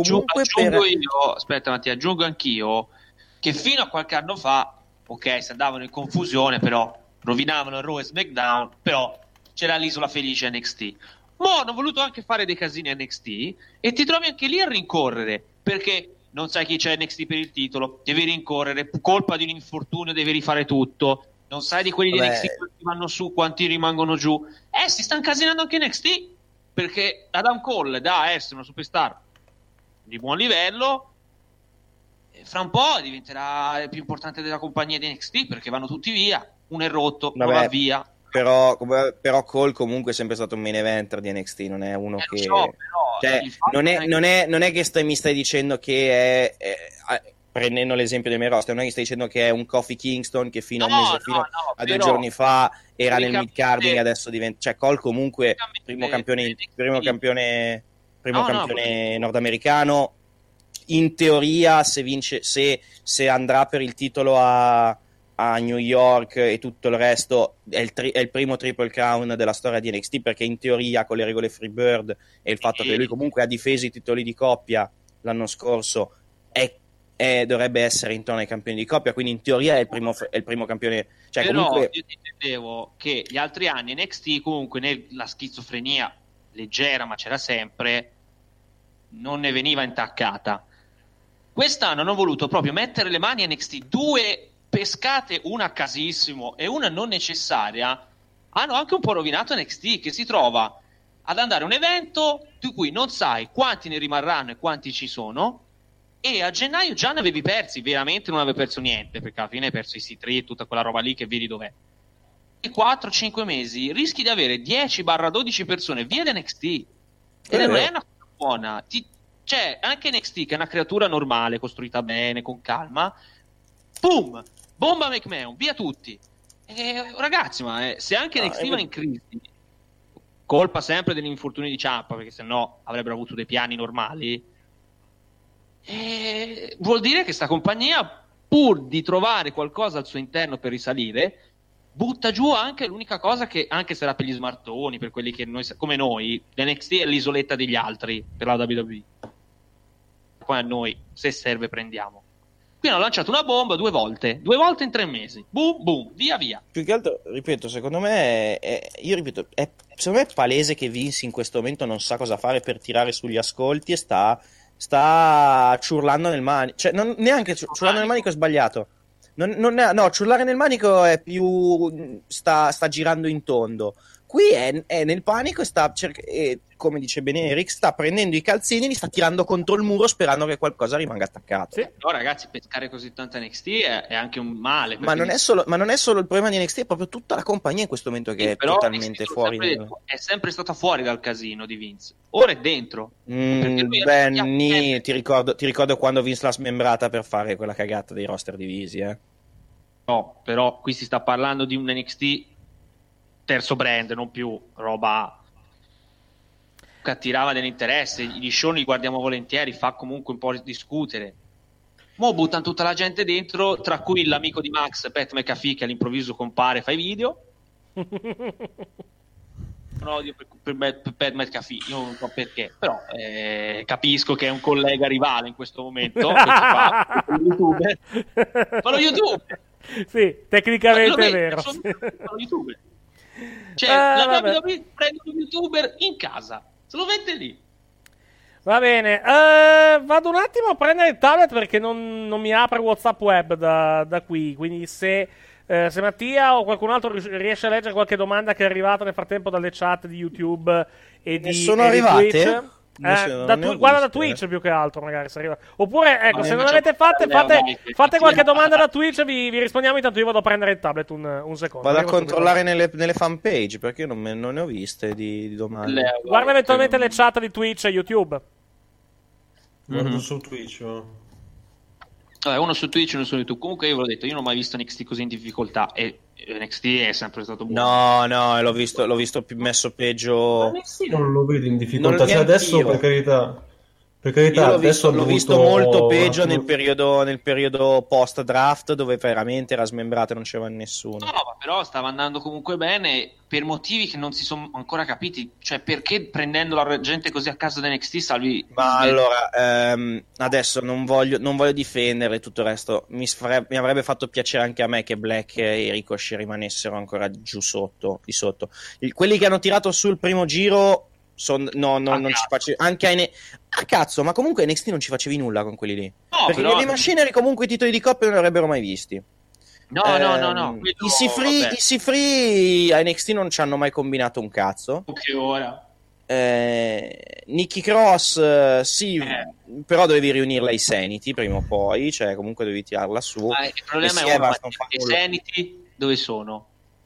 Aggiungo anch'io che fino a qualche anno fa, ok, si andavano in confusione, però rovinavano Raw e SmackDown, però c'era l'isola felice NXT. Mo' hanno voluto anche fare dei casini a NXT e ti trovi anche lì a rincorrere, perché non sai chi c'è NXT per il titolo, devi rincorrere, colpa di un infortunio devi rifare tutto, non sai di quelli di NXT quanti vanno su, quanti rimangono giù. Si sta incasinando anche NXT, perché Adam Cole da essere una superstar di buon livello fra un po' diventerà il più importante della compagnia di NXT, perché vanno tutti via, uno è rotto, uno va via. Però Cole comunque è sempre stato un main eventer di NXT, non è uno che... So, però, non è che mi stai dicendo che è prendendo l'esempio del main roster, non è che stai dicendo che è un Kofi Kingston che fino a 2 giorni fa era nel mid-carding e adesso diventa... Cioè Cole comunque primo campione nordamericano, in teoria se vince, se andrà per il titolo a a New York e tutto il resto è il primo Triple Crown della storia di NXT, perché in teoria con le regole Freebird e il fatto che lui comunque ha difeso i titoli di coppia l'anno scorso dovrebbe essere intorno ai campioni di coppia, quindi in teoria è il primo campione, cioè però comunque... io ti intendevo che gli altri anni NXT comunque nella schizofrenia leggera, ma c'era sempre, non ne veniva intaccata. Quest'anno hanno voluto proprio mettere le mani a NXT, 2 pescate, una a casissimo e una non necessaria, hanno anche un po' rovinato NXT, che si trova ad andare a un evento di cui non sai quanti ne rimarranno e quanti ci sono, e a gennaio già ne avevi persi, veramente non avevi perso niente, perché alla fine hai perso i C3 e tutta quella roba lì che vedi dov'è. In 4-5 mesi rischi di avere 10-12 persone via da NXT, ed non è una cosa buona. Cioè, anche NXT, che è una creatura normale, costruita bene, con calma, boom, bomba McMahon, via tutti. Ragazzi, ma se anche NXT va in crisi, colpa sempre degli infortuni di Ciampa, perché sennò avrebbero avuto dei piani normali, vuol dire che sta compagnia, pur di trovare qualcosa al suo interno per risalire, butta giù anche l'unica cosa che, anche se era per gli smartoni, per quelli che noi, come noi, l'NXT è l'isoletta degli altri per la WWE. Poi a noi, se serve, prendiamo. Qui hanno lanciato una bomba 2 volte in 3 mesi. Boom, boom, via. Più che altro, ripeto, secondo me secondo me è palese che Vince in questo momento non sa cosa fare per tirare sugli ascolti e sta ciurlando nel manico. Cioè, neanche ciurlando nel manico è sbagliato. No, ciurlare nel manico è più sta girando in tondo. Qui è nel panico e come dice bene Eric, sta prendendo i calzini e li sta tirando contro il muro sperando che qualcosa rimanga attaccato. Sì, però ragazzi, pescare così tanto NXT è anche un male. Ma non è solo il problema di NXT, è proprio tutta la compagnia in questo momento che è totalmente fuori. È sempre stata fuori dal casino di Vince. Ora è dentro. Ti ricordo quando Vince l'ha smembrata per fare quella cagata dei roster divisi, No, però qui si sta parlando di un NXT terzo brand, non più roba che attirava dell'interesse. Gli show li guardiamo volentieri, fa comunque un po' discutere. Mo buttano tutta la gente dentro, tra cui l'amico di Max, Pat McAfee, che all'improvviso compare e fa i video. Non odio per Pat McAfee, io non so perché, però capisco che è un collega rivale in questo momento, che fa lo youtuber. Sì, tecnicamente è vero. Sono youtuber. Cioè, la WWE prende un youtuber in casa, se lo mette lì. Va bene, vado un attimo a prendere il tablet perché non mi apre WhatsApp web da qui, quindi se Mattia o qualcun altro riesce a leggere qualche domanda che è arrivata nel frattempo dalle chat di YouTube e di Twitch. Guarda da Twitch più che altro, magari se arriva. Oppure ecco, se non avete fate qualche domanda da Twitch, vi rispondiamo. Intanto io vado a prendere il tablet un secondo. Vado a controllare nelle fanpage, perché io non ne ho viste di domande. Guarda eventualmente le chat di Twitch e YouTube. Guardo su Twitch. Vabbè, uno su Twitch e uno su YouTube. Comunque io ve l'ho detto, io non ho mai visto NXT così in difficoltà, e NXT è sempre stato buono. No, l'ho visto messo peggio. NXT non lo vedo in difficoltà, cioè adesso per carità l'ho visto molto peggio nel periodo post draft, dove veramente era smembrato e non c'era nessuno. No, ma però stava andando comunque bene per motivi che non si sono ancora capiti. Cioè, perché prendendo la gente così a caso da NXT salvi? Ma allora adesso non voglio difendere tutto il resto. Mi avrebbe fatto piacere anche a me che Black e Ricochet rimanessero ancora di sotto. Quelli che hanno tirato sul primo giro non ci facevi anche cazzo, ma comunque NXT non ci facevi nulla con quelli lì, perché le machinery comunque i titoli di coppia non li avrebbero mai visti. No. I C-Free a NXT non ci hanno mai combinato un cazzo. Che ora Nikki Cross sì, però dovevi riunirla ai Sanity prima o poi, cioè comunque dovevi tirarla su. Il problema è i Sanity dove sono?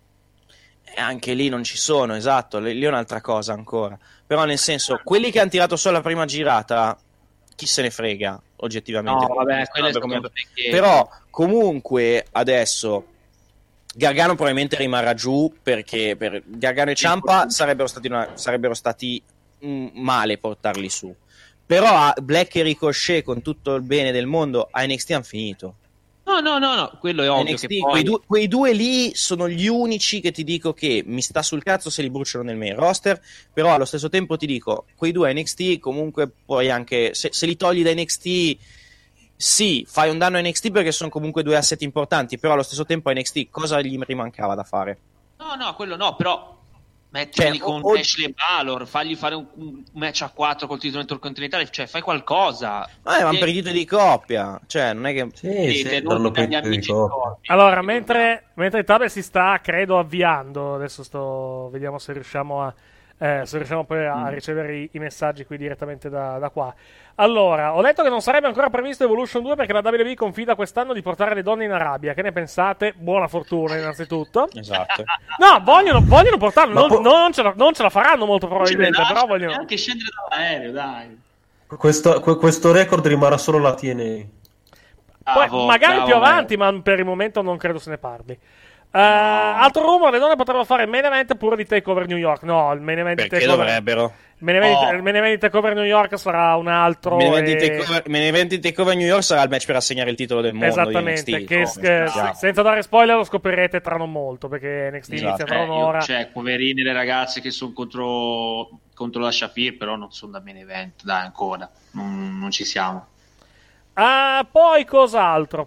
Anche lì non ci sono, esatto, lì è un'altra cosa ancora. Però nel senso, quelli che hanno tirato solo la prima girata, chi se ne frega oggettivamente. No, vabbè, però comunque adesso Gargano probabilmente rimarrà giù, perché per Gargano e Ciampa sarebbero stati male portarli su. Però Black e Ricochet, con tutto il bene del mondo, a NXT hanno finito. No, quello è ovvio. NXT, che poi... quei due lì sono gli unici che ti dico che mi sta sul cazzo se li bruciano nel main roster, però allo stesso tempo ti dico, quei due NXT comunque puoi anche, se li togli da NXT, sì, fai un danno a NXT perché sono comunque due asset importanti, però allo stesso tempo a NXT cosa gli rimancava da fare? No, quello no, però mettili con Ashley e Balor, fagli fare un match a 4 col titolo intercontinentale, cioè fai qualcosa. Ma per i titoli di coppia, cioè non è che... Sì, danno per i titoli di coppia. Allora, mentre il tabel si sta, credo, avviando, adesso vediamo se riusciamo a... se riusciamo poi a ricevere i messaggi qui direttamente da qua. Allora, ho letto che non sarebbe ancora previsto Evolution 2 perché la WWE confida quest'anno di portare le donne in Arabia. Che ne pensate? Buona fortuna, innanzitutto. Esatto. No, vogliono portarlo. Non ce la faranno molto probabilmente, però vogliono anche scendere dall'aereo, dai. Questo record rimarrà solo la TNA. Poi, magari più avanti, ma per il momento non credo se ne parli. Altro rumore, le donne potrebbero fare il main event pure di TakeOver New York. No, il main event perché di TakeOver dovrebbero? Il main event di TakeOver New York sarà un altro. Il main event di TakeOver New York sarà il match per assegnare il titolo del mondo. Esattamente, senza dare spoiler lo scoprirete tra non molto, perché NXT inizia tra un'ora. Cioè, poverine le ragazze che sono contro la Shafir, però non sono da main event, dai, ancora. Non ci siamo. Poi cos'altro?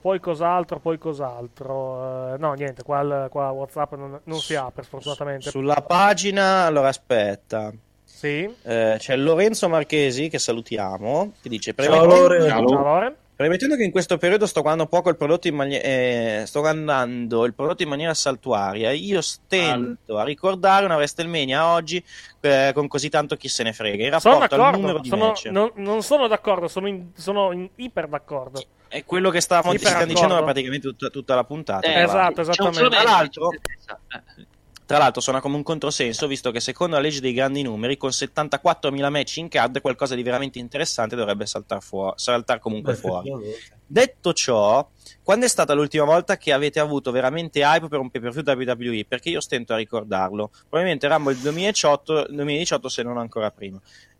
No, niente, qua WhatsApp non si apre, sfortunatamente. Sulla pagina, allora aspetta. Sì. C'è Lorenzo Marchesi, che salutiamo, che dice: Ciao Lorenzo. Premettendo che in questo periodo sto guardando poco il prodotto sto guardando il prodotto in maniera saltuaria, io stento a ricordare una WrestleMania oggi con così tanto chi se ne frega in rapporto al numero di match. Non sono d'accordo, sono in iper d'accordo. È quello che stavamo dicendo praticamente tutta la puntata. Esatto, esattamente. Tra l'altro suona come un controsenso, visto che secondo la legge dei grandi numeri, con 74.000 match in card, qualcosa di veramente interessante dovrebbe saltare comunque fuori. Detto ciò, quando è stata l'ultima volta che avete avuto veramente hype per un pay-per-view WWE? Perché io stento a ricordarlo. Probabilmente Rumble il 2018 se non ancora prima.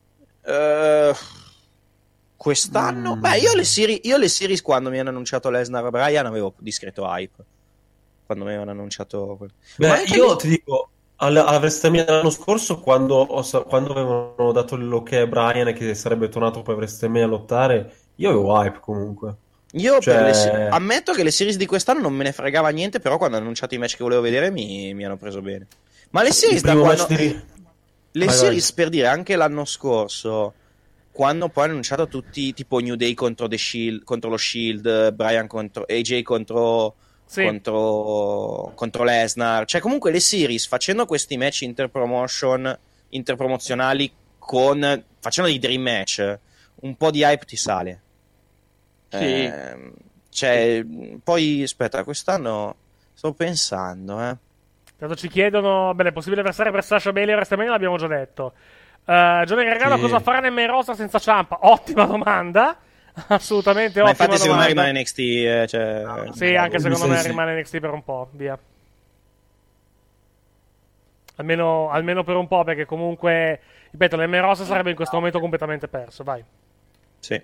Quest'anno? Beh, io le series quando mi hanno annunciato Lesnar e Bryan avevo discreto hype. Quando mi avevano annunciato io ti dico alla WrestleMania dell'anno scorso quando avevano dato l'ok a Bryan e che sarebbe tornato per WrestleMania a lottare, io avevo hype comunque. Ammetto che le series di quest'anno non me ne fregava niente, però quando hanno annunciato i match che volevo vedere mi hanno preso bene. Ma le series series per dire anche l'anno scorso, quando poi hanno annunciato tutti tipo New Day contro The Shield, contro lo Shield, Bryan contro AJ contro Lesnar, cioè comunque le series facendo questi match interpromozionali facendo dei dream match, un po' di hype ti sale. Poi aspetta, quest'anno sto pensando Tanto ci chiedono, bene, possibile avversario per Sasha Bailey e WrestleMania, l'abbiamo già detto. Giovanni Gargano cosa farà nel main roster senza Ciampa? Ottima domanda. Assolutamente ottima. Ma infatti secondo me domanda. rimane NXT sì, anche secondo me rimane NXT per un po', via. Almeno per un po', perché comunque ripeto, l'M Ross sarebbe in questo momento completamente perso, vai. Sì.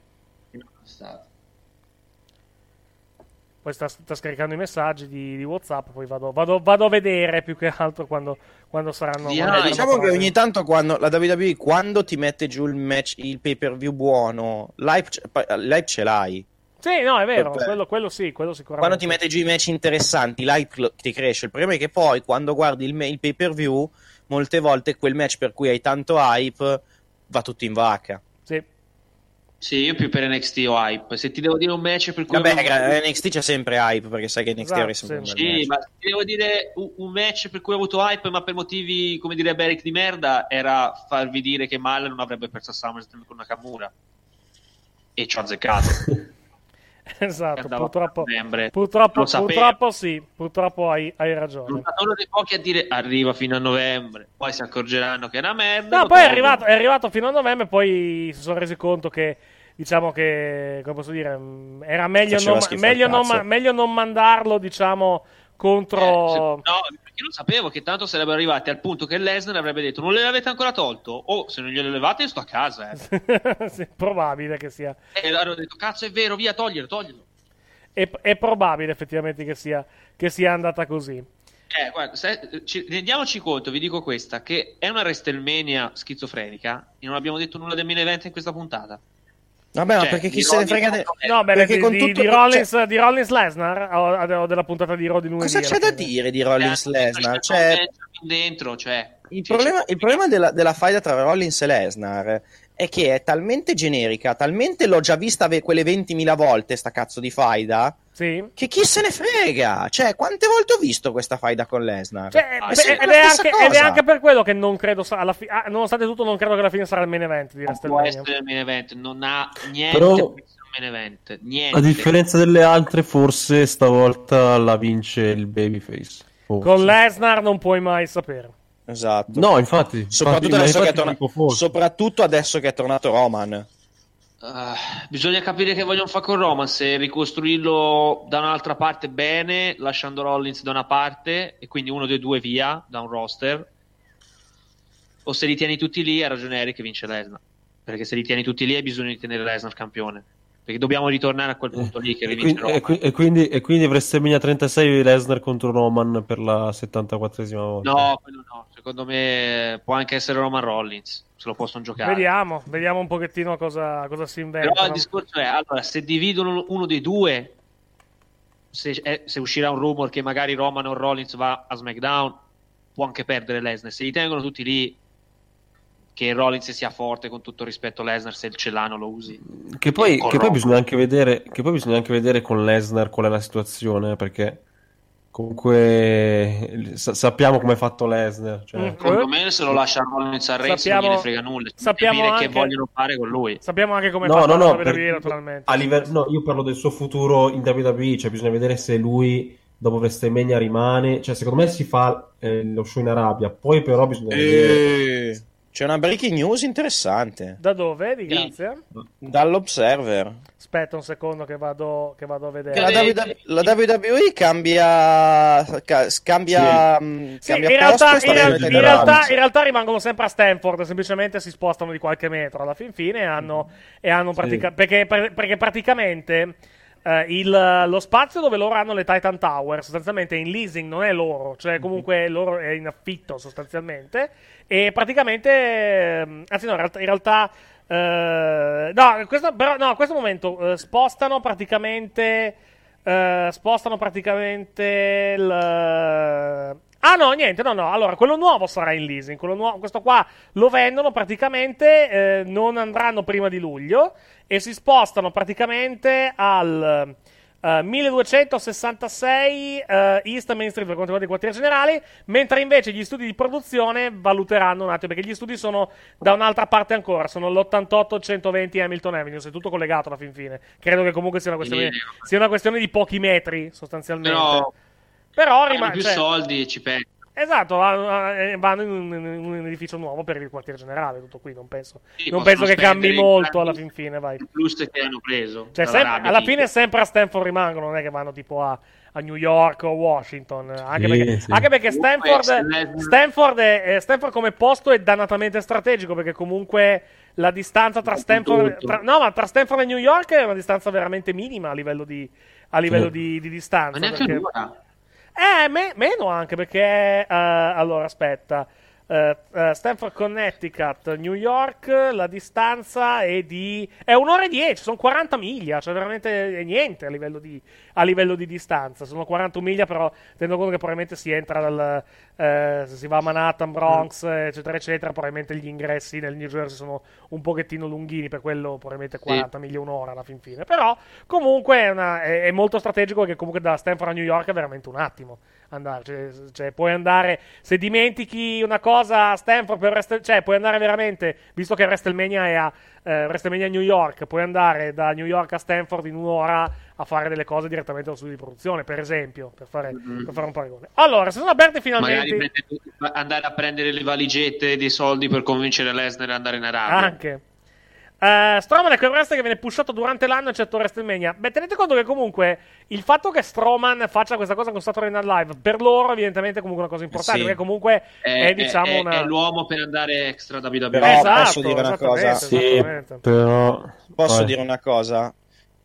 Poi sta scaricando i messaggi di WhatsApp, poi vado a vedere più che altro quando saranno. Diciamo che ogni tanto quando la WWE quando ti mette giù il match, il pay-per-view buono, l'hype ce l'hai. Sì, no, è vero, quello sì, quello sicuramente. Quando ti mette giù i match interessanti, l'hype ti cresce. Il problema è che poi quando guardi il pay-per-view, molte volte quel match per cui hai tanto hype va tutto in vacca. Sì, io più per NXT ho hype. Se ti devo dire un match per cui... Vabbè, NXT c'è sempre hype, perché sai che NXT avrà sempre un bel match. Ma se ti devo dire un match per cui ho avuto hype, ma per motivi, come direbbe Eric, di merda, era farvi dire che Malla non avrebbe perso a SummerSlam con Nakamura. E ci ho azzeccato. Esatto, purtroppo sì, purtroppo hai ragione. Sono uno dei pochi a dire arriva fino a novembre, poi si accorgeranno che è una merda. No, poi è arrivato fino a novembre, poi si sono resi conto che, diciamo che, come posso dire, era meglio non mandarlo, diciamo, contro... No, perché non sapevo che tanto sarebbero arrivati al punto che Lesnar avrebbe detto non le avete ancora tolto? Oh, se non gliele levate io sto a casa. Sì, probabile che sia. E allora ho detto cazzo è vero, via, toglierlo. è probabile effettivamente che sia andata così. Guarda, rendiamoci conto, vi dico questa, che è una WrestleMania schizofrenica e non abbiamo detto nulla del main event in questa puntata. Vabbè, ma perché chi se ne frega No, beh, di Rollins Lesnar o della puntata di Raw di lunedì? Cosa c'è da dire di Rollins Lesnar? Dentro, il problema della faida tra Rollins e Lesnar è che è talmente generica, talmente l'ho già vista quelle 20.000 volte sta cazzo di faida, sì, che chi se ne frega. Cioè, quante volte ho visto questa faida con Lesnar? Ed è anche per quello che non credo nonostante tutto non credo che alla fine sarà il main event di WrestleMania. Può essere il main event, non ha niente. Però, main event, niente. A differenza delle altre, forse stavolta la vince il babyface. Forse. Con Lesnar non puoi mai sapere. Esatto. No, infatti. Soprattutto adesso che è tornato Roman. Bisogna capire che vogliono fare con Roman, se ricostruirlo da un'altra parte bene, lasciando Rollins da una parte e quindi uno dei due via da un roster, o se li tieni tutti lì. Ha ragione Eric che vince Lesnar, perché se li tieni tutti lì hai bisogno di tenere Lesnar campione, perché dobbiamo ritornare a quel punto lì che rivince Roman. E quindi WrestleMania 36 Lesnar contro Roman per la 74esima volta. No, quello no, secondo me può anche essere Roman Rollins, se lo possono giocare. Vediamo un pochettino cosa si inventa. Però il discorso è, allora, se dividono uno dei due, se uscirà un rumor che magari Roman o Rollins va a SmackDown, può anche perdere Lesnar. Se li tengono tutti lì, che Rollins sia forte, con tutto rispetto a Lesnar, se ce l'hanno lo usi. Che poi bisogna anche vedere con Lesnar qual è la situazione, perché comunque sappiamo come è fatto Lesnar. Cioè. Secondo me se lo lascia Rollins a Reigns non gliene frega nulla. Sappiamo anche che vogliono fare con lui. Sappiamo anche come fa la WWE, naturalmente. Io parlo del suo futuro in WWE, cioè bisogna vedere se lui dopo WrestleMania rimane, cioè secondo me si fa lo show in Arabia, poi però bisogna vedere. C'è una breaking news interessante. Da dove? Di Grazia? Dall'Observer. Aspetta un secondo che vado a vedere. Che la WWE cambia in realtà rimangono sempre a Stanford, semplicemente si spostano di qualche metro alla fine perché praticamente lo spazio dove loro hanno le Titan Tower sostanzialmente è in leasing, non è loro, cioè comunque loro è in affitto sostanzialmente, e praticamente anzi no, in realtà in questo momento spostano praticamente allora quello nuovo sarà in leasing, questo qua lo vendono praticamente, non andranno prima di luglio e si spostano praticamente al 1266 East Main Street per quanto riguarda i quartieri generali, mentre invece gli studi di produzione valuteranno un attimo, perché gli studi sono da un'altra parte ancora, sono l'88-120 Hamilton Avenue, è tutto collegato alla fin fine. Credo che comunque sia una questione di pochi metri sostanzialmente. Però rimane più soldi e ci pensi. Esatto, vanno in un edificio nuovo per il quartiere generale, tutto qui, non penso che cambi molto alla fin fine, vai. Il plus che hanno preso. Cioè, alla fine sempre a Stanford rimangono, non è che vanno tipo a New York o Washington, anche perché Stanford come posto è dannatamente strategico, perché comunque la distanza tra Stanford tra Stanford e New York è una distanza veramente minima a livello di distanza. Ma neanche un'ora. Meno anche perché allora aspetta, Stanford, Connecticut, New York, la distanza è 1 ora e 10, sono 40 miglia, cioè veramente è niente a livello di distanza. Sono 40 miglia, però tenendo conto che probabilmente si entra si va a Manhattan, Bronx, eccetera eccetera, probabilmente gli ingressi nel New Jersey sono un pochettino lunghini, per quello probabilmente 40 miglia, un'ora alla fin fine. Però comunque è molto strategico, perché comunque da Stanford a New York è veramente un attimo andare, cioè puoi andare, se dimentichi una cosa a Stanford cioè puoi andare veramente, visto che WrestleMania è a WrestleMania New York, puoi andare da New York a Stanford in un'ora a fare delle cose direttamente allo studio di produzione, per esempio, per fare un paragone. Allora, se sono aperte finalmente, magari andare a prendere le valigette dei soldi per convincere Lesnar ad andare in Arabia. Anche Strowman è quel wrestler che viene pushato durante l'anno eccetto WrestleMania. Beh, tenete conto che comunque il fatto che Strowman faccia questa cosa con Saturday Night Live per loro evidentemente è comunque una cosa importante, perché comunque è l'uomo per andare extra da WWE. Però posso dire una cosa? Sì, però posso dire una cosa?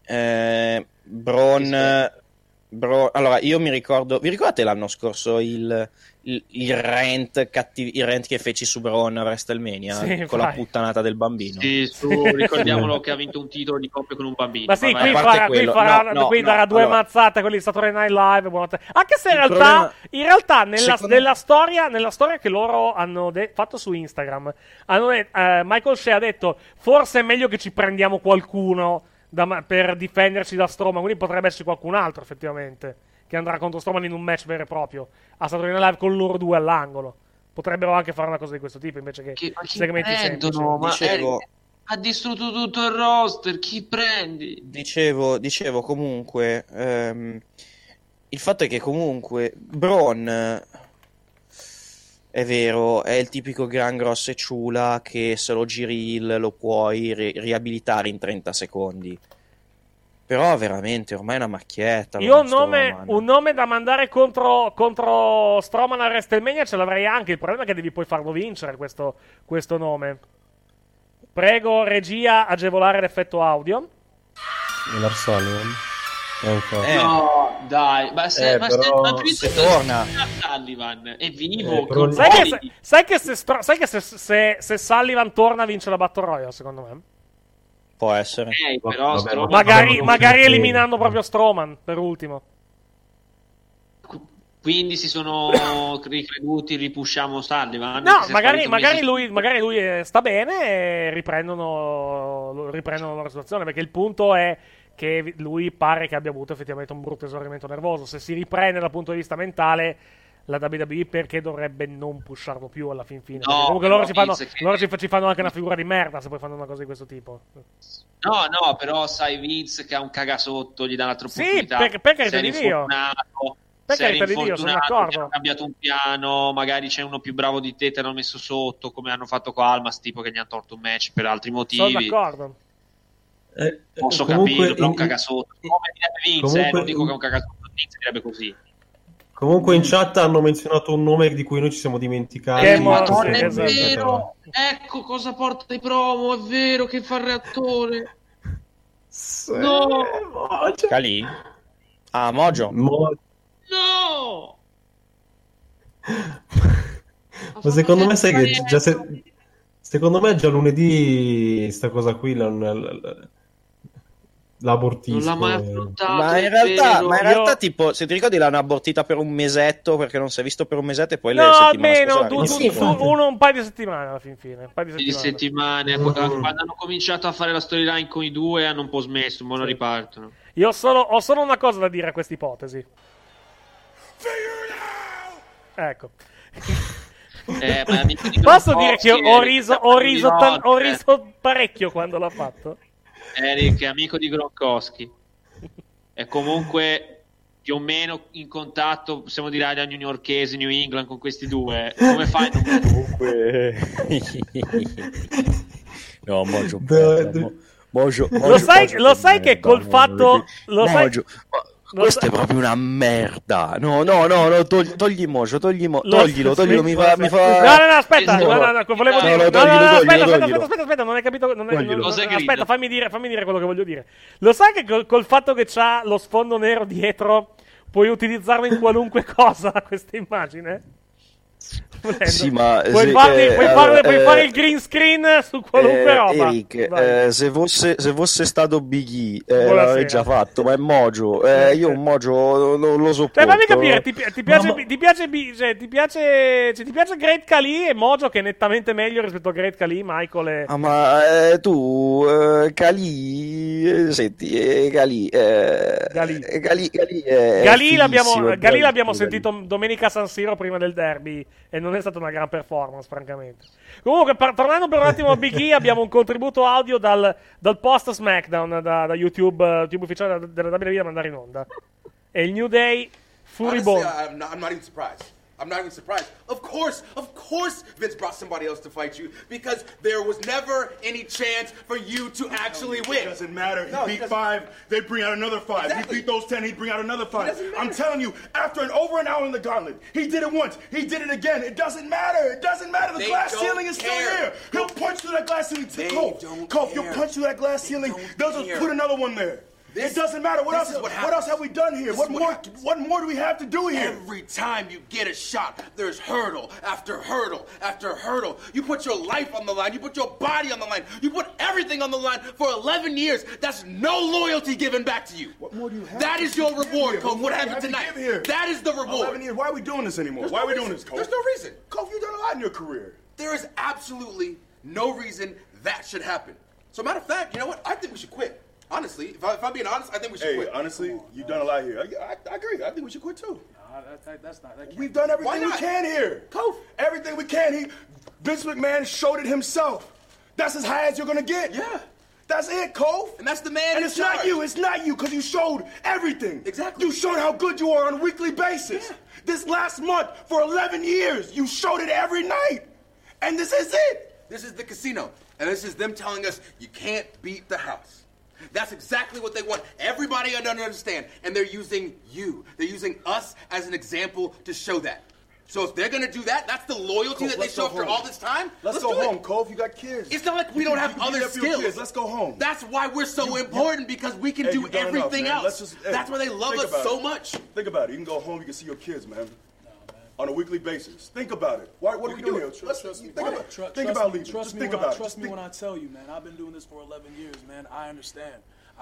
Allora, io mi ricordo, vi ricordate l'anno scorso il rant che feci su Braun a WrestleMania con la puttanata del bambino? Sì, ricordiamolo che ha vinto un titolo di coppia con un bambino. Ma sì, qui darà due mazzate quelli di Saturday Night Live. Anche se in realtà nella storia che loro hanno fatto su Instagram, Michael Shea ha detto forse è meglio che ci prendiamo qualcuno per difenderci da Strowman, quindi potrebbe esserci qualcun altro effettivamente che andrà contro Strowman in un match vero e proprio a Saturday Night Live con loro due all'angolo. Potrebbero anche fare una cosa di questo tipo invece che segmenti semplici. Ha distrutto tutto il roster, chi prendi? Dicevo comunque il fatto è che comunque Braun è vero, è il tipico gran grosso e ciula che se lo giri lo puoi riabilitare in 30 secondi. Però veramente ormai è una macchietta. Io un nome da mandare contro Strowman a WrestleMania ce l'avrei anche. Il problema è che devi poi farlo vincere questo nome. Prego, regia, agevolare l'effetto audio. Lars Sullivan. No, dai, ma se torna Sullivan e venivo sai che se Sullivan torna vince la Battle Royale, secondo me. Può essere. Però magari eliminando proprio Strowman per ultimo. Quindi si sono ricreduti, ripusciamo Sullivan. No, magari lui sta bene e riprendono la situazione, perché il punto è che lui pare che abbia avuto effettivamente un brutto esaurimento nervoso. Se si riprende dal punto di vista mentale, la WWE perché dovrebbe non pusharlo più alla fin fine? No, comunque loro ci fanno anche una figura di merda se poi fanno una cosa di questo tipo. No, però sai Vince che ha un cagasotto, gli dà un'altra opportunità. Sì, per carità di Dio. Per carità di Dio, sono d'accordo. Hanno cambiato un piano, magari c'è uno più bravo di te l'hanno messo sotto, come hanno fatto con Almas, tipo che gli hanno tolto un match per altri motivi. Sono d'accordo. Posso capirlo, però un cagasotto. Come direbbe Vince, non dico che è un cagasotto, Vince direbbe così. Comunque in chat hanno menzionato un nome di cui noi ci siamo dimenticati. È vero, ecco cosa porta i promo, è vero che fa il reattore. No, Cali? Ah, Mojo. No. Ma secondo me sai che già secondo me già lunedì sta cosa qui l'abortisco. Non l'ha mai affrontato. Ma in realtà tipo, se ti ricordi l'hanno abortita per un mesetto perché non si è visto per un mesetto e poi le settimane un paio di settimane alla fine. Un paio di settimane. Quando hanno cominciato a fare la storyline con i due hanno un po' smesso, ma non ripartono. Io ho solo una cosa da dire a questa ipotesi. Ecco. Posso dire che ho riso parecchio quando l'ha fatto? Eric è amico di Gronkowski, è comunque più o meno in contatto, possiamo dire, da newyorkesi, New England, con questi due. Come fai? Comunque no, Mojo. Lo sai che col fatto questa è proprio una merda. No, togli Mojo, toglilo, mi fa. No, aspetta, volevo dire. Aspetta, non hai capito. Aspetta, fammi dire quello che voglio dire. Lo sai che col fatto che c'ha lo sfondo nero dietro puoi utilizzarlo in qualunque cosa questa immagine? Sì, ma puoi fare il green screen su qualunque roba. Eric, se fosse stato Big E l'avrei già fatto, ma è Mojo. Io un Mojo non lo sopporto. Fammi capire, ti piace Great Khali e Mojo, che è nettamente meglio rispetto a Great Khali, Michael e... ma tu Khali, senti, Khali l'abbiamo sentito domenica a San Siro prima del derby e non è stata una gran performance, francamente. Comunque, tornando per un attimo a Big E, abbiamo un contributo audio dal post SmackDown da YouTube ufficiale della WWE da mandare in onda. E il New Day furibond. I'm not even surprised. I'm not even surprised. Of course, Vince brought somebody else to fight you because there was never any chance for you to actually win. It doesn't matter. He beat 5, they bring out another 5. Exactly. He beat those 10, he'd bring out another 5. I'm telling you, after over an hour in the gauntlet, he did it once, he did it again. It doesn't matter. It doesn't matter. The glass ceiling is still there. He'll punch through that glass ceiling. Cope, you'll punch through that glass ceiling. They'll just put another one there. It doesn't matter. What else have we done here? What more do we have to do here? Every time you get a shot, there's hurdle after hurdle after hurdle. You put your life on the line. You put your body on the line. You put everything on the line for 11 years. That's no loyalty given back to you. What more do you have? That is your reward, Kof. What happened tonight? That is the reward. 11 years. Why are we doing this anymore? Why are we doing this, Kof? There's no reason. Kof, you've done a lot in your career. There is absolutely no reason that should happen. So, matter of fact, you know what? I think we should quit. Honestly, if I'm being honest, I think we should quit. Honestly, you've done a lot here. I agree. I think we should quit too. That's not. We've done everything we can here. Kof. Everything we can. Vince McMahon showed it himself. That's as high as you're gonna get. Yeah. That's it, Kof. And that's the man. And it's not you. It's not you, because you showed everything. Exactly. You showed how good you are on a weekly basis. Yeah. This last month, for 11 years, you showed it every night. And this is it. This is the casino. And this is them telling us you can't beat the house. That's exactly what they want everybody to understand. And they're using you. They're using us as an example to show that. So if they're going to do that, that's the loyalty that they show after all this time. Let's go home, Kof. You got kids. It's not like we don't have other skills. Let's go home. That's why we're so important, because we can do everything else. That's why they love us so much. Think about it. You can go home, you can see your kids, man. On a weekly basis. Think about it. What are we doing here? Think about leaving. Just think about it. Trust me when I tell you, man. I've been doing this for 11 years, man. I understand.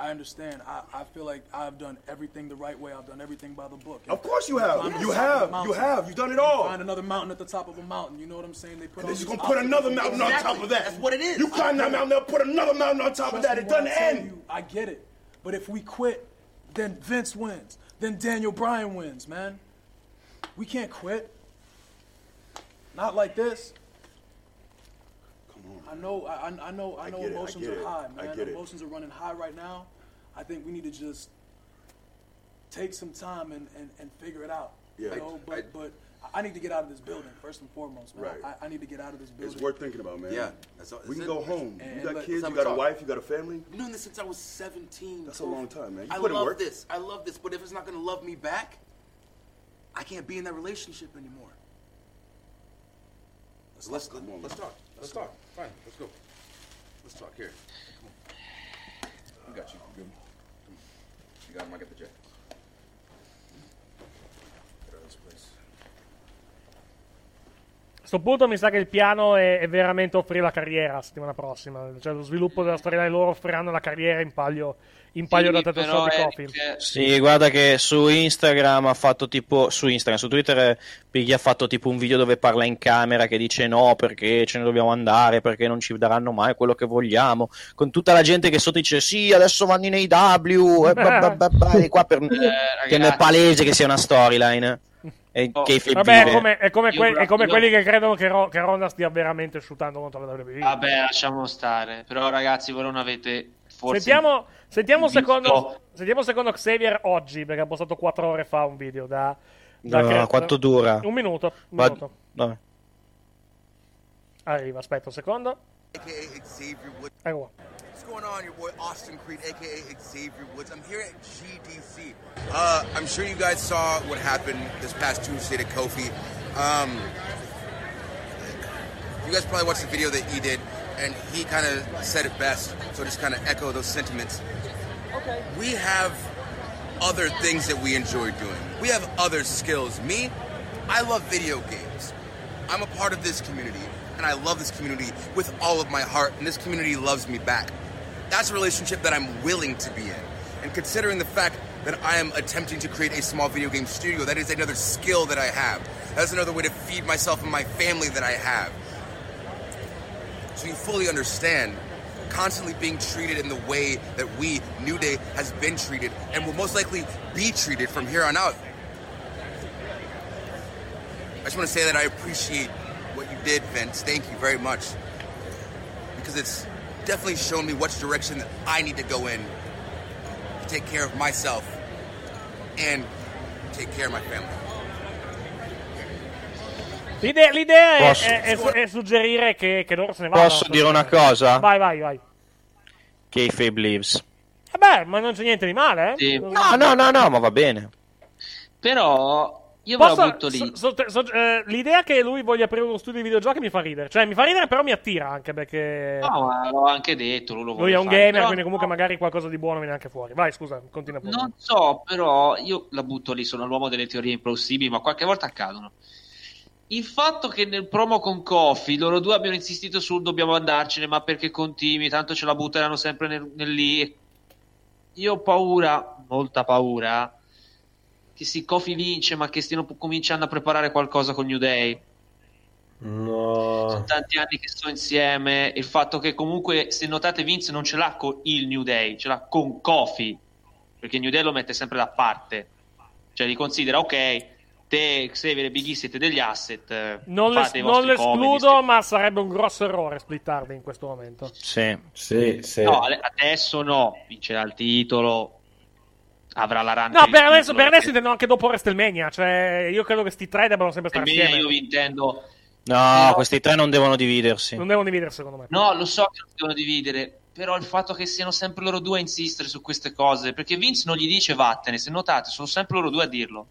I feel like I've done everything the right way. I've done everything by the book. Of course you have. You have. You've done it all. Find another mountain at the top of a mountain. You know what I'm saying? They put. They're just gonna put another mountain on top of that. That's what it is. You climb that mountain, they'll put another mountain on top of that. It doesn't end. I get it. But if we quit, then Vince wins. Then Daniel Bryan wins, man. We can't quit. Not like this. Come on. I know emotions are high, man. Emotions are running high right now. I think we need to just take some time and figure it out. Yeah. You know? But I need to get out of this building, first and foremost, man. Right. I need to get out of this building. It's worth thinking about, man. Yeah. We can go home. You got kids, you got a wife, you got a family. I've been doing this since I was 17. That's a long time, man. I love this. I love this. But if it's not going to love me back, I can't be in that relationship anymore. Let's talk. Fine, let's go. Let's talk here. Come on. We got you. Good. Come on. You got him. I get the jet. Get out of this place. A questo punto mi sa che il piano è veramente offrire la carriera la settimana prossima. Cioè, lo sviluppo della storia loro offriranno la carriera in palio da Tetris Coffee. Sì, guarda che su Instagram ha fatto tipo su Twitter Piggy ha fatto tipo un video dove parla in camera che dice no, perché ce ne dobbiamo andare, perché non ci daranno mai quello che vogliamo, con tutta la gente che sotto dice sì, adesso vanno in AEW e qua che è palese che sia una storyline. Vabbè, è come quelli che credono che Ronda stia veramente shootando contro la WWE. Vabbè, lasciamo stare. Però ragazzi, voi non avete forse Sentiamo secondo Xavier oggi, perché ha postato 4 ore fa un video quanto dura? Un minuto. Vabbè. Arriva, aspetta un secondo. Ecco qua. What's going on? Your boy Austin Creed, aka Xavier Woods. I'm here at GDC. I'm sure you guys saw what happened this past Tuesday to Kofi. You guys probably watched the video that he did, and he kind of said it best. So just kind of echo those sentiments. Okay. We have other things that we enjoy doing. We have other skills. Me, I love video games. I'm a part of this community, and I love this community with all of my heart, and this community loves me back. That's a relationship that I'm willing to be in. And considering the fact that I am attempting to create a small video game studio, that is another skill that I have. That's another way to feed myself and my family that I have. So you fully understand constantly being treated in the way that we, New Day, has been treated and will most likely be treated from here on out. I just want to say that I appreciate what you did, Vince. Thank you very much. Because it's definitely shown me which direction that I need to go in to take care of myself and take care of my family. L'idea è suggerire che loro se ne vadano. Posso dire una cosa? Vai. Kayfabe lives. Vabbè, ma non c'è niente di male, eh? Sì. No, ma va bene. Però Io ve la butto lì. L'idea che lui voglia aprire uno studio di videogiochi mi fa ridere. Cioè, mi fa ridere, però mi attira anche perché. No, ma l'ho anche detto. Lui è un gamer, quindi comunque magari qualcosa di buono viene anche fuori. Vai, scusa, continua pure. Non so, però io la butto lì. Sono l'uomo delle teorie implausibili, ma qualche volta accadono. Il fatto che nel promo con Kofi loro due abbiano insistito sul dobbiamo andarcene, ma perché continui, tanto ce la butteranno sempre nel lì. Io ho paura, molta paura, che se Kofi vince, ma che stiano cominciando a preparare qualcosa con New Day. No. Sono tanti anni che sto insieme. Il fatto che comunque, se notate, Vince non ce l'ha con il New Day, ce l'ha con Kofi, perché New Day lo mette sempre da parte. Cioè li considera, ok, te, Xavier e Big E siete degli asset. Non l'escludo, ma sarebbe un grosso errore splittarli in questo momento. Sì. No, adesso no, vincerà il titolo, avrà la run. No, per adesso intendo anche dopo WrestleMania. Cioè, io credo che sti tre debbano sempre stare assieme. Io vi intendo. No, questi tre non devono dividersi. Non devono dividersi, secondo me. No, lo so che non devono dividere, però il fatto che siano sempre loro due a insistere su queste cose, perché Vince non gli dice vattene, se notate, sono sempre loro due a dirlo.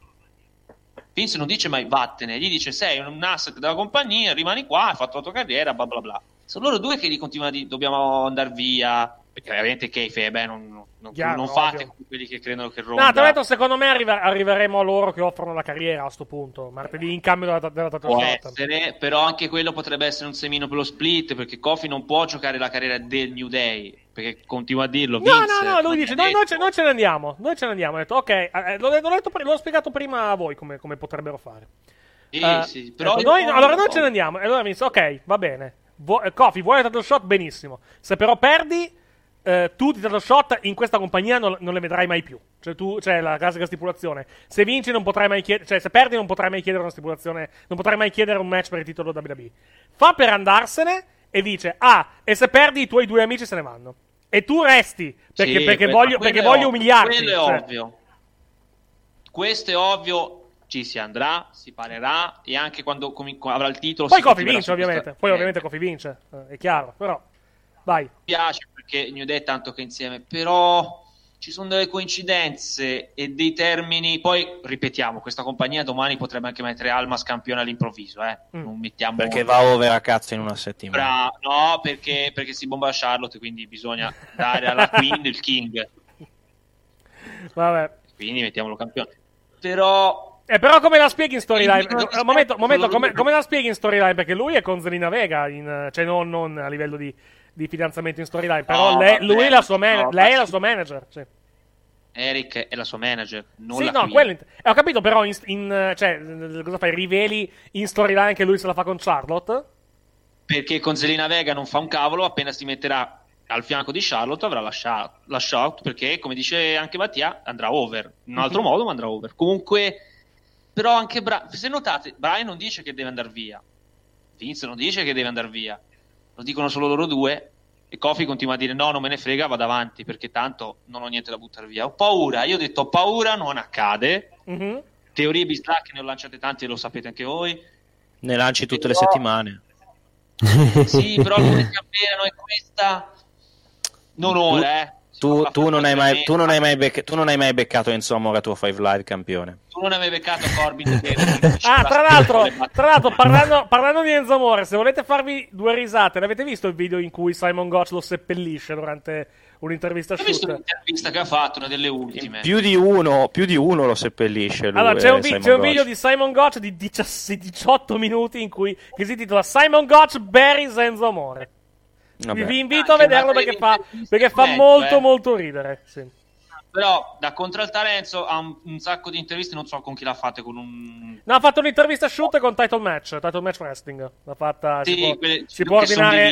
Vince non dice mai vattene, gli dice sei un asset della compagnia, rimani qua, hai fatto la tua carriera, bla bla bla. Sono loro due che gli continuano a dire dobbiamo andare via, perché ovviamente kayfabe, non fate come quelli che credono che Ronda. No, tra l'altro secondo me arriveremo a loro che offrono la carriera a sto punto, martedì in cambio della title può shot. Essere, però anche quello potrebbe essere un semino per lo split, perché Kofi non può giocare la carriera del New Day, perché continua a dirlo Vince. No, lui dice noi ce ne andiamo, ho detto ok, l'ho spiegato prima a voi come potrebbero fare. Sì, però allora noi ce ne andiamo, e allora mi dice ok, va bene, Kofi vuole la title shot, benissimo, se però perdi tu di title shot in questa compagnia non le vedrai mai più. Cioè la classica stipulazione. Se vinci non potrai mai chiedere, cioè se perdi non potrai mai chiedere una stipulazione, non potrai mai chiedere un match per il titolo WWE. Fa per andarsene e dice e se perdi i tuoi due amici se ne vanno e tu resti perché voglio umiliarti. Quello è ovvio. Questo è ovvio. Ci si andrà, si parlerà e anche quando avrà il titolo poi Kofi vince ovviamente. Poi ovviamente Kofi vince, è chiaro, però vai. Mi piace perché New Day è tanto che insieme, però ci sono delle coincidenze e dei termini. Poi ripetiamo, questa compagnia domani potrebbe anche mettere Almas campione all'improvviso, non mettiamo perché va over a cazzo in una settimana. No, perché si bomba Charlotte, quindi bisogna dare alla Queen il King. Vabbè. Quindi mettiamolo campione. Però come la spieghi in storyline? Momento, come la spieghi in storyline? Perché lui è con Zelina Vega, cioè non a livello di fidanzamento in storyline, però lei è la sua manager. Sì. Eric è la sua manager, non sì, la no, quello ho capito, però cioè, cosa fai? Riveli in storyline che lui se la fa con Charlotte? Perché con Zelina Vega non fa un cavolo, appena si metterà al fianco di Charlotte avrà la shot, perché come dice anche Mattia andrà over, in un altro modo ma andrà over. Comunque, però anche se notate, Brian non dice che deve andare via, Vince non dice che deve andare via, lo dicono solo loro due, e Kofi continua a dire no, non me ne frega, vado avanti perché tanto non ho niente da buttare via. Ho paura, io ho detto ho paura, non accade. Teorie bislacche ne ho lanciate tante, lo sapete anche voi, ne lanci tutte le settimane. Sì, però l'unica vera è questa. Non ora, Tu non hai mai beccato Enzo Amore a tuo 5 Live campione. Tu non hai mai beccato Corbin. Tra l'altro parlando di Enzo Amore, se volete farvi due risate, l'avete visto il video in cui Simon Gotch lo seppellisce durante un'intervista shoot? Ho visto un'intervista che ha fatto, una delle ultime. Più di uno lo seppellisce lui. Allora c'è un video di Simon Gotch di 18 minuti che si intitola Simon Gotch buries Enzo Amore. Vabbè. Vi invito a vederlo perché fa molto ridere. Sì. Però da contraltare Enzo ha un sacco di interviste, non so con chi l'ha fatte, con un... No, ha fatto un'intervista shoot con Title Match Wrestling. L'ha fatta, sì, si può ordinare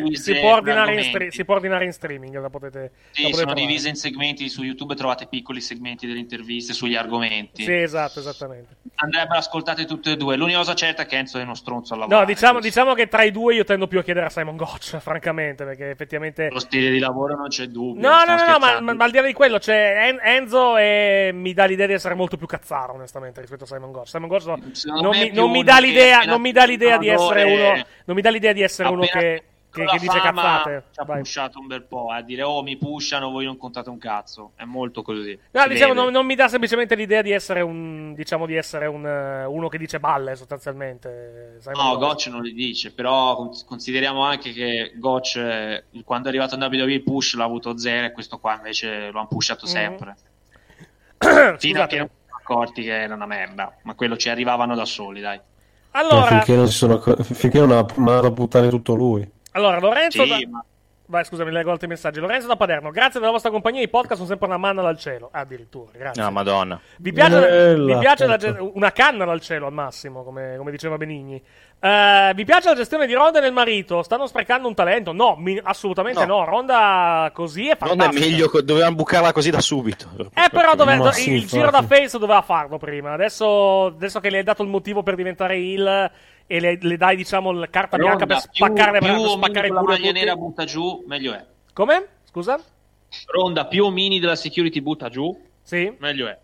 in streaming, la potete sono trovare. divise in segmenti su YouTube, trovate piccoli segmenti delle interviste sugli argomenti. Sì, esatto, esattamente. Andrebbero ascoltate tutte e due. L'unica cosa certa è che Enzo è uno stronzo al lavoro. No, diciamo che tra i due io tendo più a chiedere a Simon Gotch, francamente, perché effettivamente lo stile di lavoro non c'è dubbio. No, ma al di là di quello, c'è Enzo mi dà l'idea di essere molto più cazzaro, onestamente, rispetto a Simon Gotch. Simon Gotch non mi dà l'idea di essere uno che che dice cazzate. Ci ha pushato un bel po' a dire mi pushano, voi non contate un cazzo. È molto così. No, diciamo, non mi dà semplicemente l'idea di essere uno che dice balle sostanzialmente. No, Gotch non li dice, però consideriamo anche che Gotch quando è arrivato in WWE il push l'ha avuto 0 e questo qua invece lo hanno pushato sempre. Fino a che non si sono accorti che era una merda, ma quello ci arrivavano da soli, dai. Allora, finché non ha mandato a buttare tutto lui. Allora, Lorenzo Vai, scusami, leggo altri messaggi. Lorenzo da Paderno, grazie della vostra compagnia, i podcast sono sempre una manna dal cielo. Addirittura, grazie. No, madonna. Vi piace una canna dal cielo al massimo, come diceva Benigni. Vi piace la gestione di Ronda e del marito? Stanno sprecando un talento? No, assolutamente no. Ronda così è fantastica. Non è meglio, dovevamo bucarla così da subito. Però il giro da face doveva farlo prima. Adesso che le hai dato il motivo per diventare heel e le dai, diciamo, la carta bianca per spaccare il culo. La maglia nera butta giù, meglio è. Come? Scusa? Ronda più Mini della security butta giù, sì, meglio è.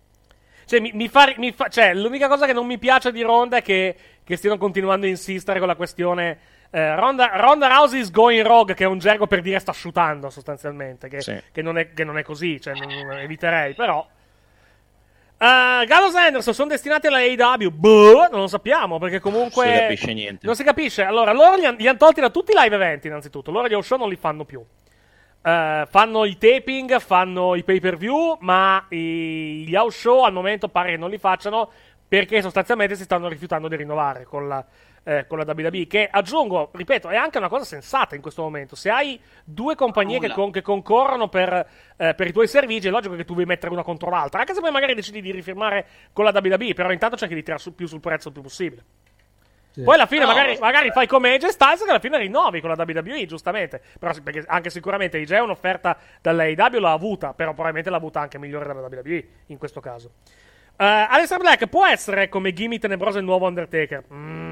Cioè, l'unica cosa che non mi piace di Ronda è che stiano continuando a insistere con la questione Ronda Rousey is going rogue, che è un gergo per dire sta shootando sostanzialmente, che non è così, cioè non eviterei, però Gallows e Anderson sono destinati alla AEW? Non lo sappiamo, perché comunque non si capisce niente. Non si capisce. Allora, loro li hanno tolti da tutti i live event, innanzitutto. Loro gli house show non li fanno più. Fanno i taping, fanno i pay per view, ma gli house show al momento pare che non li facciano, perché sostanzialmente si stanno rifiutando di rinnovare con la WWE, che, aggiungo, ripeto, è anche una cosa sensata in questo momento. Se hai due compagnie che concorrono per i tuoi servigi, è logico che tu vuoi mettere una contro l'altra, anche se poi magari decidi di rifirmare con la WWE, però intanto cerchi di tirare più sul prezzo il più possibile. Sì. Poi alla fine magari fai come AJ Styles, che alla fine rinnovi con la WWE, giustamente, però perché anche sicuramente AJ un'offerta dall'AEW l'ha avuta, però probabilmente l'ha avuta anche migliore dalla WWE in questo caso. Aleister Black può essere come Gimme Tenebroso il nuovo Undertaker?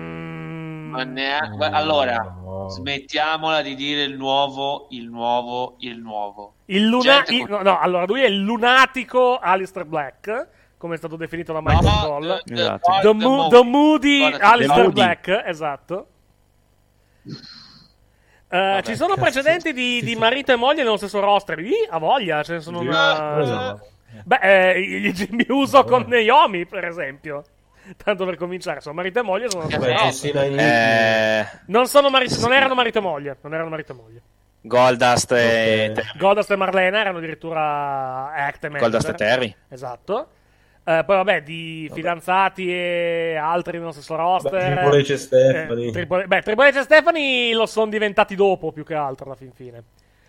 Allora, smettiamola di dire il nuovo. Allora lui è il lunatico Aleister Black, come è stato definito da Michael Cole. The Moody Aleister Black, esatto. Ci sono precedenti di marito e moglie nello stesso roster? A voglia, ce ne sono una... Jimmy Uso con Naomi, per esempio. Tanto per cominciare, sono marito e moglie, non erano marito e moglie. Goldust e Marlena erano addirittura Acteman. Goldust e Terry. Esatto. Poi vabbè, di fidanzati e altri nello stesso roster. Triple H e Stephanie. Triple H e Stephanie lo sono diventati dopo, più che altro, alla fin fine.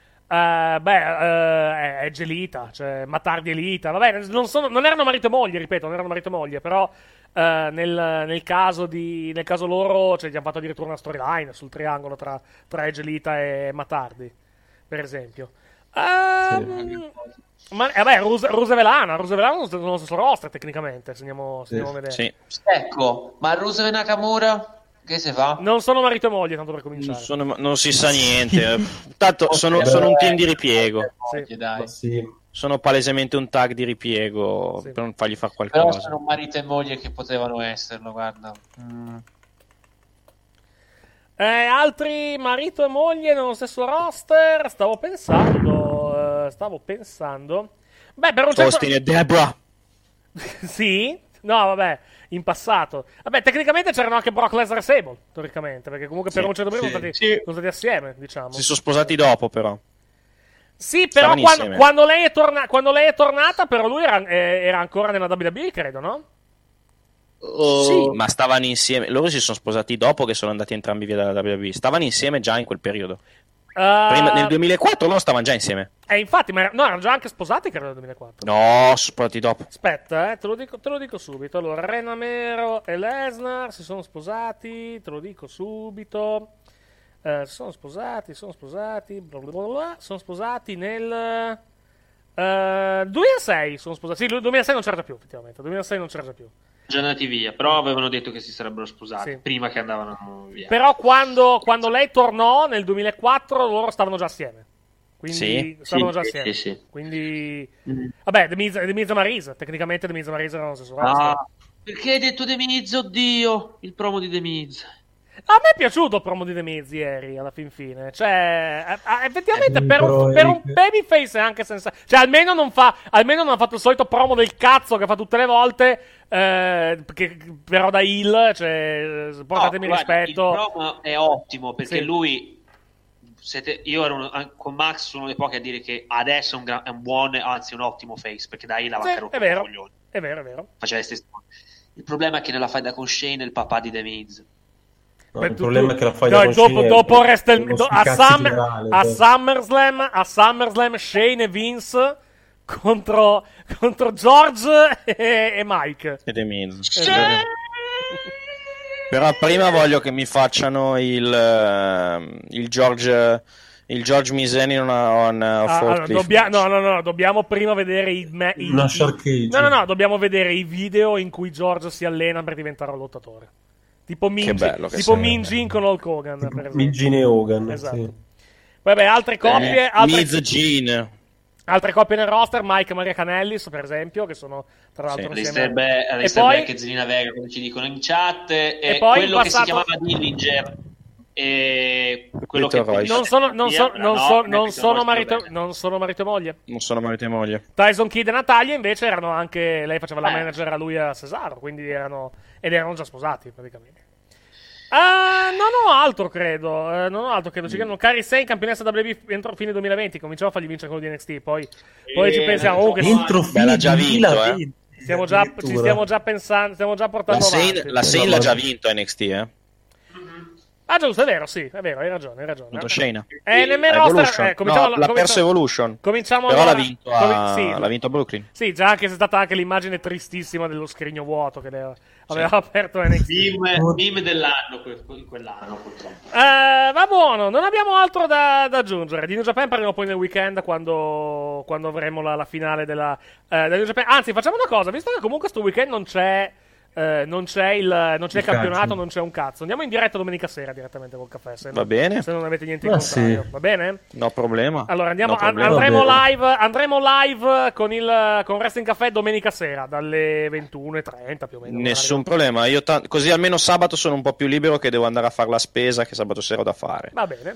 È Gelita, cioè Matardi e Lita. Vabbè, non erano marito e moglie, ripeto, non erano marito e moglie, però nel caso loro, cioè, gli hanno fatto addirittura una storyline sul triangolo tra Gelita e Matardi, per esempio. Ruse Velana non sono lo stesso roster tecnicamente, se andiamo a vedere. Sì. Ecco, ma Ruse e Nakamura che si fa? Non sono marito e moglie, tanto per cominciare. Non si sa niente. Tanto sono un team di ripiego. Sì. Sono palesemente un tag di ripiego per non fargli fare qualcosa. Però sono marito e moglie che potevano esserlo, guarda. Altri marito e moglie nello stesso roster? Stavo pensando. Beh, per un certo... Austin e Debra. Sì? No, vabbè, in passato. Vabbè, tecnicamente c'erano anche Brock Lesnar e Sable, teoricamente, perché comunque per un certo periodo sono stati assieme, diciamo. Si sono sposati dopo, però. Sì, però quando lei è tornata, però lui era ancora nella WWE, credo, no? Sì, ma stavano insieme. Loro si sono sposati dopo che sono andati entrambi via dalla WWE. Stavano insieme già in quel periodo. Prima, nel 2004 loro stavano già insieme. Infatti, erano già anche sposati, credo, nel 2004. No, sono sposati dopo. Aspetta, te lo dico subito. Allora, Rena Mero e Lesnar si sono sposati, te lo dico subito. Sono sposati, bla bla bla, sono sposati nel 2006. Sono sposati. Sì, 2006 non c'era più, effettivamente. 2006 non c'era più. Già andati via, però avevano detto che si sarebbero sposati prima che andavano via. Però quando lei tornò nel 2004 loro stavano già assieme. Quindi assieme. Sì. Quindi vabbè, The Miz e Maryse, tecnicamente The Miz e Maryse erano lo stesso roster. Perché hai detto The Miz? Oddio, il promo di The Miz. A me è piaciuto il promo di The Miz ieri, alla fin fine. Cioè, effettivamente per un babyface è anche sensato. Cioè, almeno non ha fatto il solito promo del cazzo che fa tutte le volte, però da heel, cioè, portatemi rispetto. Il promo è ottimo, perché lui... io ero con Max uno dei pochi a dire che adesso è un buon, anzi un ottimo face, perché da heel aveva rotto i coglioni. È vero. Faceva le stesse cose. Il problema è che nella faida con Shane è il papà di The Miz. No, il problema è che la faida con Shane dopo a SummerSlam Shane e Vince contro George e Mike e The Miz. Però prima voglio che mi facciano il George Mizeni dobbiamo prima vedere dobbiamo vedere i video in cui George si allena per diventare un lottatore. Tipo Mean Gene con Hulk Hogan, per esempio. Mean Gene e Hogan, esatto. sì. Vabbè, altre coppie Gene. Altre coppie nel roster, Mike e Maria Canellis, per esempio, che sono tra l'altro insieme. Alistair Black e Zelina Vega, come ci dicono in chat, e poi quello che si chiamava Dillinger e quello che non sono marito e moglie. Non sono marito e moglie. Tyson Kidd e Natalia invece erano anche, lei faceva la manager a lui a Cesaro, quindi erano già sposati praticamente. Non ho altro, credo. Ci chiedono Kairi Sane, campionessa WWE entro fine 2020. Cominciamo a fargli vincere quello di NXT. Poi ci pensiamo. Entro fine 2020. Ci stiamo già pensando. Stiamo già portando avanti. La Sane l'ha già vinto NXT, Ah, giusto, è vero, sì, è vero, hai ragione. Contro Shayna. L'ha perso Evolution. Cominciamo però allora, l'ha vinto a Brooklyn. Sì, già che c'è stata anche l'immagine tristissima dello scrigno vuoto che aveva aperto NXT. Meme dell'anno, in quell'anno, purtroppo. Va buono, non abbiamo altro da aggiungere. Di New Japan parliamo poi nel weekend quando avremo la finale della New Japan. Anzi, facciamo una cosa, visto che comunque sto weekend non c'è il campionato, non c'è un cazzo. Andiamo in diretta domenica sera direttamente col caffè. Va bene. Se non avete niente in contrario, va bene? No problema. Allora andremo live con Wrestling Caffè domenica sera dalle 21:30 più o meno. Nessun problema. Io così almeno sabato sono un po' più libero, che devo andare a fare la spesa, che sabato sera ho da fare. Va bene.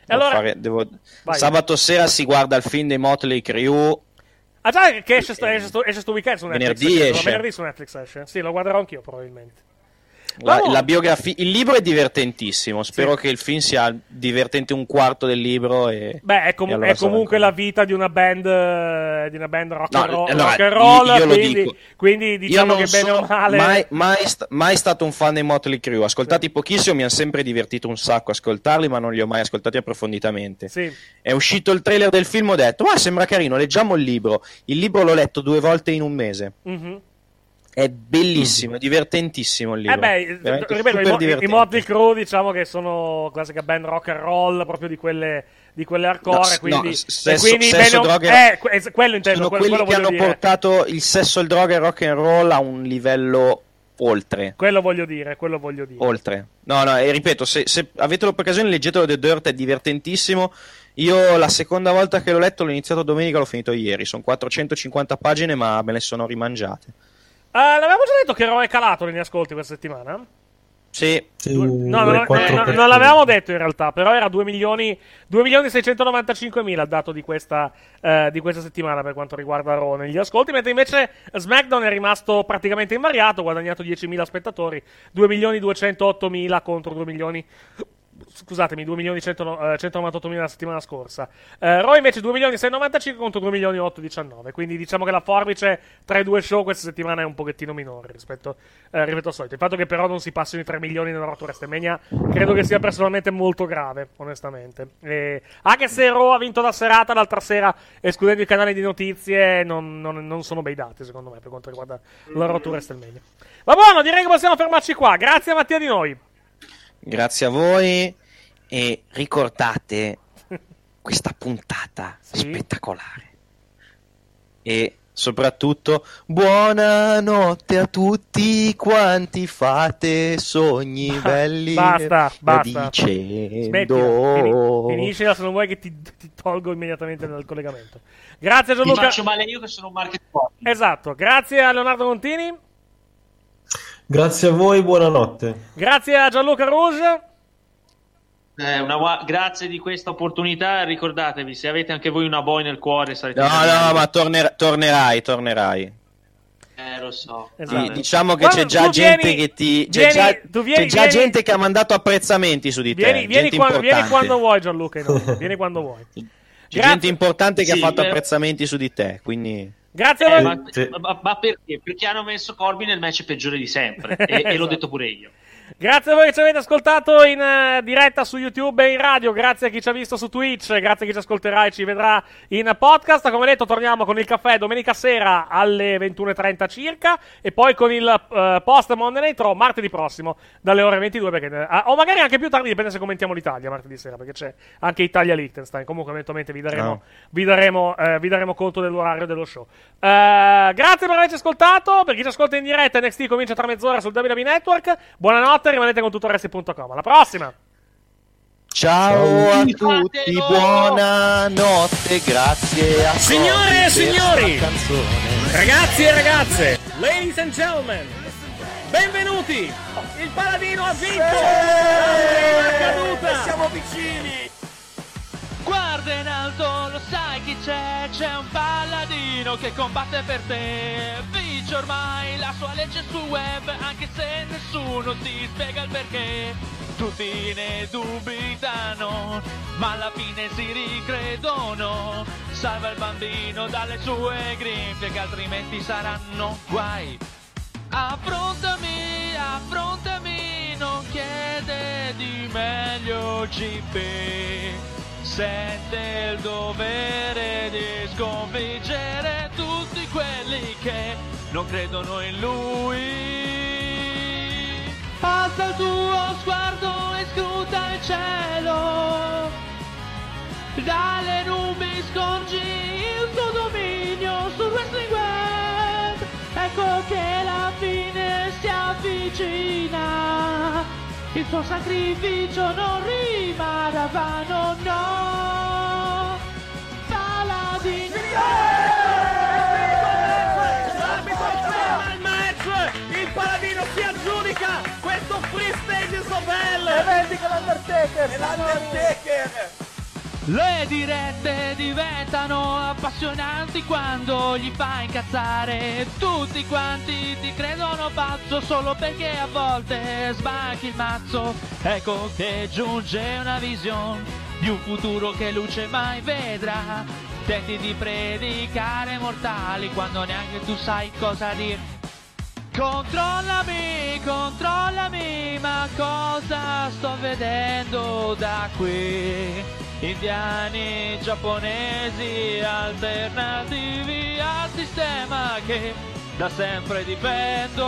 Sabato sera si guarda il film dei Motley Crue. Ah già, che esce sto weekend su Netflix. Venerdì su Netflix esce. Sì, lo guarderò anch'io probabilmente. La biografia, il libro è divertentississimo. Spero che il film sia divertente un quarto del libro. È comunque la vita di una band rock and roll. Quindi diciamo che bene o male. Mai stato un fan dei Motley Crue. Ascoltati pochissimo, mi hanno sempre divertito un sacco ascoltarli, ma non li ho mai ascoltati approfonditamente. Sì. È uscito il trailer del film, ho detto: ma sembra carino, leggiamo il libro. Il libro l'ho letto 2 volte in un mese. Mm-hmm. È bellissimo, è divertentissimo il libro. Ripeto, i Motley Crue diciamo che sono classica band rock and roll, proprio di quelle hardcore, quindi quello intendo. Sono quelli che hanno portato il sesso, il droga e il rock and roll a un livello oltre. Quello voglio dire. Oltre. No, e ripeto, se avete l'occasione leggetelo, The Dirt, è divertentissimo. Io la seconda volta che l'ho letto l'ho iniziato domenica, l'ho finito ieri. Sono 450 pagine, ma me ne sono rimangiate. L'avevamo già detto che Raw è calato negli ascolti questa settimana? Sì. Non l'avevamo detto in realtà, però era 2.695.000 il dato di questa settimana per quanto riguarda Raw negli ascolti, mentre invece SmackDown è rimasto praticamente invariato, guadagnato 10.000 spettatori, 2.208.000 contro 2.198.000 la settimana scorsa. Raw invece 2.695 contro 2.819, quindi diciamo che la forbice tra i due show questa settimana è un pochettino minore rispetto al solito. Il fatto che però non si passino i 3 milioni nella Road to WrestleMania credo che sia personalmente molto grave, onestamente. Anche se Raw ha vinto la serata l'altra sera, escludendo i canali di notizie, non sono bei dati secondo me per quanto riguarda la Road to WrestleMania. Va buono, direi che possiamo fermarci qua. Grazie a Mattia Di Noi. Grazie a voi e ricordate questa puntata spettacolare e soprattutto buonanotte a tutti quanti fate sogni belli. Basta dicendo finiscila, se non vuoi che ti tolgo immediatamente dal collegamento. Grazie a Gianluca. Ti faccio male io che sono un marketing. Esatto, grazie a Leonardo Montini. Grazie a voi, buonanotte. Grazie a Gianluca Rouge. Grazie di questa opportunità. Ricordatevi, se avete anche voi una boy nel cuore sarete ma tornerai. Lo so. Esatto. Diciamo che c'è già gente che c'è già gente che ha mandato apprezzamenti su di te. Vieni quando vuoi, Gianluca. Vieni quando vuoi. C'è gente importante che ha fatto apprezzamenti su di te, quindi grazie a voi. Ma perché? Perché hanno messo Corby nel match peggiore di sempre e l'ho detto pure io. Grazie a voi che ci avete ascoltato in diretta su YouTube e in radio, grazie a chi ci ha visto su Twitch, grazie a chi ci ascolterà e ci vedrà in podcast. Come detto, torniamo con il caffè domenica sera alle 21:30 circa e poi con il post Monday Night Raw martedì prossimo dalle ore 22 perché, o magari anche più tardi, dipende se commentiamo l'Italia martedì sera, perché c'è anche Italia-Liechtenstein. Comunque eventualmente vi daremo conto dell'orario dello show. Grazie per averci ascoltato. Per chi ci ascolta in diretta, NXT comincia tra mezz'ora sul WWE Network. Buonanotte, rimanete con tuttoResti.com. Alla prossima. Ciao a tutti, buonanotte, grazie a signore e signori, ragazzi e ragazze, ladies and gentlemen, benvenuti. Il Paladino ha vinto la caduta. Siamo vicini. Guarda in alto, lo sai chi c'è un paladino che combatte per te. Vince ormai la sua legge sul web, anche se nessuno ti spiega il perché. Tutti ne dubitano, ma alla fine si ricredono. Salva il bambino dalle sue grinfie, che altrimenti saranno guai. Affrontami, non chiede di meglio GP. Sente il dovere di sconfiggere tutti quelli che non credono in lui. Alza il tuo sguardo e scruta il cielo. Dalle nubi scorgi il tuo dominio sul wrestling web. Ecco che la fine si avvicina. Il suo sacrificio non rimarrà vano, no. Paladin. Il Paladino si aggiudica questo free stage so bello. E vendica l'Undertaker. Le dirette diventano appassionanti quando gli fa incazzare. Tutti quanti ti credono pazzo solo perché a volte sbacchi il mazzo. Ecco che giunge una visione di un futuro che luce mai vedrà. Tenti di predicare mortali quando neanche tu sai cosa dire. Controllami, ma cosa sto vedendo da qui? Indiani, giapponesi, alternativi al sistema che da sempre difendo.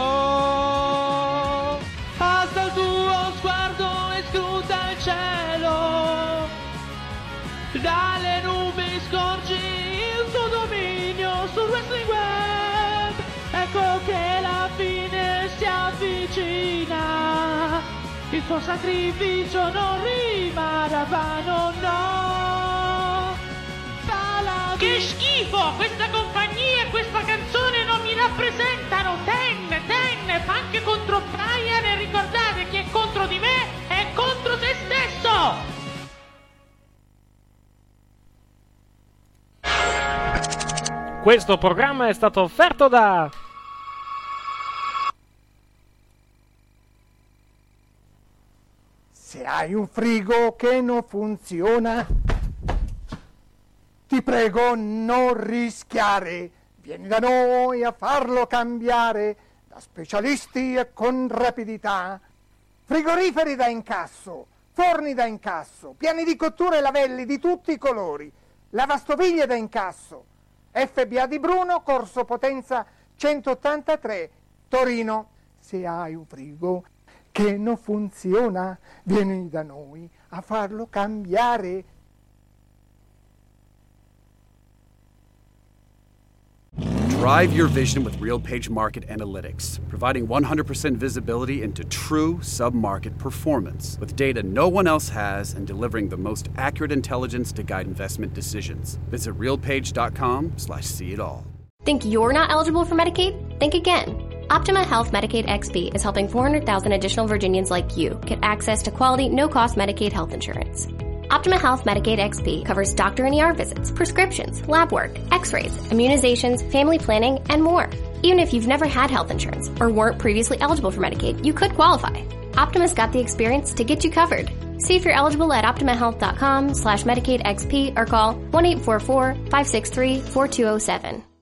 Alza il tuo sguardo e scruta il cielo. Dalle nubi scorgi il tuo dominio sul wrestling web. Ecco che la fine si avvicina. Il suo sacrificio non rimarrà vano, no. Paladin. Che schifo! Questa compagnia e questa canzone non mi rappresentano. Ten, anche contro Brian, e ricordate chi è contro di me è contro se stesso. Questo programma è stato offerto da... Se hai un frigo che non funziona, ti prego non rischiare. Vieni da noi a farlo cambiare, da specialisti e con rapidità. Frigoriferi da incasso, forni da incasso, piani di cottura e lavelli di tutti i colori, lavastoviglie da incasso. FBA di Bruno, Corso Potenza 183, Torino. Se hai un frigo che non funziona, vieni da noi a farlo cambiare. Drive your vision with RealPage Market Analytics, providing 100% visibility into true sub-market performance with data no one else has and delivering the most accurate intelligence to guide investment decisions. Visit realpage.com/see-it-all. Think you're not eligible for Medicaid? Think again. Optima Health Medicaid XP is helping 400,000 additional Virginians like you get access to quality, no-cost Medicaid health insurance. Optima Health Medicaid XP covers doctor and ER visits, prescriptions, lab work, x-rays, immunizations, family planning, and more. Even if you've never had health insurance or weren't previously eligible for Medicaid, you could qualify. Optima's got the experience to get you covered. See if you're eligible at optimahealth.com/Medicaid XP or call 1-844-563-4207.